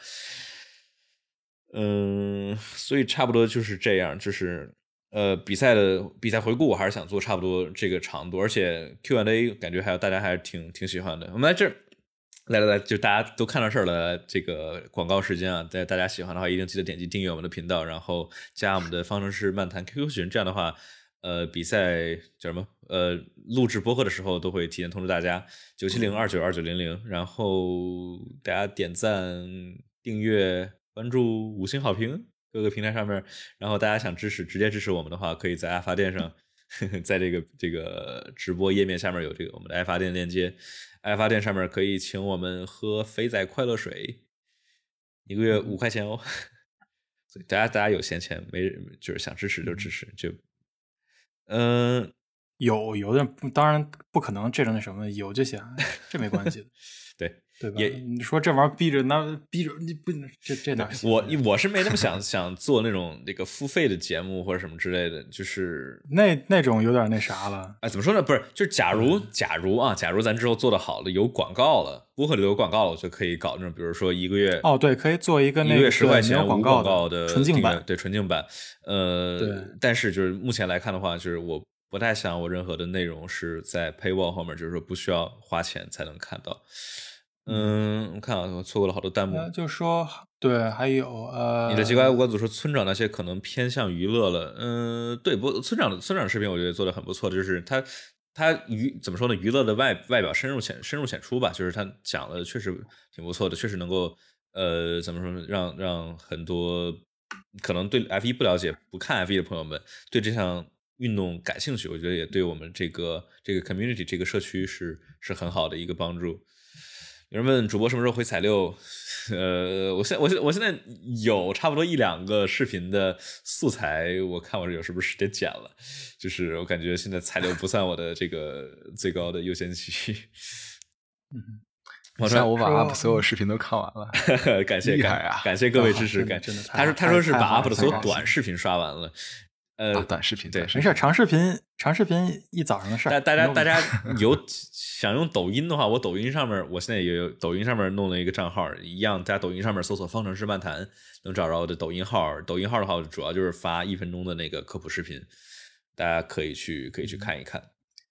嗯，所以差不多就是这样。就是呃，比赛的比赛回顾，我还是想做差不多这个长度，而且 Q and A 感觉还有大家还是挺挺喜欢的。我们来这儿，来来来，就大家都看到事儿了。这个广告时间啊，在大家喜欢的话，一定记得点击订阅我们的频道，然后加我们的方程式漫谈 Q Q 群，这样的话。呃，比赛叫什么？呃，录制播客的时候都会提前通知大家，九七零二九二九零零，然后大家点赞、订阅、关注、五星好评，各个平台上面。然后大家想支持，直接支持我们的话，可以在爱发电上，呵呵在这个这个直播页面下面有这个我们的爱发电链接，爱发电上面可以请我们喝肥仔快乐水，一个月五块钱哦。所以大家大家有闲钱，没就是想支持就支持，就。嗯、呃， 有有的当然不可能这种那什么有就行，这没关系的， 对对吧？你说这玩意儿逼着那逼着你不这这哪行？ 我我是没那么想想做那种那个付费的节目或者什么之类的，就是那那种有点那啥了。 哎，怎么说呢？不是，就是假如、嗯、假如啊，假如咱之后做的好了，有广告了，播客里有广告了，我就可以搞那种，比如说一个月哦，对，可以做一个那个一个月十块钱无广告的纯净版， 对纯净版。呃， 对， 但是就是目前来看的话，就是我不太想我任何的内容是在 paywall 后面，就是说不需要花钱才能看到。嗯，我看啊，我错过了好多弹幕。 呃、就说对，还有呃， 你的奇怪五官组说村长那些可能偏向娱乐了。嗯、呃，对，不，村长的村长视频我觉得做的很不错的，就是他他娱怎么说呢？娱乐的外外表深入浅深入浅出吧，就是他讲的确实挺不错的，确实能够呃怎么说呢？让让很多可能对 F 一 不了解、不看 F 一 的朋友们对这项运动感兴趣，我觉得也对我们这个这个 community 这个社区是是很好的一个帮助。有人问主播什么时候回彩六？呃，我现我现我现在有差不多一两个视频的素材，我看我有是不是得剪了。就是我感觉现在彩六不算我的这个最高的优先级。 嗯， 我下午把 U P 所有视频都看完了， 感谢厉害啊！ 感谢各位支持，感真的， 他说他说是把 U P 的所有短视频刷完了。 呃， 啊，短视频， 对， 短视频没事，长视频长视频一早上的事儿。 大大家大家有想用抖音的话，我抖音上面我现在也有抖音上面弄了一个账号，一样在抖音上面搜索方程式漫谈能找着我的抖音号。抖音号的话，主要就是发一分钟的那个科普视频，大家可以去可以去看一看。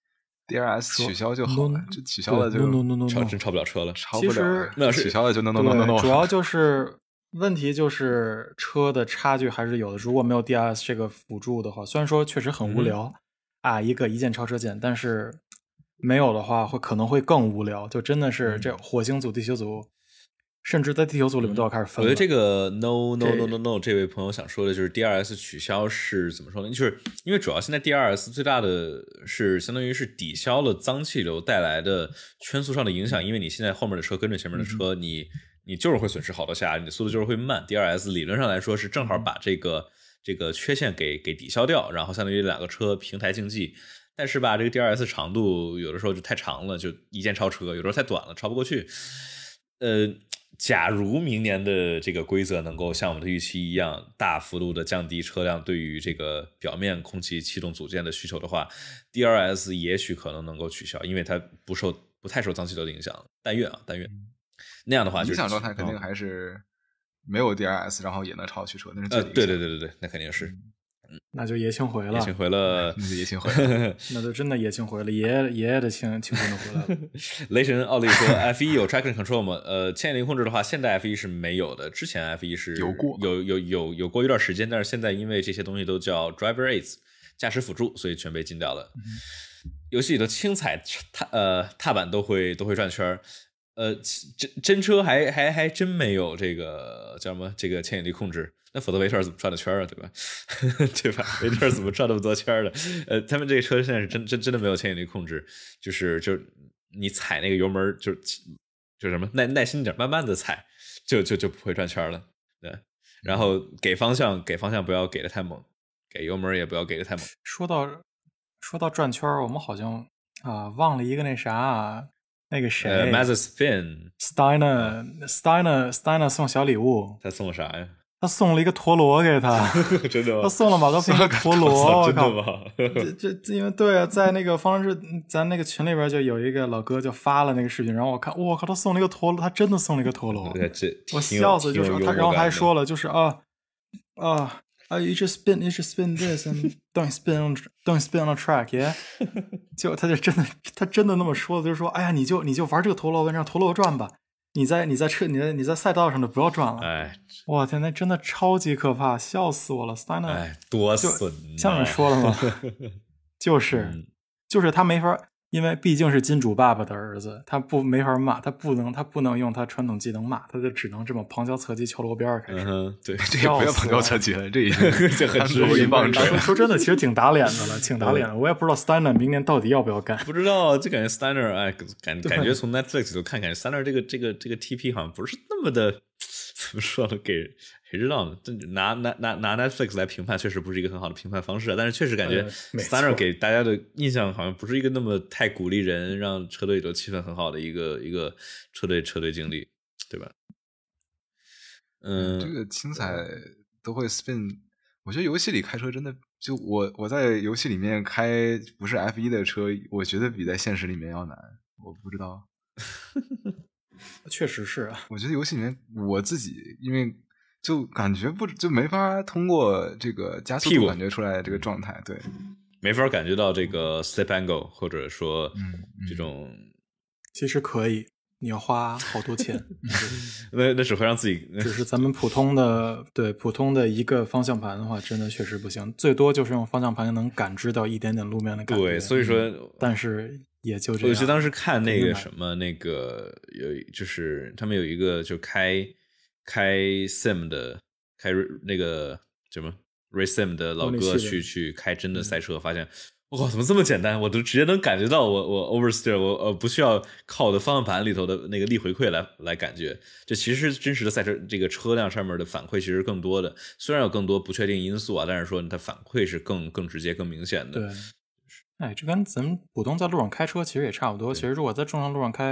D R S 取消就好了，这取消了就 no no no no 超 no， 真超不了车了， 超不了。 其实没有是取消了就 no no no no no。 主要就是问题就是车的差距还是有的。如果没有 D R S 这个辅助的话，虽然说确实很无聊、嗯、啊，一个一键超车键，但是没有的话会可能会更无聊。就真的是这火星组、地球组，甚至在地球组里面都要开始分了。 我觉得这个 no no no no no 这位朋友想说的就是 D R S 取消是怎么说呢？就是因为主要现在 D R S 最大的是相当于是抵消了脏气流带来的圈速上的影响，因为你现在后面的车跟着前面的车，嗯、你你就是会损失好多下，你的速度就是会慢。D R S 理论上来说是正好把这个、嗯、这个缺陷给给抵消掉，然后相当于两个车平台竞技。但是吧，这个 D R S 长度有的时候就太长了，就一键超车；有的时候太短了，超不过去。呃。假如明年的这个规则能够像我们的预期一样大幅度的降低车辆对于这个表面空气气动组件的需求的话， D R S 也许可能能够取消，因为它不受不太受脏气流的影响。但愿啊，但愿、嗯、那样的话、就是， 理想状态肯定还是没有 D R S， 然后也能超去车，那是最呃，对对对对对，那肯定是。 嗯嗯，那就爷青回了， 爷青回了， 那就爷青回了， 那就真的爷青回了，爷爷爷爷的青青春都回来了。 雷神奥利说 F 一 有 traction control 吗？呃，牵引力控制的话，现代 F 一 是没有的，之前 F 一 是有过， 有有有有过一段时间，但是现在因为这些东西都叫 driver aids 驾驶辅助，所以全被禁掉了。嗯、游戏里的轻踩踏呃踏板都会都会转圈。呃，真真车还还还真没有这个叫什么这个牵引力控制，那否则维特尔怎么转的圈啊，对吧？对吧？维特尔怎么转那么多圈的？呃，他们这个车现在是真真真的没有牵引力控制，就是就是你踩那个油门就就什么耐耐心点，慢慢的踩，就就就不会转圈了。对，然后给方向给方向不要给的太猛，给油门也不要给的太猛。 说到说到转圈，我们好像啊忘了一个那啥。那个谁、 呃、Mazepin Steiner Steiner Steiner 送小礼物， 他送了啥呀？ 他送了一个陀螺给他。 真的吗？ 他送了马高平的陀螺。 真的吗？ 这这因为对啊，在那个方程式咱那个群里边就有一个老哥就发了那个视频，然后我看我靠，他送了一个陀螺，他真的送了一个陀螺。我笑死，就是他，然后他还说了，就是啊啊。Uh, you just spin, you just spin this and don't spin on, don't spin on a track, yeah? 就他就真的，他真的那么说，就是说，哎呀，你就你就玩这个陀螺，让陀螺转吧。你在你在车你在你在赛道上的不要转了。 哎， 我天，那真的超级可怕，笑死我了。Steiner， 哎，多损、啊！ 像你们说了吗？就是、嗯、就是他没法。因为毕竟是金主爸爸的儿子，他不没法骂，他不能他不能用他传统技能骂，他就只能这么旁敲侧击敲锣边开始。 嗯，对， 这也不要旁敲侧击了，这已经这很直一棒槌。 说真的，其实挺打脸的了，挺打脸的。我也不知道 Steiner 明年到底要不要干， 不知道，就感觉 Steiner 哎，感感觉从 Netflix 都看，感觉 Steiner 这个这个这个 T P 好像不是那么的，怎么说呢？给谁知道呢？拿拿拿拿 Netflix 来评判，确实不是一个很好的评判方式，但是确实感觉 Steiner 给大家的印象好像不是一个那么太鼓励人，让车队里头气氛很好的一个一个车队车队经历，对吧？嗯， 这个轻踩都会 spin， 我觉得游戏里开车真的，就我我在游戏里面开不是 F 一 的车，我觉得比在现实里面要难，我不知道。 确实是啊， 我觉得游戏里面我自己因为。就感觉不就没法通过这个加速度感觉出来这个状态，对， 没法感觉到这个 slip angle 或者说这种， 嗯嗯、其实可以，你要花好多钱， 那那只会让自己， 只是咱们普通的对普通的一个方向盘的话，真的确实不行，最多就是用方向盘能感知到一点点路面的感觉， 对，所以说， 嗯、但是也就这样。 我记得当时看那个什么那个有就是他们有一个就开。开 sim 的开那个什么 race sim 的老哥去去开真的赛车，嗯、发现我靠，怎么这么简单？我都直接能感觉到我我 oversteer， 我呃不需要靠我的方向盘里头的那个力回馈来来感觉。这其实真实的赛车这个车辆上面的反馈其实更多的，虽然有更多不确定因素啊，但是说它反馈是更更直接、更明显的。 对，哎，这跟咱们普通在路上开车其实也差不多。其实如果在正常路上开。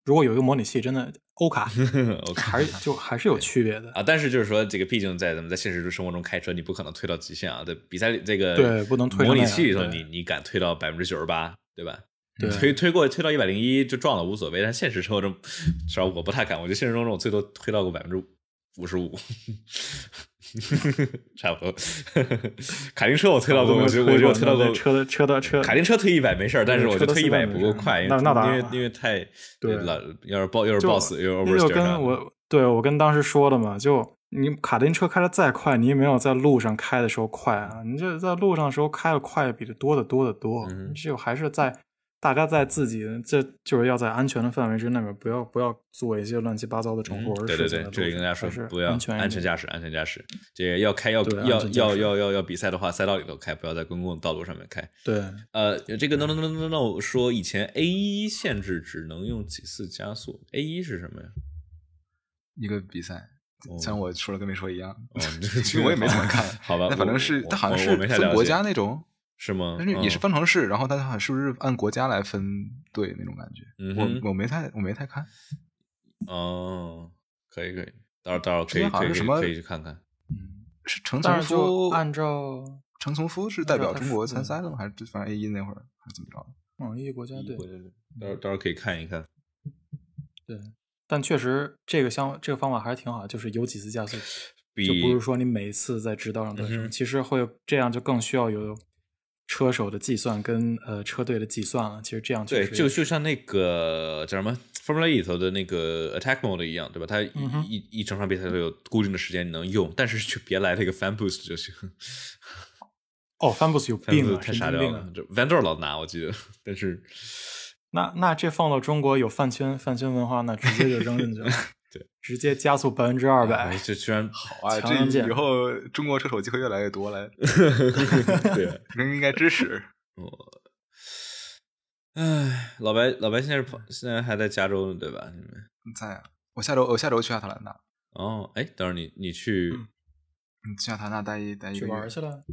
如果有一个模拟器，真的欧卡 ，OK 还是就还是有区别的啊。但是就是说，这个毕竟在咱们在现实生活中开车，你不可能推到极限啊。在比赛里这个对不能推模拟器里头， 对你你敢推到百分之九十八，对吧？ 对推推过推到一百零一就撞了无所谓，但现实生活中，至少我不太敢。我觉得现实生活中我最多推到过百分之五十五，差不多。卡丁车我推到过，我觉得我觉得我推到过车的车的车， 卡丁车推一百没事儿，但是我觉得推一百也不够快，因为那那因为因为太对了，要是爆要是爆死，又那就跟我对我跟当时说的嘛，就你卡丁车开的再快，你也没有在路上开的时候快啊，你这在路上的时候开的快比的多的多的多， 嗯、 只有还是在。大家在自己，这就是要在安全的范围之内面，不要不要做一些乱七八糟的闯祸的事情、 嗯。对对对，这里跟大家说，不要安全安全驾驶，安全驾驶。这个要开要要要要要要比赛的话，赛道里头开，不要在公共道路上面开。 对， 呃，这个 no no no no no 说以前 A 一 限制只能用几次加速 ，A 一 是什么呀？ 一个比赛。像我说了跟没说一样， 哦， 其实我也没怎么看。 好吧， 那反正是它好像是分国家那种。 是吗？ 但是也是方程式，嗯、然后它好像是不是按国家来分队那种感觉？ 嗯、 我我没太我没太看。 哦，可以可以，到时候到时候可以好像是什么可以去看看。 嗯，是程从夫按照程从夫是代表中国参赛的吗？还是反正 A 一那会儿还是怎么着？ 嗯，一国家队。 到时候到时候可以看一看。 对，但确实这个相这个方法还是挺好，就是有几次加速，就不是说你每次在直道上得胜， 嗯、 其实会这样就更需要有。车手的计算跟呃车队的计算了，其实这样对，就就像那个叫什么 Formula E 里头的那个 Attack Mode 一样，对吧？它一、 嗯、 一一整场比赛都有固定的时间你能用，但是就别来那个 Fan Boost 就行。 哦 ，Fan Boost 有病啊， 太傻掉了。这 Van Dor 老拿，我记得，但是那那这放到中国有饭圈饭圈文化，那直接就扔进去了。 对， 直接加速百分之二百， 这居然好啊！这以后中国车手机会越来越多了。 对， 人应该支持。 我，唉，老白，老白现在是现在还在加州呢，对吧？你们在啊，我下周我下周去亚特兰大。 哦，哎，等会儿你你去， 嗯，去亚特兰大待一待一个月，去玩去了。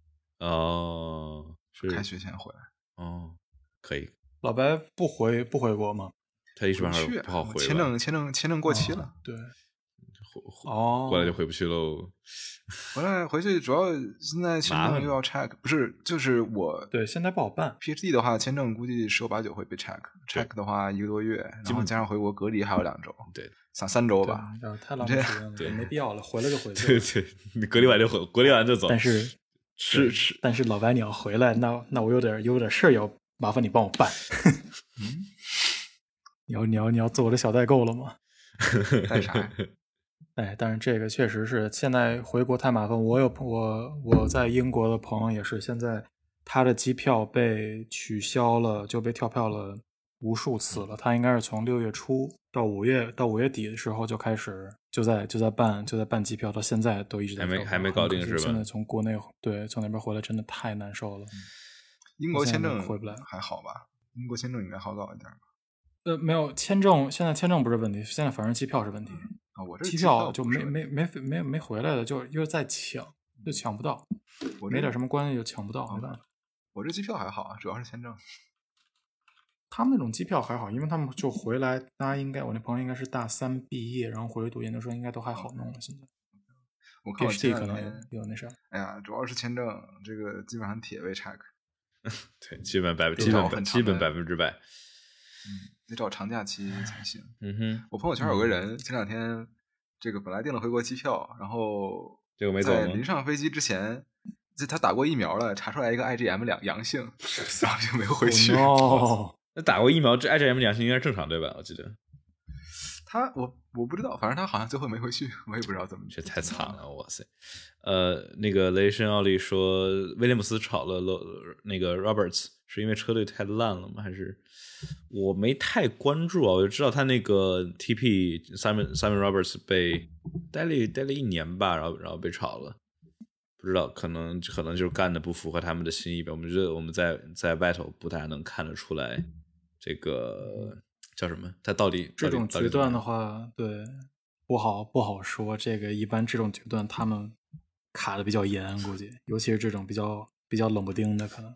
哦，是开学前回来。 哦，可以。 老白不回不回国吗？ 他一时半会儿不好回， 签证签证签证过期了。 哦、对， 哦，过来就回不去喽。 回来回去主要现在签证又要 check， 不是就是我对现在不好办。 PhD 的话，签证估计十有八九会被 check，check 的话一个多月，然后加上回国隔离还有两周， 对， 三三周吧。 太浪费时间了， 对， 没必要了，回来就回去。 对对，你隔离完就回，隔离完就走。 但是是是， 但是老白你要回来，那那我有点有点事儿要麻烦你帮我办。 嗯。 你要你要你要做我的小代购了吗？ 带啥？ 哎，但是这个确实是现在回国太麻烦。我有我我在英国的朋友也是，现在他的机票被取消了，就被跳票了无数次了。他应该是从六月初到五月到五月底的时候就开始就在就在办就在办机票，到现在都一直在还没还没搞定是吧？ 现在从国内对从那边回来真的太难受了。 英国签证回不来还好吧？英国签证应该好搞一点吧？ 呃，没有签证，现在签证不是问题，现在反正机票是问题啊。我这机票就没没没没没回来的，就又在抢，就抢不到。 我没点什么关系就抢不到，没办法。 我这机票还好啊，主要是签证。 他们那种机票还好，因为他们就回来，大家应该我那朋友应该是大三毕业，然后回来读研究生，应该都还好弄了。现在我看我 PhD 可能有那啥。 哎呀，主要是签证，这个基本上铁被 check。 对，基本百基本基本百分之百。 嗯，得找长假期才行。 嗯哼， 我朋友圈有个人，嗯、前两天这个本来订了回国机票，然后在临上飞机之前，就他打过疫苗了，查出来一个 I G M 两阳性，然后就没有回去。 哦， 那打过疫苗，这 I G M 阳性应该是正常对吧？我记得。 他我我不知道，反正他好像最后没回去，我也不知道怎么。 这太惨了，哇塞！呃，那个雷神奥利说，威廉姆斯炒了那个 Roberts 是因为车队太烂了吗？还是我没太关注啊？我就知道他那个 T P Simon Simon Roberts 被待了待了一年吧，然后然后被炒了，不知道可能可能就是干的不符合他们的心意吧。我们觉得我们在在外头不太能看得出来这个。叫什么？他到底这种决断的话，对不好不好说。这个一般这种决断他们卡的比较严，估计尤其是这种比较比较冷不丁的，可能对。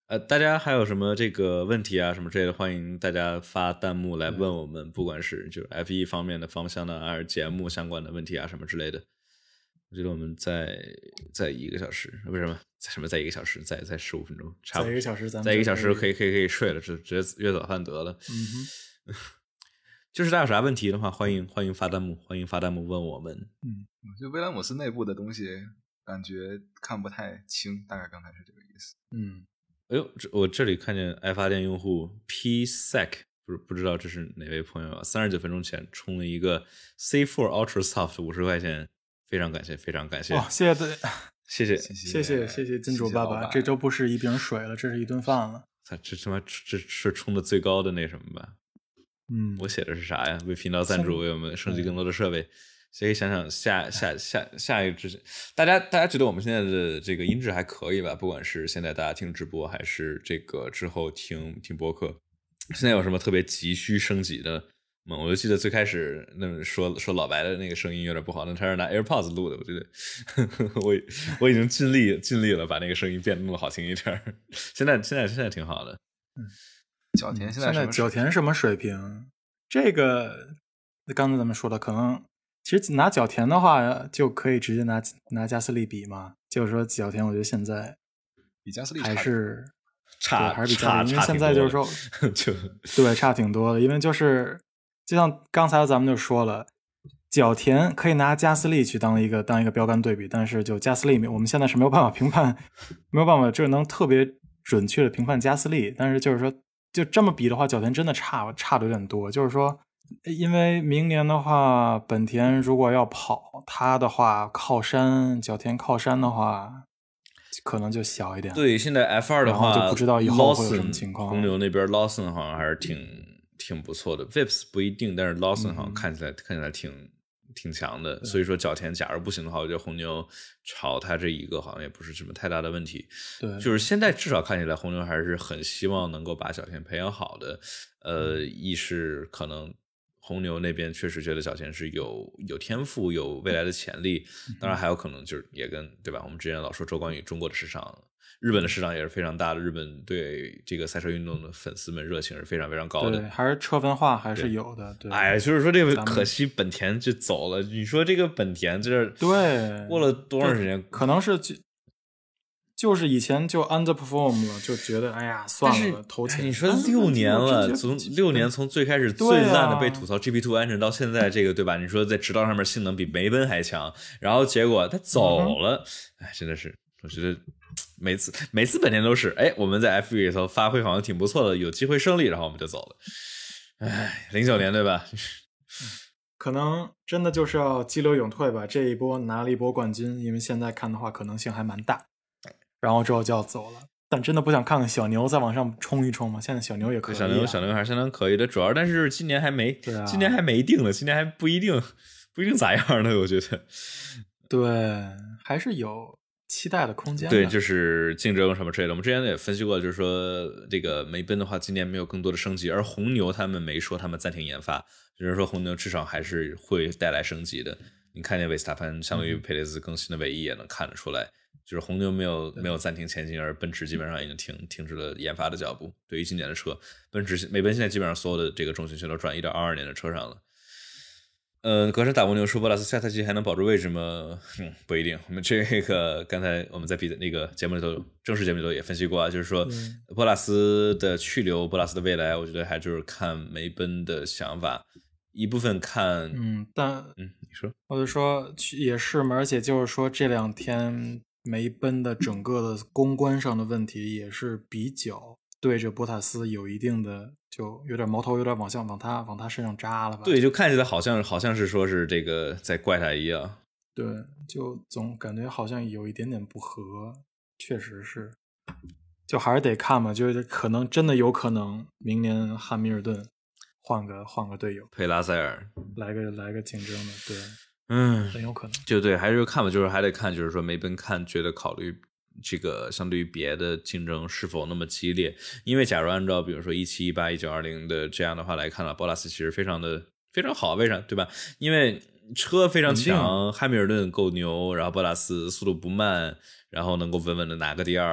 呃，大家还有什么这个问题啊什么之类的，欢迎大家发弹幕来问我们，不管是就是 F 一 方面的方向的，还是节目相关的问题啊什么之类的。我觉得我们在在一个小时，不是什么在什么在一个小时，在在十五分钟，差不多在一个小时咱们在一个小时就可以可以可以睡了，直直接约早饭得了。 嗯哼， 就是大家有啥问题的话，欢迎欢迎发弹幕，欢迎发弹幕问我们。 嗯， 我觉得威廉姆斯内部的东西感觉看不太清，大概刚才是这个意思。 嗯， 哎呦，这我这里看见爱发电用户 P Sec， 不不知道这是哪位朋友啊？三十九分钟前充了一个 C 四 Ultra Soft 五十块钱，非常感谢，非常感谢。 哇，谢谢的， 谢谢谢谢谢谢谢金主爸爸， 谢谢老板这周不是一瓶水了，这是一顿饭了。 这这他妈这是充的最高的那什么吧？ 嗯， 我写的是啥呀？为频道赞助，为我们升级更多的设备。谁可以想想下下下下一个之前，大家大家觉得我们现在的这个音质还可以吧？不管是现在大家听直播，还是这个之后听听播客，现在有什么特别急需升级的吗？我就记得最开始那说说老白的那个声音有点不好，那他是拿 AirPods 录的，我觉得呵呵我我已经尽力尽力了，把那个声音变得弄得好听一点。现在现在现在挺好的。 嗯， 角田现现在在什么角田什么水平？这个刚才咱们说的，可能其实拿角田的话，就可以直接拿拿加斯利比嘛。就是说角田，我觉得现在比加斯利还是差， 对还是比差加斯利，因为现在就是说就对差挺多的，因为就是就像刚才咱们就说了。角田可以拿加斯利去当一个当一个标杆对比，但是就加斯利，我们现在是没有办法评判，没有办法这能特别准确的评判加斯利。但是就是说，就这么比的话，角田真的差差的有点多。就是说，因为明年的话，本田如果要跑，它的话靠山，角田靠山的话，可能就小一点。 对，现在 F 二 的话， 就不知道以后会有什么情况。 红牛那边 Lawson 好像还是挺挺不错的 ，Vips 不一定，但是 Lawson 好像看起来、嗯、看起来挺。挺强的，所以说角田假如不行的话，我觉得红牛炒他这一个好像也不是什么太大的问题。 对， 就是现在至少看起来红牛还是很希望能够把角田培养好的。呃，一是可能红牛那边确实觉得角田是有有天赋、有未来的潜力，当然还有可能就是也跟对吧？我们之前老说周冠宇中国的市场。日本的市场也是非常大的，日本对这个赛车运动的粉丝们热情是非常非常高的， 对，还是车文化还是有的。对， 哎，就是说这个可惜本田就走了。你说这个本田这对过了多长时间？ 可能是就就是以前就 underperform 了，就觉得哎呀算了，投钱。 你说六年了，从六年从最开始最烂的被吐槽 G P 二 engine 到现在这个对吧？你说在直道上面性能比梅奔还强，然后结果他走了，哎、嗯，真的是我觉得。每次每次本田都是，哎，我们在 F 一 里头发挥好像挺不错的，有机会胜利，然后我们就走了。哎，零九年对吧？ 可能真的就是要激流勇退吧。这一波拿了一波冠军，因为现在看的话可能性还蛮大，然后之后就要走了。但真的不想看看小牛再往上冲一冲吗？现在小牛也可以、啊， 小牛小牛还是相当可以的，主要但是今年还没， 对啊， 今年还没定呢，今年还不一定不一定咋样呢，我觉得。 对，还是有。期待的空间， 对，就是竞争什么之类的。我们之前也分析过，就是说这个梅奔的话，今年没有更多的升级，而红牛他们没说他们暂停研发，就是说红牛至少还是会带来升级的。你看见维斯塔潘相对于佩雷兹更新的尾翼也能看得出来，就是红牛没有没有暂停前进，而奔驰基本上已经停停止了研发的脚步。对于今年的车，奔驰梅奔现在基本上所有的这个重心全都转移到二二年的车上了。呃，格山打蜗牛说博拉斯下赛季还能保住位置吗？嗯，不一定。我们这个刚才我们在比的那个节目里头，正式节目里头也分析过啊，就是说博拉斯的去留，博拉斯的未来，我觉得还就是看梅奔的想法，一部分看， 嗯，但嗯，你说， 我就说也是嘛，而且就是说这两天梅奔的整个的公关上的问题也是比较。对着博塔斯有一定的，就有点矛头有点往向往他往他身上扎了吧？ 对，就看起来好像好像是说是这个在怪他一样。 对，就总感觉好像有一点点不合，确实是，就还是得看嘛，就是可能真的有可能明年汉密尔顿换个换个队友， 佩拉塞尔来个来个竞争的，对， 嗯， 很有可能。 就对，还是看吧，就是还得看，就是说梅奔看觉得考虑。这个相对于别的竞争是否那么激烈？因为假如按照比如说一七一八一九二零的这样的话来看了，博拉斯其实非常的非常好，为啥对吧？因为车非常强，汉密尔顿够牛，然后博拉斯速度不慢，然后能够稳稳的拿个第二，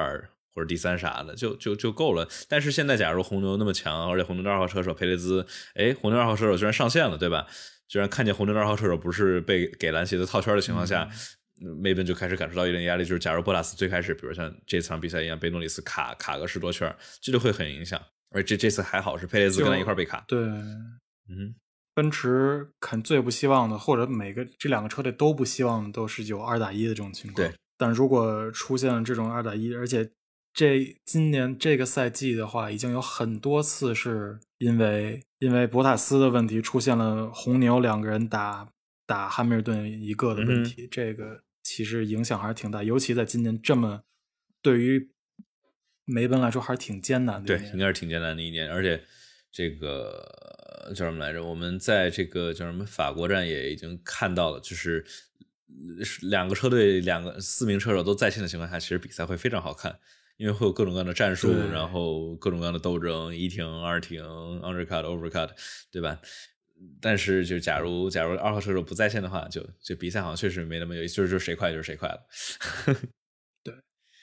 或者第三啥的，就就就够了。但是现在假如红牛那么强，而且红牛的二号车手佩雷兹，哎，红牛二号车手居然上线了，对吧？居然看见红牛的二号车手不是被给蓝旗子套圈的情况下，嗯、梅奔就开始感受到一定压力，就是假如博塔斯最开始，比如像这场比赛一样被诺里斯卡卡个十多圈，这就会很影响。而这这次还好是佩雷兹跟他一块被卡， 对， 嗯， 奔驰肯最不希望的，或者每个这两个车队都不希望的，都是有二打一的这种情况。 对， 但如果出现了这种二打一，而且这今年这个赛季的话，已经有很多次是因为因为博塔斯的问题出现了红牛两个人打打汉密尔顿一个的问题，嗯、这个其实影响还是挺大，尤其在今年这么对于梅奔来说还是挺艰难的一年。 对，应该是挺艰难的一年，而且这个叫什么来着？我们在这个叫什么法国站也已经看到了，就是两个车队两个四名车手都在线的情况下，其实比赛会非常好看。因为会有各种各样的战术，然后各种各样的斗争，一停、二停、undercut、overcut， 对吧？但是就假如假如二号车手不在线的话，就就比赛好像确实没那么有意思，就是就是谁快就是谁快了。 对，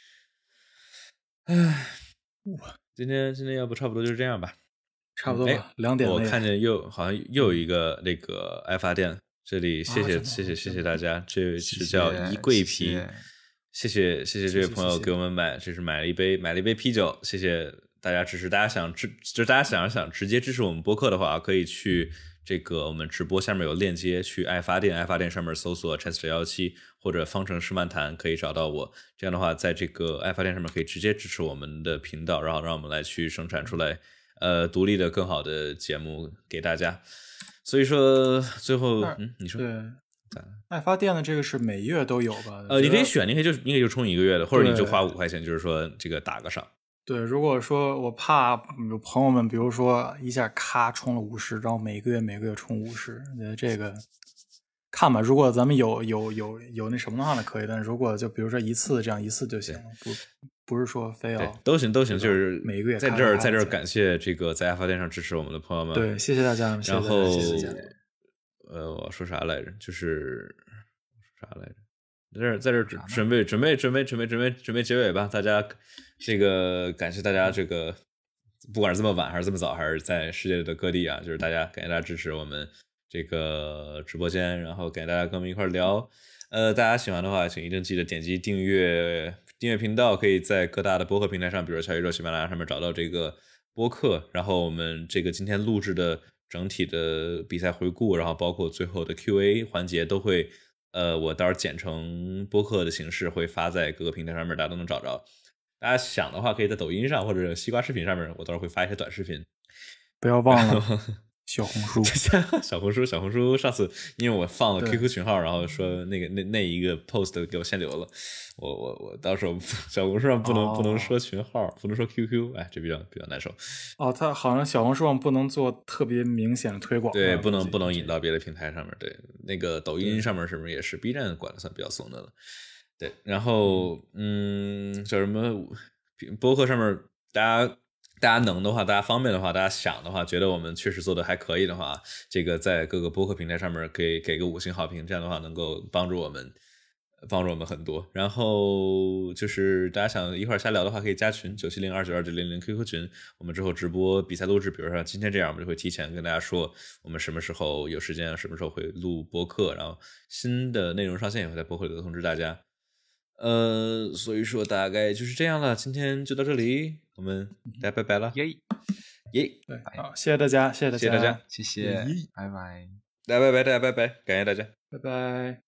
唉，今天今天要不差不多就是这样吧， 差不多吧，两点。 我看见又好像又有一个那个爱发电，这里谢谢、 啊、 谢谢谢谢大家，这是叫一桂皮。 谢谢谢谢谢谢这位朋友给我们买，这是买了一杯买了一杯啤酒，谢谢大家支持。大家想支，就是大家想想直接支持我们播客的话，可以去这个我们直播下面有链接，去爱发电，爱发电上面搜索 Chester 一七或者方程式漫谈，可以找到我。这样的话，在这个爱发电上面可以直接支持我们的频道，然后让我们来去生产出来呃独立的更好的节目给大家。所以说最后，嗯，你说对。爱发电的这个是每月都有吧？ 呃，你可以选，你可以就你可以就充一个月的，或者你就花五块钱，就是说这个打个赏。 对，如果说我怕有朋友们，比如说一下咔充了五十，然后每个月每个月充五十，我觉得这个看吧。如果咱们有有有有那什么的话呢，可以；但如果就比如说一次这样一次就行了，不不是说非要都行都行，就是每个月在这儿在这儿感谢这个在爱发电上支持我们的朋友们， 对，谢谢大家。 然后谢谢大家。 呃，我说啥来着？就是说啥来着？在这在这准备准备准备准备准备准备结尾吧。大家这个感谢大家这个，不管是这么晚还是这么早，还是在世界的各地啊，就是大家感谢大家支持我们这个直播间，然后感谢大家跟我们一块聊。呃，大家喜欢的话，请一定记得点击订阅订阅频道，可以在各大的播客平台上，比如小宇宙、喜马拉雅上面找到这个播客。然后我们这个今天录制的整体的比赛回顾，然后包括最后的 Q A 环节都会，呃，我到时候剪成播客的形式会发在各个平台上面，大家都能找着。大家想的话，可以在抖音上或者西瓜视频上面，我到时候会发一些短视频。 不要忘了小红书， 小红书，小红书。上次因为我放了 Q Q 群号，然后说那个那那一个 post 给我限流了，我我我到时候小红书上不能、哦、不能说群号，不能说 Q Q， 哎，这比较比较难受。 哦，他好像小红书上不能做特别明显的推广， 对，不能不能引到别的平台上面。对，那个抖音上面是不是也是 B 站管的算比较松的了？对，然后嗯，叫什么播客上面大家。大家能的话，大家方便的话，大家想的话，觉得我们确实做的还可以的话，这个在各个播客平台上面给给个五星好评，这样的话能够帮助我们，帮助我们很多。然后就是大家想一块儿瞎聊的话，可以加群九七零二九二九零零 Q Q 群，我们之后直播比赛录制，比如说今天这样，我们就会提前跟大家说我们什么时候有时间，什么时候会录播客，然后新的内容上线也会在播客里通知大家。呃，所以说大概就是这样了，今天就到这里，我们大家拜拜了， 耶耶， 对，好，谢谢大家，谢谢大家， 谢谢大家， 谢谢，拜拜， 大家拜拜，大家拜拜，感谢大家， 拜拜。